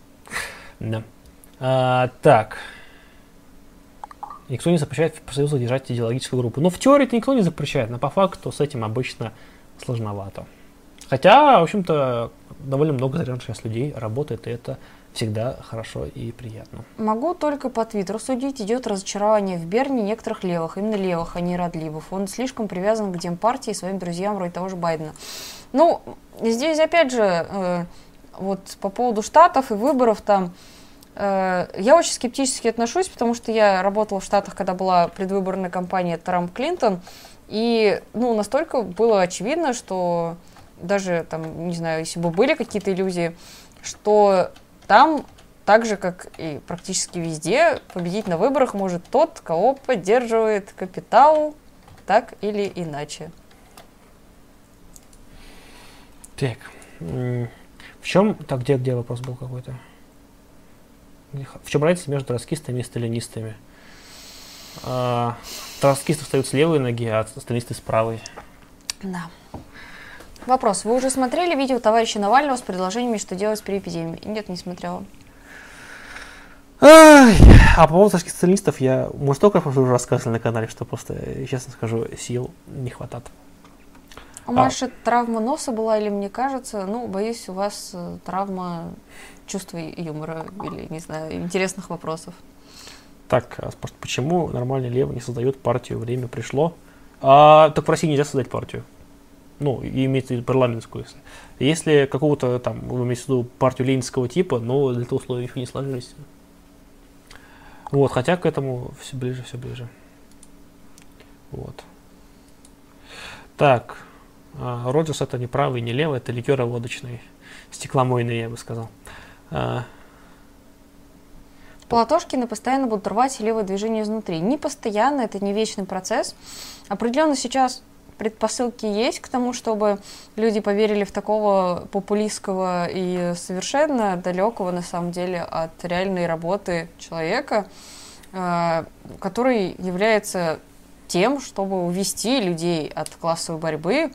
Да. Так. Никто не запрещает профсоюзу держать идеологическую группу. Ну, в теории-то никто не запрещает, но по факту с этим обычно сложновато. Хотя, в общем-то, довольно много заряженных сейчас людей работает, и это всегда хорошо и приятно. Могу только по Твиттеру судить. Идет разочарование в Берни некоторых левых, именно левых, а не Радливов. Он слишком привязан к Демпартии и своим друзьям, вроде того же Байдена. Ну, здесь, опять же, вот по поводу Штатов и выборов там, я очень скептически отношусь, потому что я работала в Штатах, когда была предвыборная кампания Трамп-Клинтон, и, ну, настолько было очевидно, что даже, там, не знаю, если бы были какие-то иллюзии, что там, так же, как и практически везде, победить на выборах может тот, кого поддерживает капитал, так или иначе. Так, в чем, так, где вопрос был какой-то? В чем разница между троцкистами и сталинистами? Троцкисты встают с левой ноги, а сталинисты с правой. Да. Вопрос. Вы уже смотрели видео товарища Навального с предложениями, что делать при эпидемии? Нет, не смотрела. А по поводу троцкистов сталинистов я, может, столько раз уже рассказывал на канале, что просто, честно скажу, сил не хватает. У Маши травма носа была, или мне кажется, ну, боюсь, у вас травма чувства юмора или, не знаю, интересных вопросов. Так, почему нормальный левый не создает партию? Время пришло. Так в России нельзя создать партию. Ну, и имеется в виду парламентскую. Если какого-то там, вы имеете в виду партию ленинского типа, но для этого условия еще не сложились. Вот, хотя к этому все ближе, все ближе. Вот. Так, Роджерс это не правый, не левый, это ликероводочный, стекломойный, я бы сказал. Платошкины постоянно будут рвать левое движение изнутри. Не постоянно, это не вечный процесс. Определенно сейчас предпосылки есть к тому, чтобы люди поверили в такого популистского и совершенно далекого, на самом деле, от реальной работы человека, который является тем, чтобы увести людей от классовой борьбы,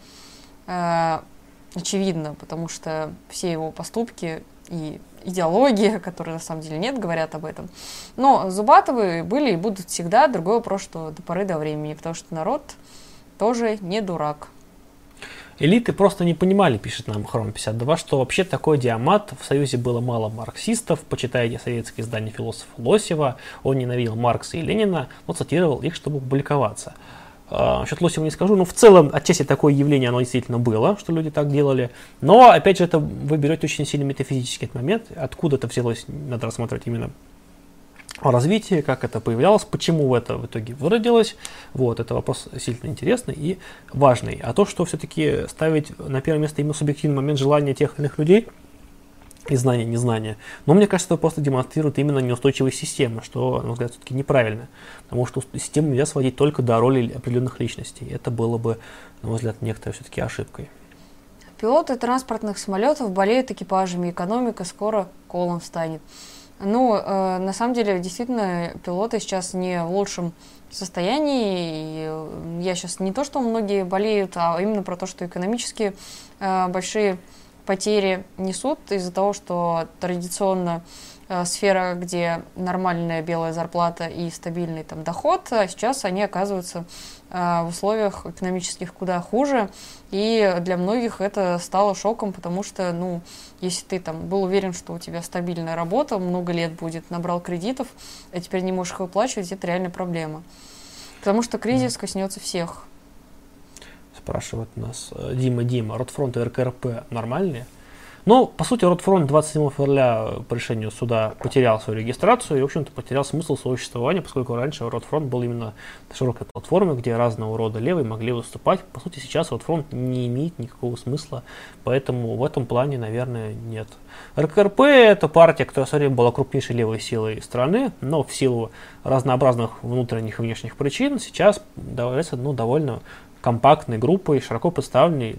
очевидно, потому что все его поступки и идеология, которой на самом деле нет, говорят об этом. Но Зубатовы были и будут всегда. Другой вопрос, что до поры до времени, потому что народ тоже не дурак. Элиты просто не понимали, пишет нам Хром 52, что вообще такой диамат. В Союзе было мало марксистов. Почитайте советские издания философа Лосева. Он ненавидел Маркса и Ленина, но цитировал их, чтобы публиковаться. Насчет Лосева не скажу, но в целом отчасти такое явление, оно действительно было, что люди так делали. Но, опять же, это вы берете очень сильно метафизический этот момент. Откуда это взялось, надо рассматривать именно развитие, как это появлялось, почему это в итоге выродилось. Вот, это вопрос сильно интересный и важный. А то, что все-таки ставить на первое место именно субъективный момент желания тех или иных людей, и знания, незнания. Но мне кажется, это просто демонстрирует именно неустойчивость системы, что, на мой взгляд, все-таки неправильно. Потому что систему нельзя сводить только до роли определенных личностей. Это было бы, на мой взгляд, некоторой все-таки ошибкой. Пилоты транспортных самолетов болеют экипажами, экономика скоро колом встанет. Ну, на самом деле, действительно, пилоты сейчас не в лучшем состоянии. И я сейчас не то, что многие болеют, а именно про то, что экономически большие потери несут из-за того, что традиционно сфера, где нормальная белая зарплата и стабильный там доход, а сейчас они оказываются в условиях экономических куда хуже, и для многих это стало шоком, потому что, ну, если ты там был уверен, что у тебя стабильная работа, много лет будет, набрал кредитов, а теперь не можешь их выплачивать, это реальная проблема. Потому что кризис коснется всех. Спрашивает нас Дима, Ротфронт и РКРП нормальные? Но, по сути, Ротфронт 27 февраля по решению суда потерял свою регистрацию и, в общем-то, потерял смысл своего существования, поскольку раньше Ротфронт был именно широкой платформой, где разного рода левые могли выступать. По сути, сейчас Ротфронт не имеет никакого смысла, поэтому в этом плане, наверное, нет. РКРП – это партия, которая в свое время была крупнейшей левой силой страны, но в силу разнообразных внутренних и внешних причин сейчас является довольно компактной группой, широко представленной,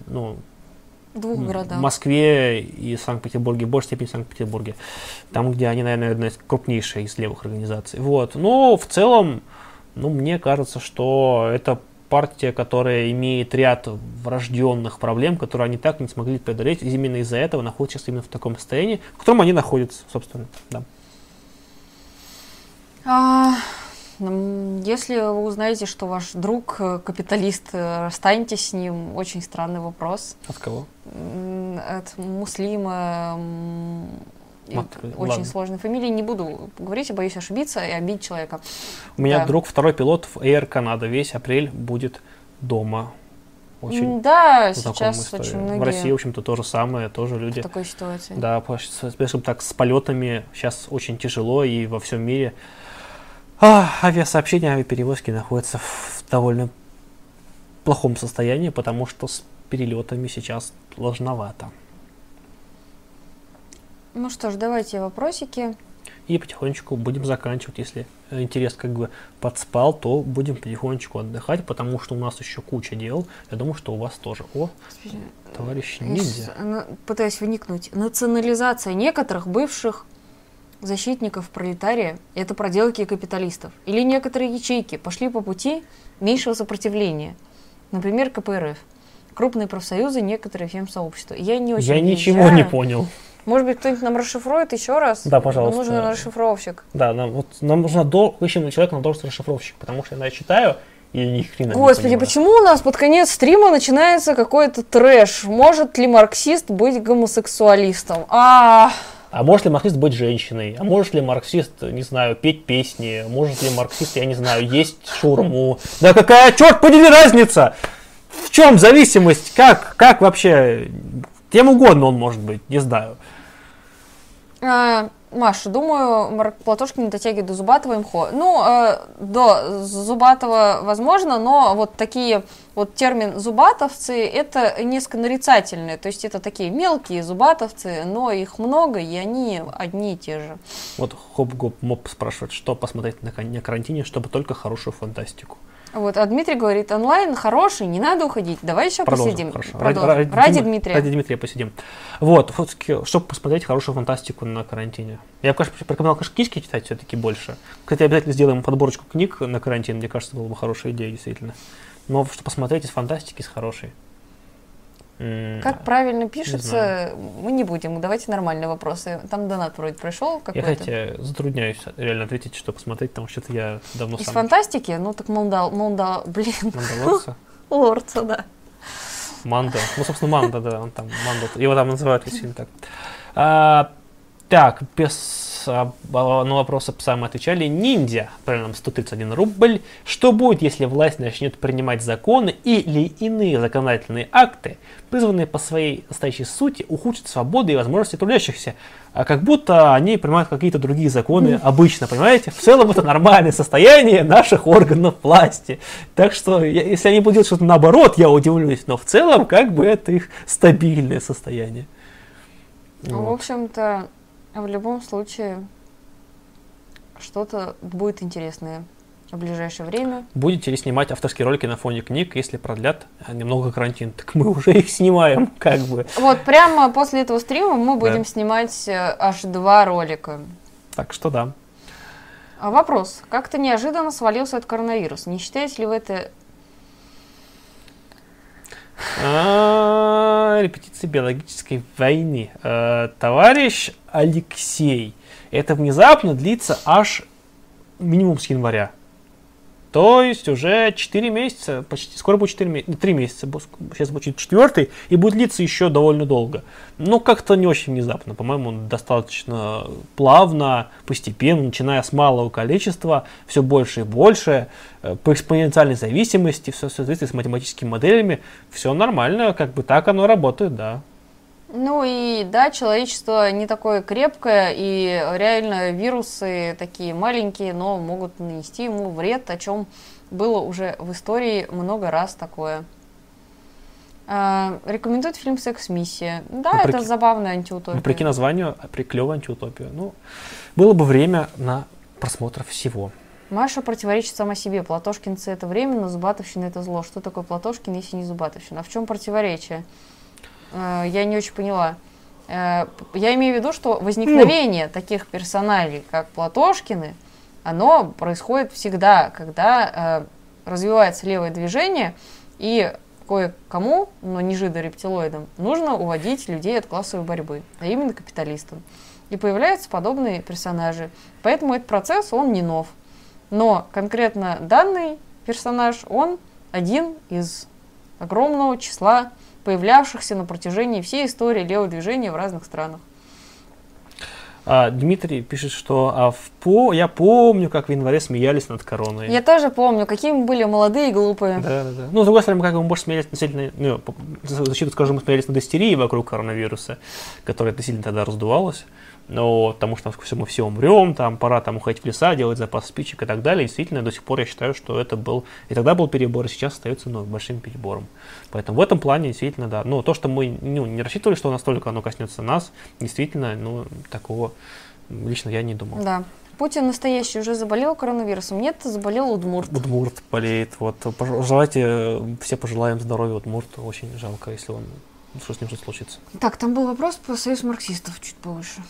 Двух городах. В Москве и Санкт-Петербурге, в большей степени в Санкт-Петербурге, там, где они, наверное, одна из крупнейших из левых организаций. Вот. Но в целом, мне кажется, что это партия, которая имеет ряд врожденных проблем, которые они так не смогли преодолеть, и именно из-за этого находятся сейчас именно в таком состоянии, в котором они находятся, собственно. Да. Если вы узнаете, что ваш друг капиталист, расстанетесь с ним, очень странный вопрос. От кого? От муслима, очень сложной фамилии. Не буду говорить, я боюсь ошибиться и обидеть человека. У меня друг, второй пилот в Air Canada, весь апрель будет дома. Очень сейчас очень многие... В России, в общем-то, то же самое, тоже люди... В такой ситуации. Да, скажем так, с полетами сейчас очень тяжело, и во всем мире авиасообщения, авиаперевозки находятся в довольно плохом состоянии, потому что с перелетами сейчас сложновато. Ну что ж, давайте вопросики. И потихонечку будем заканчивать. Если интерес подспал, то будем потихонечку отдыхать, потому что у нас еще куча дел. Я думаю, что у вас тоже. Товарищ ниндзя. Пытаюсь вникнуть. Национализация некоторых бывших защитников пролетария – это проделки капиталистов. Или некоторые ячейки пошли по пути меньшего сопротивления. Например, КПРФ. Крупные профсоюзы, некоторые фемсообщества. Я ничего не понял. Может быть, кто-нибудь нам расшифрует еще раз? Да, пожалуйста. Нам нужен расшифровщик. Да, нам нужно ищем человека, нам должен расшифровщик, потому что я читаю и ни хрена не понимаю. Господи, почему у нас под конец стрима начинается какой-то трэш? Может ли марксист быть гомосексуалистом? А может ли марксист быть женщиной? А может ли марксист, не знаю, петь песни? Может ли марксист, я не знаю, есть шаурму? Да какая, черт подери, разница? В чем зависимость? Как вообще? Кем угодно он может быть, не знаю. Маша, думаю, Платошкин не дотягивает до Зубатова и МХО. До Зубатова возможно, но вот такие, вот термин зубатовцы, это несколько нарицательные, то есть это такие мелкие зубатовцы, но их много, и они одни и те же. Вот Хоп-Гоп-Моп спрашивает, что посмотреть на карантине, чтобы только хорошую фантастику. Вот, а Дмитрий говорит, онлайн хороший, не надо уходить, давай еще посидим. Продолжим. Ради Дмитрия. Ради Дмитрия посидим. Вот, чтобы посмотреть хорошую фантастику на карантине. Я, конечно, порекомендовал, книжки читать все-таки больше. Кстати, обязательно сделаем подборочку книг на карантин, мне кажется, была бы хорошая идея, действительно. Но что посмотреть из фантастики, из хорошей. Как правильно пишется, мы не будем. Давайте нормальные вопросы. Там донат вроде пришел какой-то. Я, кстати, затрудняюсь реально ответить, что посмотреть, потому что я давно из сам... фантастики? Ну, так Мандалорца? Лорца, да. Манда. Ну, собственно, Манда, да. Он там, его там называют сильно так. Так, на вопросы сами отвечали. Ниндзя, правильно, 131 рубль. Что будет, если власть начнет принимать законы или иные законодательные акты, призванные по своей настоящей сути ухудшить свободы и возможности трудящихся? А как будто они принимают какие-то другие законы обычно, понимаете? В целом это нормальное состояние наших органов власти. Так что, если они будут делать что-то наоборот, я удивлюсь. Но в целом, как бы это их стабильное состояние. Ну, в общем-то... В любом случае, что-то будет интересное в ближайшее время. Будете ли снимать авторские ролики на фоне книг, если продлят немного карантин? Так мы уже их снимаем, как бы. Вот прямо после этого стрима мы будем снимать аж 2 ролика. Так что да. Вопрос. Как-то неожиданно свалился от коронавируса. Не считаете ли вы это... Репетиции биологической войны. Товарищ Алексей, это внезапно длится аж минимум с января. То есть уже 4 месяца, почти, скоро будет 3 месяца, сейчас будет 4-й, и будет длиться еще довольно долго. Но как-то не очень внезапно, по-моему, достаточно плавно, постепенно, начиная с малого количества, все больше и больше, по экспоненциальной зависимости, все в соответствии с математическими моделями, все нормально, как бы так оно работает, да. Ну и да, человечество не такое крепкое, и реально вирусы такие маленькие, но могут нанести ему вред, о чем было уже в истории много раз такое. Рекомендует фильм «Секс-миссия». Да, это забавная антиутопия. Вопреки названию, клевая антиутопия. Ну, было бы время на просмотр всего. Маша противоречит сама себе. Платошкинцы — это временно, Зубатовщина — это зло. Что такое Платошкин, если не Зубатовщина? А в чем противоречие? Я не очень поняла. Я имею в виду, что возникновение таких персоналей, как Платошкины, оно происходит всегда, когда развивается левое движение, и кое-кому, но не жидо-рептилоидам, нужно уводить людей от классовой борьбы, а именно капиталистам. И появляются подобные персонажи. Поэтому этот процесс, он не нов. Но конкретно данный персонаж, он один из огромного числа появлявшихся на протяжении всей истории левого движения в разных странах. Дмитрий пишет, что я помню, как в январе смеялись над короной. Я тоже помню, какие мы были молодые и глупые. Да. Ну, с другой стороны, как мы больше смеялись относительно, защиту, скажем, мы смеялись над истерией вокруг коронавируса, которая сильно тогда раздувалась. Но потому что мы все умрем, там пора уходить в леса, делать запас спичек и так далее. И действительно, до сих пор я считаю, что это был, и тогда был перебор, и сейчас остается большим перебором. Поэтому в этом плане действительно, да. Но то, что мы не рассчитывали, что настолько оно коснется нас, действительно, такого лично я не думал. Да. Путин настоящий уже заболел коронавирусом? Нет, заболел Удмурт. Удмурт болеет. Вот, желайте, все пожелаем здоровья Удмурту. Очень жалко, если что с ним что-то случится. Так, там был вопрос по союзу марксистов чуть повыше.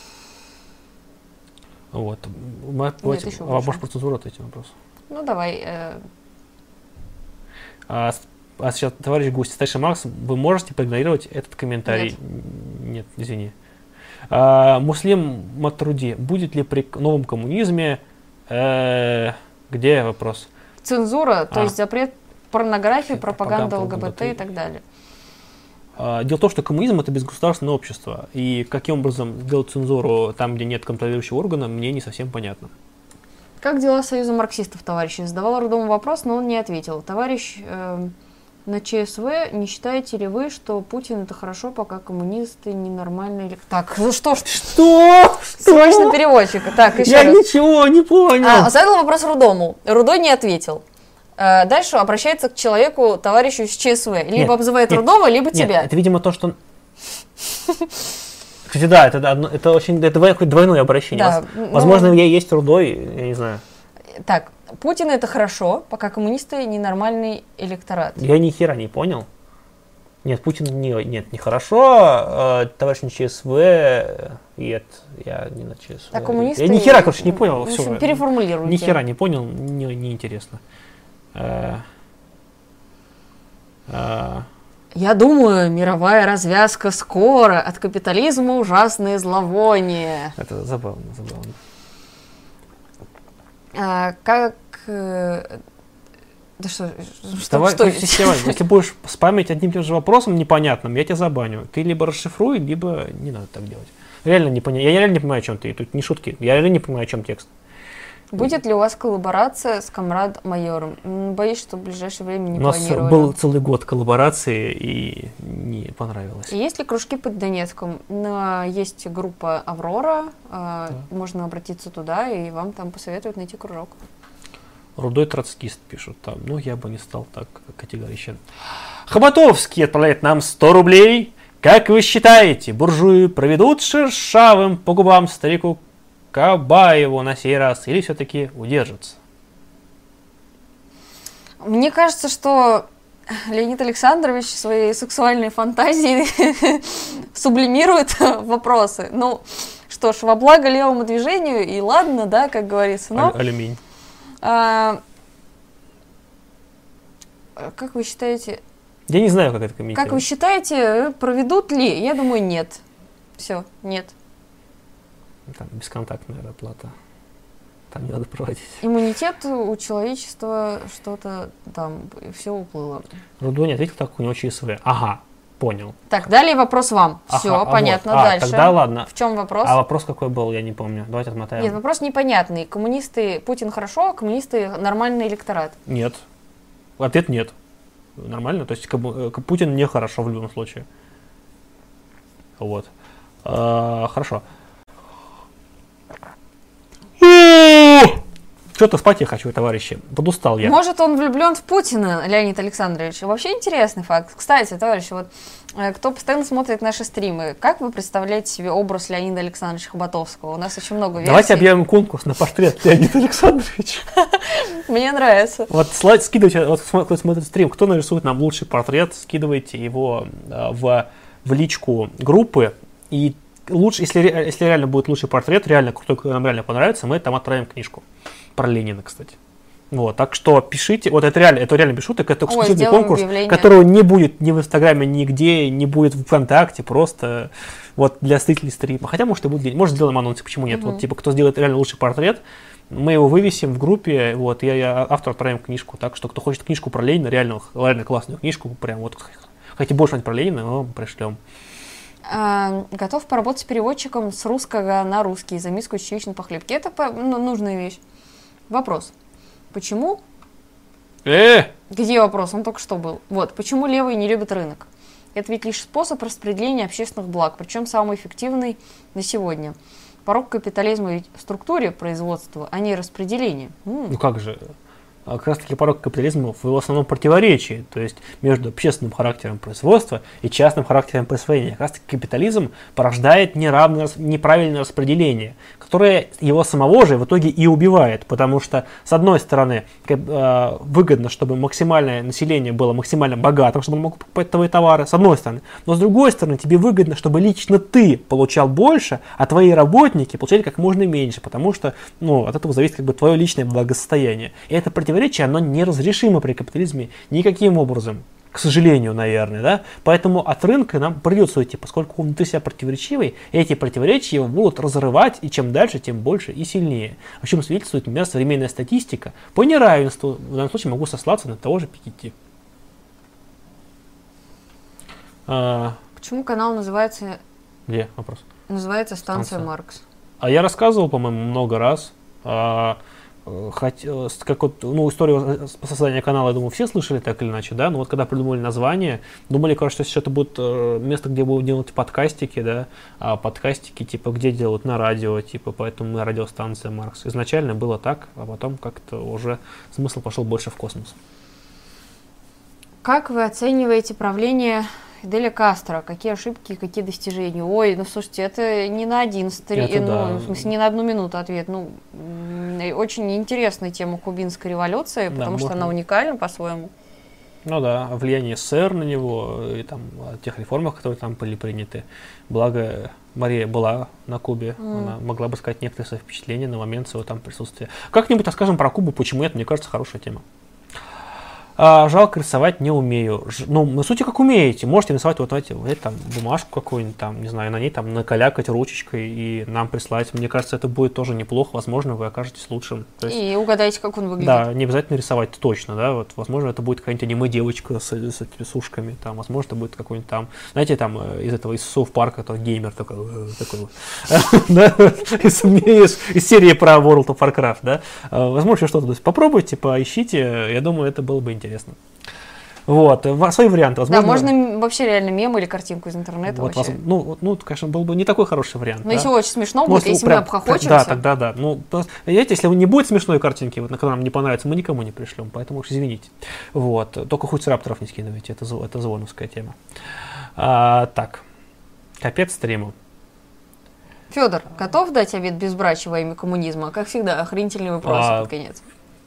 Вот. Может, про цензуру ответим вопрос? Ну, давай. Сейчас, товарищ гость, старший Макс, вы можете проигнорировать этот комментарий? Нет, извини. Муслим Матруди, будет ли при новом коммунизме... где вопрос? Цензура, то есть запрет порнографии, пропаганда ЛГБТ и так далее. Дело в том, что коммунизм – это безгосударственное общество, и каким образом сделать цензуру там, где нет контролирующего органа, мне не совсем понятно. Как дела Союза марксистов, товарищи? Задавал Рудому вопрос, но он не ответил. Товарищ на ЧСВ, не считаете ли вы, что Путин это хорошо, пока коммунисты ненормальные? Так, ну что? Срочно переводчика. Так, еще Я раз. ничего не понял. Задал вопрос Рудому. Рудой не ответил. Дальше обращается к человеку, товарищу из ЧСВ. Либо обзывает Рудова, либо тебя. Это, видимо, то, что... Кстати, да, это очень двойное обращение. Да, возможно, я есть Рудой, я не знаю. Так, Путин это хорошо, пока коммунисты ненормальный электорат. Я ни хера не понял. Нет, Путин не хорошо, товарищ на ЧСВ, нет, я не на ЧСВ. А коммунисты... Я ни хера, короче, не понял. В общем, переформулируйте. Ни хера не понял, не интересно. Я думаю, мировая развязка скоро, от капитализма ужасные зловония. Это забавно. Да что? Если будешь спамить одним и тем же вопросом непонятным, я тебя забаню. Ты либо расшифруй, либо не надо так делать. Реально не понимаю. Я реально не понимаю, о чем ты. Тут не шутки. Я реально не понимаю, о чем текст. Будет ли у вас коллаборация с комрад-майором? Боюсь, что в ближайшее время не планирую. У нас был целый год коллаборации и не понравилось. Есть ли кружки под Донецком? Есть группа «Аврора», можно обратиться туда, и вам там посоветуют найти кружок. Рудой троцкист пишут там, я бы не стал так категоричен. Хоботовский отправляет нам 100 рублей. Как вы считаете, буржуи проведут шершавым по губам старику Кабаеву на сей раз или все-таки удержатся? Мне кажется, что Леонид Александрович своей сексуальной фантазией сублимирует вопросы. Ну, что ж, во благо левому движению, и ладно, да, как говорится. Но, алюминий. Как вы считаете... Я не знаю, как это комментировать. Как вы считаете, проведут ли? Я думаю, нет. Все, нет. Там бесконтактная оплата. Там не надо проводить. Иммунитет у человечества что-то там, все уплыло. Рудой не ответил, так у него ЧСВ. Ага, понял. Так, далее вопрос вам. Все, понятно, вот. Дальше. Тогда ладно. В чем вопрос? А вопрос какой был, я не помню. Давайте отмотаем. Нет, вопрос непонятный. Коммунисты, Путин хорошо, а коммунисты нормальный электорат? Нет. Ответ нет. Нормально? То есть Путин нехорошо в любом случае. Вот. Хорошо. Что-то спать я хочу, товарищи. Подустал я. Может, он влюблен в Путина, Леонид Александрович? Вообще интересный факт. Кстати, товарищи, вот кто постоянно смотрит наши стримы, как вы представляете себе образ Леонида Александровича Хоботовского? У нас очень много версий. Давайте объявим конкурс на портрет Леонида Александровича. Мне нравится. Вот скидывайте, вот кто смотрит стрим, кто нарисует нам лучший портрет, скидывайте его в личку группы. И лучше, если реально будет лучший портрет, реально крутой, нам реально понравится, мы там отправим книжку. Про Ленина, кстати. Вот, так что пишите, вот это реально без шуток, это эксклюзивный конкурс, которого не будет ни в Инстаграме, нигде, не будет в ВКонтакте, просто вот для зрителей стрима. Хотя, может, и будет, может, сделаем анонс, почему нет. Вот, типа, кто сделает реально лучший портрет, мы его вывесим в группе, вот, я автору отправим книжку. Так что, кто хочет книжку про Ленина, реально классную книжку, прям вот, хотите больше знать про Ленина, мы вам пришлем. Готов поработать с переводчиком с русского на русский за миску чечевичной похлебки. Это нужная вещь. Вопрос. Почему? Где вопрос? Он только что был. Вот. Почему левые не любят рынок? Это ведь лишь способ распределения общественных благ, причем самый эффективный на сегодня. Порог капитализма ведь в структуре производства, а не распределении. Ну как же? Как раз таки порог капитализма в его основном противоречии, то есть между общественным характером производства и частным характером присвоения. Как раз таки капитализм порождает неправильное распределение, которое его самого же в итоге и убивает, потому что, с одной стороны, выгодно, чтобы максимальное население было максимально богатым, чтобы он мог покупать твои товары, с одной стороны, но с другой стороны, тебе выгодно, чтобы лично ты получал больше, а твои работники получали как можно меньше, потому что от этого зависит твое личное благосостояние. И это противоречие, оно неразрешимо при капитализме никаким образом, к сожалению, наверное, да? Поэтому от рынка нам придется уйти, поскольку он внутри себя противоречивый, и эти противоречия его будут разрывать, и чем дальше, тем больше и сильнее. О чем свидетельствует, например, современная статистика по неравенству. В данном случае могу сослаться на того же Piketty. Почему канал называется вопрос? «Станция Маркс»? А я рассказывал, по-моему, много раз. Историю создания канала, я думаю, все слышали так или иначе, да, но вот когда придумали название, думали, кажется, что это будет место, где будут делать подкастики, да, а подкастики, типа, где делают на радио, типа, поэтому радиостанция Маркс. Изначально было так, а потом как-то уже смысл пошел больше в космос. Как вы оцениваете правление Фиделя Кастро? Какие ошибки и какие достижения? Ой, ну слушайте, это не на в смысле, не на 1 минуту ответ. Очень интересная тема кубинской революции, потому что она уникальна по-своему. Ну да, влияние СССР на него и там о тех реформах, которые там были приняты. Благо, Мария была на Кубе, она могла бы сказать некоторые свои впечатления на момент своего там присутствия. Как-нибудь расскажем про Кубу, почему это, мне кажется, хорошая тема. Жалко, рисовать не умею. На сути, как умеете. Можете рисовать там бумажку какую-нибудь, там, не знаю, на ней там накалякать ручечкой и нам прислать. Мне кажется, это будет тоже неплохо. Возможно, вы окажетесь лучшим. И угадайте, как он выглядит. Да, не обязательно рисовать точно, да. Вот, возможно, это будет какая-нибудь аниме-девочка с ушками. Там, возможно, это будет какой-нибудь там, знаете, там из Соуф Парка, геймер такой из серии про World of Warcraft, да. Возможно, что-то. Попробуйте, поищите. Я думаю, это было бы интересно. Вот, свои варианты. Возможно, да, можно вообще реально мем или картинку из интернета вот, вообще. Конечно, был бы не такой хороший вариант. Но если очень смешно будет, если мы обхохочемся. Да, тогда да. Знаете, если не будет смешной картинки, на которой нам не понравится, мы никому не пришлем, поэтому уж извините. Вот, только хоть рапторов не скидывайте, это звоновская тема. Так, капец стриму. Федор, готов дать обет безбрачия во имя коммунизма? Как всегда, охренительный вопрос под конец.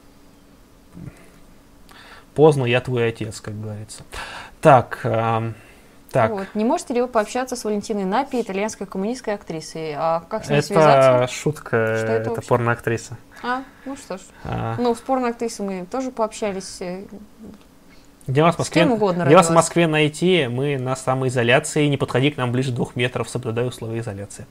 Поздно, я твой отец, как говорится. Так. Вот. Не можете ли вы пообщаться с Валентиной Напи, итальянской коммунистской актрисой? А как с ней это связаться? Это шутка, это порноактриса. Ну что ж. С порноактрисой мы тоже пообщались. Где вас в Москве найти? Мы на самоизоляции. Не подходи к нам ближе 2 метров, соблюдая условия изоляции.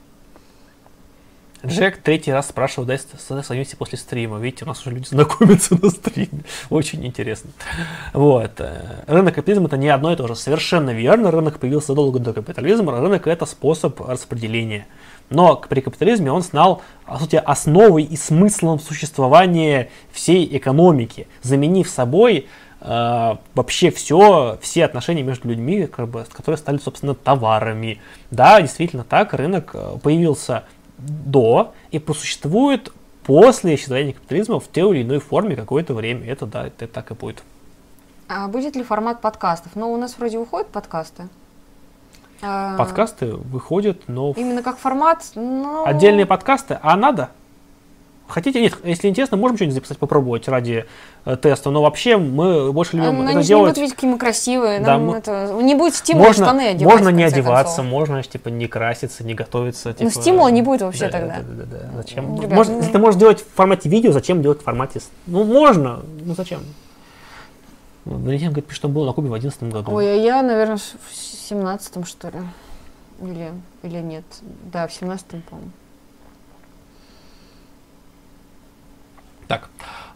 Джек 3-й раз спрашивал, дай созвонимся после стрима. Видите, у нас уже люди знакомятся на стриме. Очень интересно. Вот. Рынок капитализма — это не одно и то же. Совершенно верно. Рынок появился задолго до капитализма. Рынок — это способ распределения. Но при капитализме он стал, по сути, основой и смыслом существования всей экономики, заменив собой вообще все отношения между людьми, которые стали, собственно, товарами. Да, действительно так. Рынок появился до и просуществует после исчезновения капитализма в той или иной форме какое-то время. Это да, это так и будет. А будет ли формат подкастов? У нас вроде выходят подкасты. Подкасты выходят, но... Именно как формат, Отдельные подкасты, надо? Хотите? Нет, если интересно, можем что-нибудь записать, попробовать ради теста, но вообще мы больше любим это делать. Не будут видеть, какие мы красивые, да, не будет стимула штаны одевать. Можно не одеваться, можно не краситься, не готовиться. Стимула не будет вообще тогда. Да. Зачем? Если ты можешь делать в формате видео, зачем делать в формате... можно, зачем? Валентин говорит, что он был на Кубе в 2011 году. Ой, а я, наверное, в 17-м, что ли. Или нет. Да, в 17-м, по-моему. Так.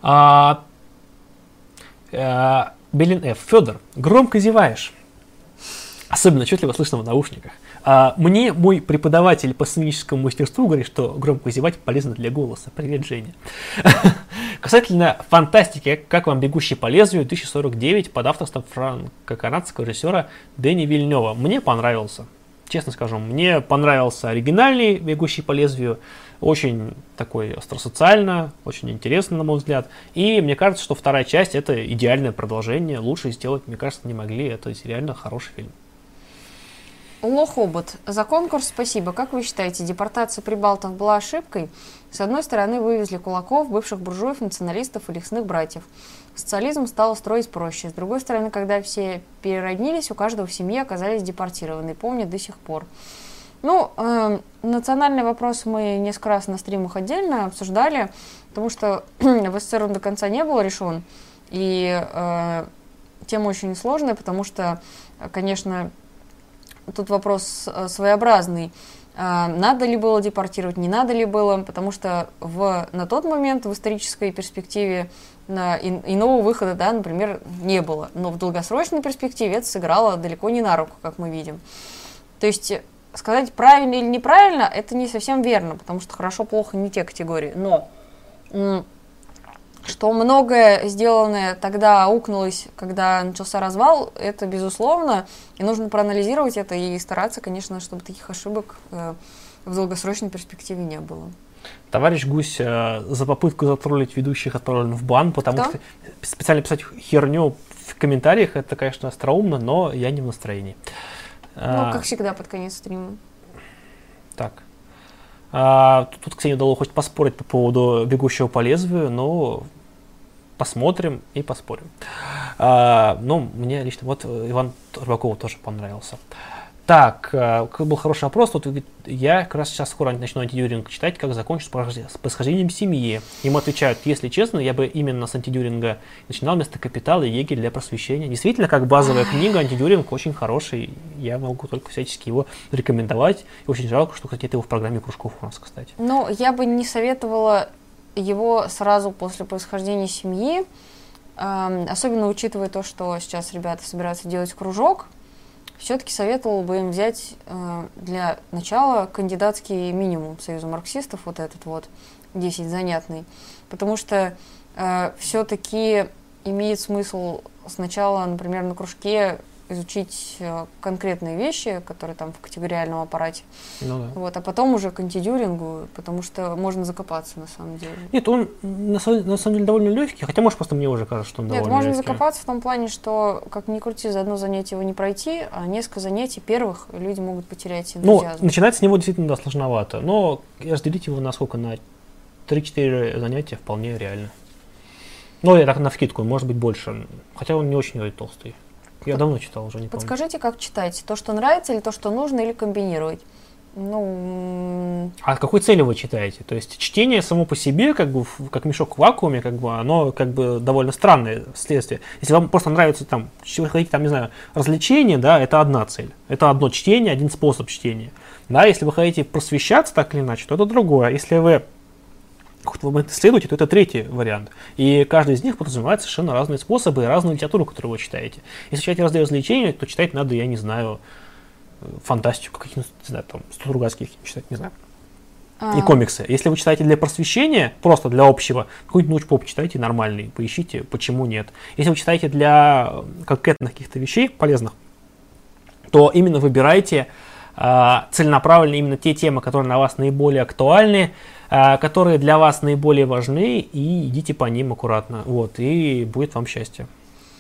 Белин Ф. Федор, громко зеваешь. Особенно отчетливо слышно в наушниках. Мне мой преподаватель по сценическому мастерству говорит, что громко зевать полезно для голоса. Привет, Женя. Касательно фантастики, как вам «Бегущий по лезвию» 1049 под авторством франко-канадского режиссера Дэни Вильнёва. Мне понравился. Честно скажу, мне понравился оригинальный «Бегущий по лезвию». Очень такой остросоциально, очень интересно, на мой взгляд. И мне кажется, что вторая часть — это идеальное продолжение. Лучше сделать, мне кажется, не могли. Это реально хороший фильм. Лохобот. За конкурс спасибо. Как вы считаете, депортация прибалтов была ошибкой? С одной стороны, вывезли кулаков, бывших буржуев, националистов и лесных братьев. Социализм стало строить проще. С другой стороны, когда все перероднились, у каждого в семье оказались депортированы. Помню до сих пор. Национальный вопрос мы несколько раз на стримах отдельно обсуждали, потому что в СССР он до конца не был решен. И тема очень сложная, потому что, конечно, тут вопрос своеобразный. Надо ли было депортировать, не надо ли было, потому что на тот момент в исторической перспективе иного выхода, да, например, не было. Но в долгосрочной перспективе это сыграло далеко не на руку, как мы видим. То есть сказать правильно или неправильно, это не совсем верно, потому что хорошо-плохо не те категории. Но что многое сделанное тогда аукнулось, когда начался развал, это безусловно, и нужно проанализировать это и стараться, конечно, чтобы таких ошибок в долгосрочной перспективе не было. Товарищ Гусь за попытку затроллить ведущих отправлен в бан, потому что специально писать херню в комментариях, это, конечно, остроумно, но я не в настроении. Ну, как всегда, под конец стрима. Так. Тут Ксения Удалова хочет поспорить по поводу «Бегущего по лезвию», но посмотрим и поспорим. Но мне лично, вот Иван Рыбакову тоже понравился. Так, был хороший вопрос. Тут я как раз сейчас скоро начну антидюринг читать, как закончить с происхождением семьи. Ему отвечают, если честно, я бы именно с антидюринга начинал вместо «Капитала» и «Егерь» для просвещения. Действительно, как базовая книга, антидюринг очень хороший. Я могу только всячески его рекомендовать. И очень жалко, что, кстати, это его в программе кружков у нас, кстати. Ну, я бы не советовала его сразу после происхождения семьи, особенно учитывая то, что сейчас ребята собираются делать кружок. Все-таки советовал бы им взять для начала кандидатский минимум Союза марксистов, вот этот вот, 10 занятный, потому что все-таки имеет смысл сначала, например, на кружке изучить конкретные вещи, которые там в категориальном аппарате, ну, да. Вот, а потом уже к антидюрингу, потому что можно закопаться на самом деле. Нет, он на самом деле довольно легкий, хотя, может, просто мне уже кажется, что он довольно легкий. Нет, можно закопаться в том плане, что, как ни крути, за одно занятие его не пройти, а несколько занятий первых люди могут потерять энтузиазм. Ну, начинать с него действительно, да, сложновато, но разделить его на сколько? На 3-4 занятия вполне реально. Ну, я так навскидку, может быть, больше, хотя он не очень толстый. Я давно читал, уже не помню. Подскажите, как читать? То, что нравится, или то, что нужно, или комбинировать? Ну... А с какой целью вы читаете? То есть чтение само по себе, как бы, как мешок в вакууме, как бы, оно как бы довольно странное следствие. Если вам просто нравится, там, вы хотите, там, не знаю, развлечение, да, это одна цель. Это одно чтение, один способ чтения. Да, если вы хотите просвещаться так или иначе, то это другое. Если вы исследуете, то это третий вариант. И каждый из них подразумевает совершенно разные способы и разную литературу, которую вы читаете. Если читаете разные развлечения, то читать надо, я не знаю, фантастику, каких-нибудь, не знаю, там, Стругацких читать, не знаю. И комиксы. Если вы читаете для просвещения, просто для общего, какой-нибудь научпоп читайте нормальный, поищите, почему нет. Если вы читаете для конкретных каких-то вещей полезных, то именно выбирайте целенаправленно именно те темы, которые на вас наиболее актуальны, которые для вас наиболее важны, и идите по ним аккуратно. Вот, и будет вам счастье.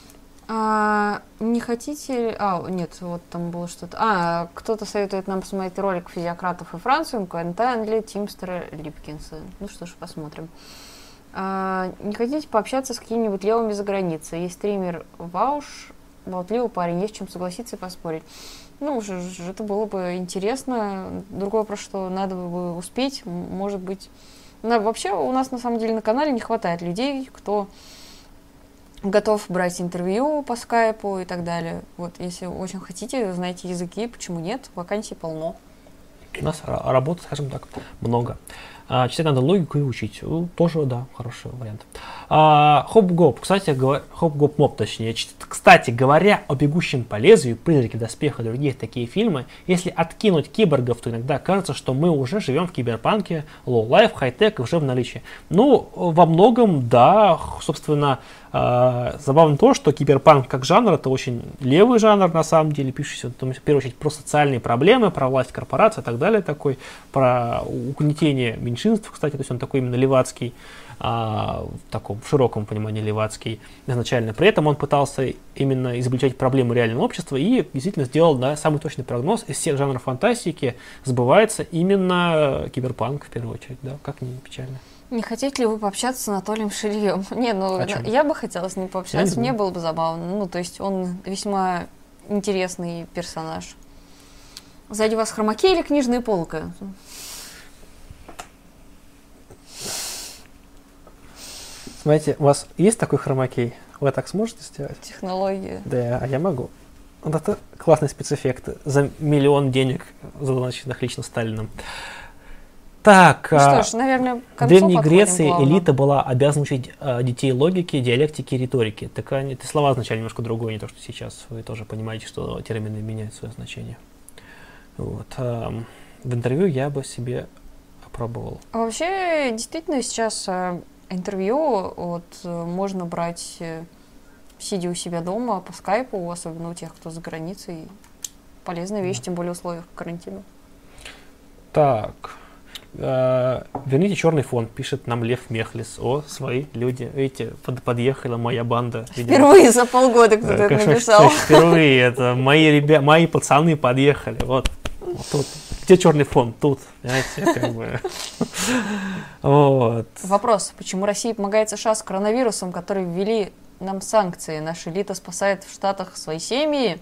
Не хотите... нет, вот там было что-то... кто-то советует нам посмотреть ролик физиократов и Францию, Энтенли, Тимстера, Липкинса. Ну что ж, посмотрим. Не хотите пообщаться с какими-нибудь левыми за границей? Есть стример Вауш, болтливый парень, есть чем согласиться и поспорить. Ну, это было бы интересно. Другое, про что надо бы успеть, может быть... вообще у нас, на самом деле, на канале не хватает людей, кто готов брать интервью по скайпу и так далее. Вот, если очень хотите, знаете языки, почему нет? Вакансий полно. У нас работы, скажем так, много. Читать надо логику и учить. Тоже, да, хороший вариант. Хоп-гоп, Хоп-гоп-моп, точнее. Кстати говоря, о «Бегущем по лезвию», «Призраки доспеха» и другие такие фильмы, если откинуть киборгов, то иногда кажется, что мы уже живем в киберпанке, лоу-лайф, хай-тек уже в наличии. Ну, во многом, да, собственно, забавно то, что киберпанк как жанр, это очень левый жанр, на самом деле, пишущийся, в первую очередь, про социальные проблемы, про власть корпораций и так далее, такой, про угнетение меньшинств, кстати, то есть он такой именно левацкий, в таком широком понимании левацкий изначально. При этом он пытался именно изобличать проблемы реального общества и действительно сделал, да, самый точный прогноз из всех жанров фантастики сбывается именно киберпанк в первую очередь, да, как ни печально. Не хотите ли вы пообщаться с Анатолием Шильем? Не, ну, я бы хотела с ним пообщаться, мне было бы забавно. Ну, то есть он весьма интересный персонаж. Сзади вас хромакей или книжная полка? Смотрите, у вас есть такой хромакей? Вы так сможете сделать? Технология. Да, а я могу. Вот это классный спецэффект. За миллион денег, задолженных лично Сталином. Так, Ну что ж, наверное, к в концу Древней подходим Греции плавно. элита была обязана учить детей логике, диалектике и риторике. Так эти слова означали немножко другое, не то, что сейчас. Вы тоже понимаете, что термины меняют свое значение. Вот. В интервью я бы себе опробовал. А вообще, действительно, сейчас интервью можно брать, сидя у себя дома, по скайпу, особенно у тех, кто за границей. Полезная вещь, тем более в условиях карантина. Так. Верните черный фон, пишет нам Лев Мехлис. О, свои люди. Видите, подъехала моя банда. Впервые за полгода кто-то это написал. Впервые это мои пацаны подъехали. Вот тут. Где черный фон? Тут. Понимаете, как бы. Вот. Вопрос. Почему Россия помогает США с коронавирусом, который ввели нам санкции? Наша элита спасает в Штатах свои семьи?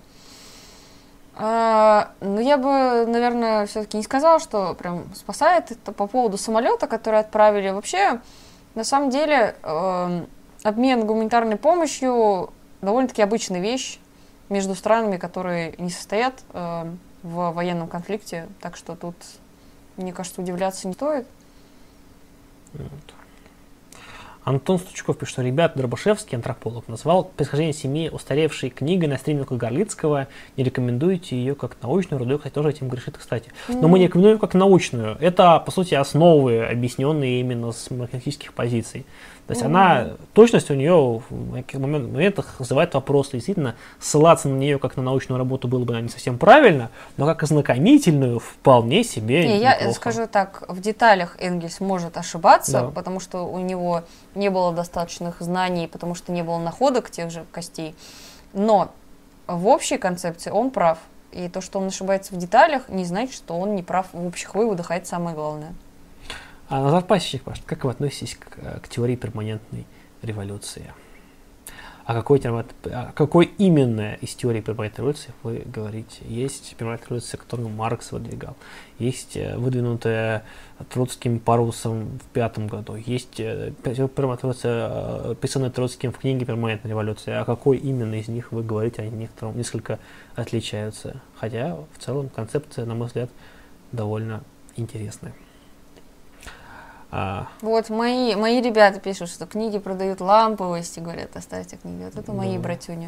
Ну, я бы, наверное, все-таки не сказала, что прям спасает. Это по поводу самолета, который отправили. Вообще, на самом деле, обмен гуманитарной помощью довольно-таки обычная вещь между странами, которые не состоят в военном конфликте. Так что тут, мне кажется, удивляться не стоит. Вот. Антон Стучков пишет, что ребят Дробышевский, антрополог, назвал «Происхождение семьи» устаревшей книгой на стриме Горлицкого. Не рекомендуете ее как научную. Рудой, кстати, тоже этим грешит, кстати. Но мы не рекомендуем как научную. Это, по сути, основы, объясненные именно с марксистских позиций. То есть она, точность у нее в каких моментах вызывает вопросы. Действительно, ссылаться на нее как на научную работу было бы не совсем правильно, но как ознакомительную вполне себе неплохо. Я скажу так, в деталях Энгельс может ошибаться, Да. потому что у него не было достаточных знаний, потому что не было находок тех же костей. Но в общей концепции он прав. И то, что он ошибается в деталях, не значит, что он не прав в общих выводах, а это самое главное. А Назар Пасечник, как вы относитесь к теории перманентной революции? А какой именно из теории перманентной революции вы говорите? Есть перманентная революция, которую Маркс выдвигал. Есть выдвинутая Троцким Парусом в 1905 году. Есть перманентная революция, описанная Троцким в книге «Перманентная революция». А какой именно из них вы говорите? Они несколько отличаются. Хотя, в целом, концепция, на мой взгляд, довольно интересная. Вот мои ребята пишут, что книги продают ламповости, говорят, оставьте книги. Вот это мои братюни.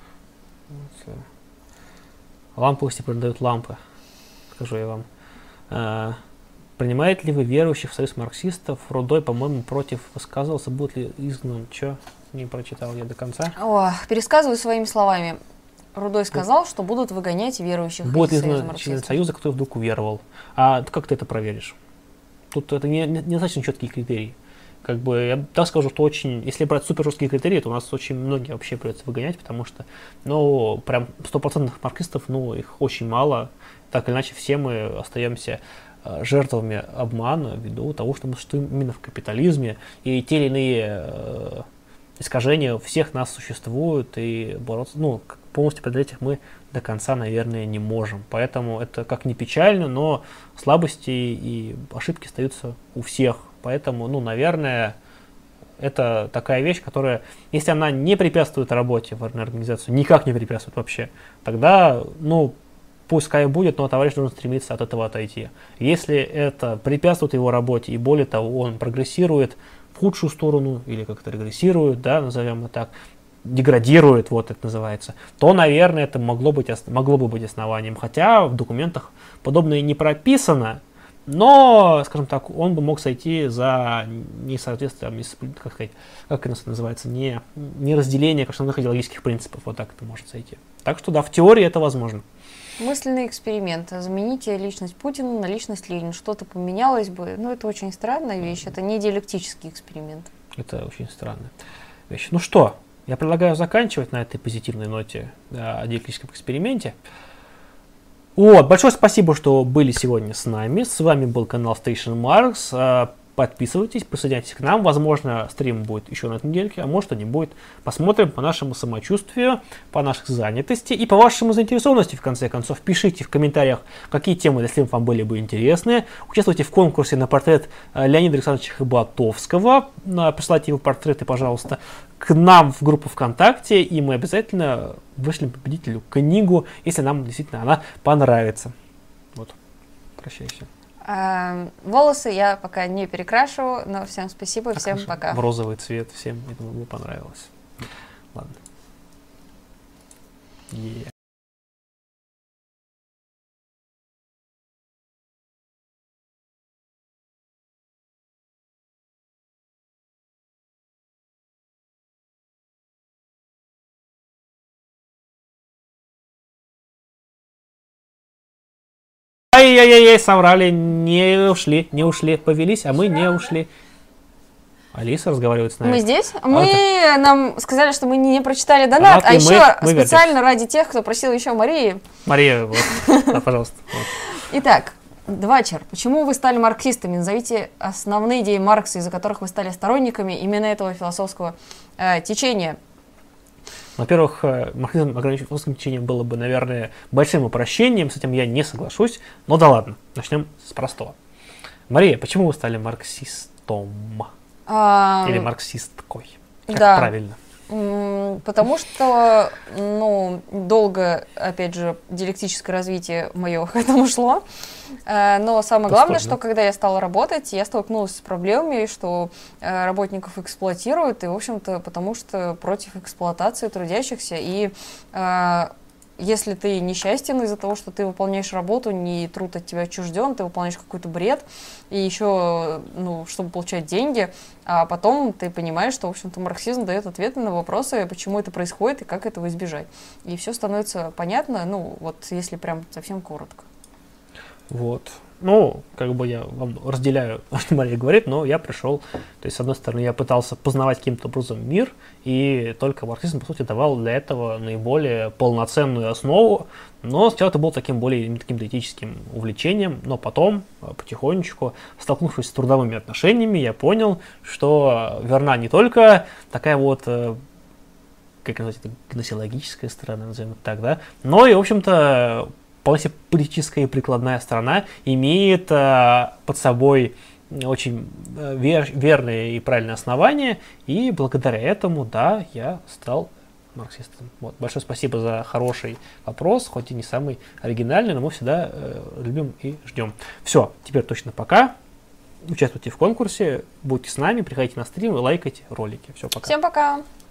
Ламповости продают лампы, скажу я вам. Принимаете ли вы верующих в союз марксистов? Рудой, по-моему, против высказывался. Будет ли изгнан? Че? Не прочитал я до конца. Пересказываю своими словами. Рудой сказал, что будут выгонять верующих будет из союза член марксистов. союза, который вдруг уверовал. А как ты это проверишь? Тут это не достаточно четкий критерий. Как бы я так скажу, что очень, если брать супер жесткие критерии, то у нас очень многие вообще придется выгонять, потому что, прям 100% марксистов, их очень мало. Так или иначе, все мы остаемся жертвами обмана ввиду того, что мы существуем именно в капитализме, и те или иные искажения у всех нас существуют, и бороться, полностью преодолеть их мы до конца, наверное, не можем. Поэтому это как ни печально, но слабости и ошибки остаются у всех. Поэтому, наверное, это такая вещь, которая, если она не препятствует работе военной организации, никак не препятствует вообще, тогда, пускай будет, но товарищ должен стремиться от этого отойти. Если это препятствует его работе, и более того, он прогрессирует в худшую сторону, или как-то регрессирует, назовем это так, деградирует, вот это называется, то, наверное, это могло бы быть основанием. Хотя в документах подобное не прописано, но, скажем так, он бы мог сойти за несоответствие, как это называется, не разделение основных идеологических принципов. Вот так это может сойти. Так что да, в теории это возможно. Мысленный эксперимент. Замените личность Путина на личность Ленина. Что-то поменялось бы. Это очень странная вещь. Это не диалектический эксперимент. Это очень странная вещь. Ну что, я предлагаю заканчивать на этой позитивной ноте о диалектическом эксперименте. Большое спасибо, что были сегодня с нами. С вами был канал Station Marks. Подписывайтесь, присоединяйтесь к нам. Возможно, стрим будет еще на этой недельке, а может и не будет. Посмотрим по нашему самочувствию, по нашей занятости и по вашему заинтересованности, в конце концов. Пишите в комментариях, какие темы для стримов вам были бы интересны. Участвуйте в конкурсе на портрет Леонида Александровича Хабатовского. Присылайте его портреты, пожалуйста, к нам в группу ВКонтакте, и мы обязательно вышлем победителю книгу, если нам действительно она понравится. Вот, прощайся. Волосы я пока не перекрашу, но всем спасибо, и всем пока. В розовый цвет всем, я думаю, мне понравилось. Ладно. Yeah. Ай-яй-яй, соврали, не ушли, повелись, а мы не ушли. Алиса разговаривает с нами. Мы здесь? Нам сказали, что мы не прочитали донат, а еще специально ради тех, кто просил еще Марии. Мария, вот, да, пожалуйста. Вот. Итак, Двачер, почему вы стали марксистами? Назовите основные идеи Маркса, из-за которых вы стали сторонниками именно этого философского течения. Во-первых, марксизм ограниченным философским течением было бы, наверное, большим упрощением, с этим я не соглашусь, но да ладно, начнем с простого. Мария, почему вы стали марксистом? Или марксисткой? Как правильно? Потому что, долго, опять же, диалектическое развитие мое к этому шло. Но самое главное, что когда я стала работать, я столкнулась с проблемой, что работников эксплуатируют, и, в общем-то, потому что против эксплуатации трудящихся. И если ты несчастен из-за того, что ты выполняешь работу, не труд от тебя отчужден, ты выполняешь какой-то бред, и еще, чтобы получать деньги, а потом ты понимаешь, что, в общем-то, марксизм дает ответы на вопросы, почему это происходит и как этого избежать. И все становится понятно, вот если прям совсем коротко. Вот. Я вам разделяю, что Мария говорит, но я пришел, то есть, с одной стороны, я пытался познавать каким-то образом мир, и только марксизм, по сути, давал для этого наиболее полноценную основу, но сначала это было таким более таким этическим увлечением, но потом, потихонечку, столкнувшись с трудовыми отношениями, я понял, что верна не только такая вот, как назвать это, гносеологическая сторона, назовем это так, да, но и, в общем-то, вполне политическая и прикладная сторона имеет под собой очень верные и правильные основания, и благодаря этому, да, я стал марксистом. Вот. Большое спасибо за хороший вопрос, хоть и не самый оригинальный, но мы всегда любим и ждем. Все, теперь точно пока. Участвуйте в конкурсе, будьте с нами, приходите на стрим и лайкайте ролики. Все, пока. Всем пока!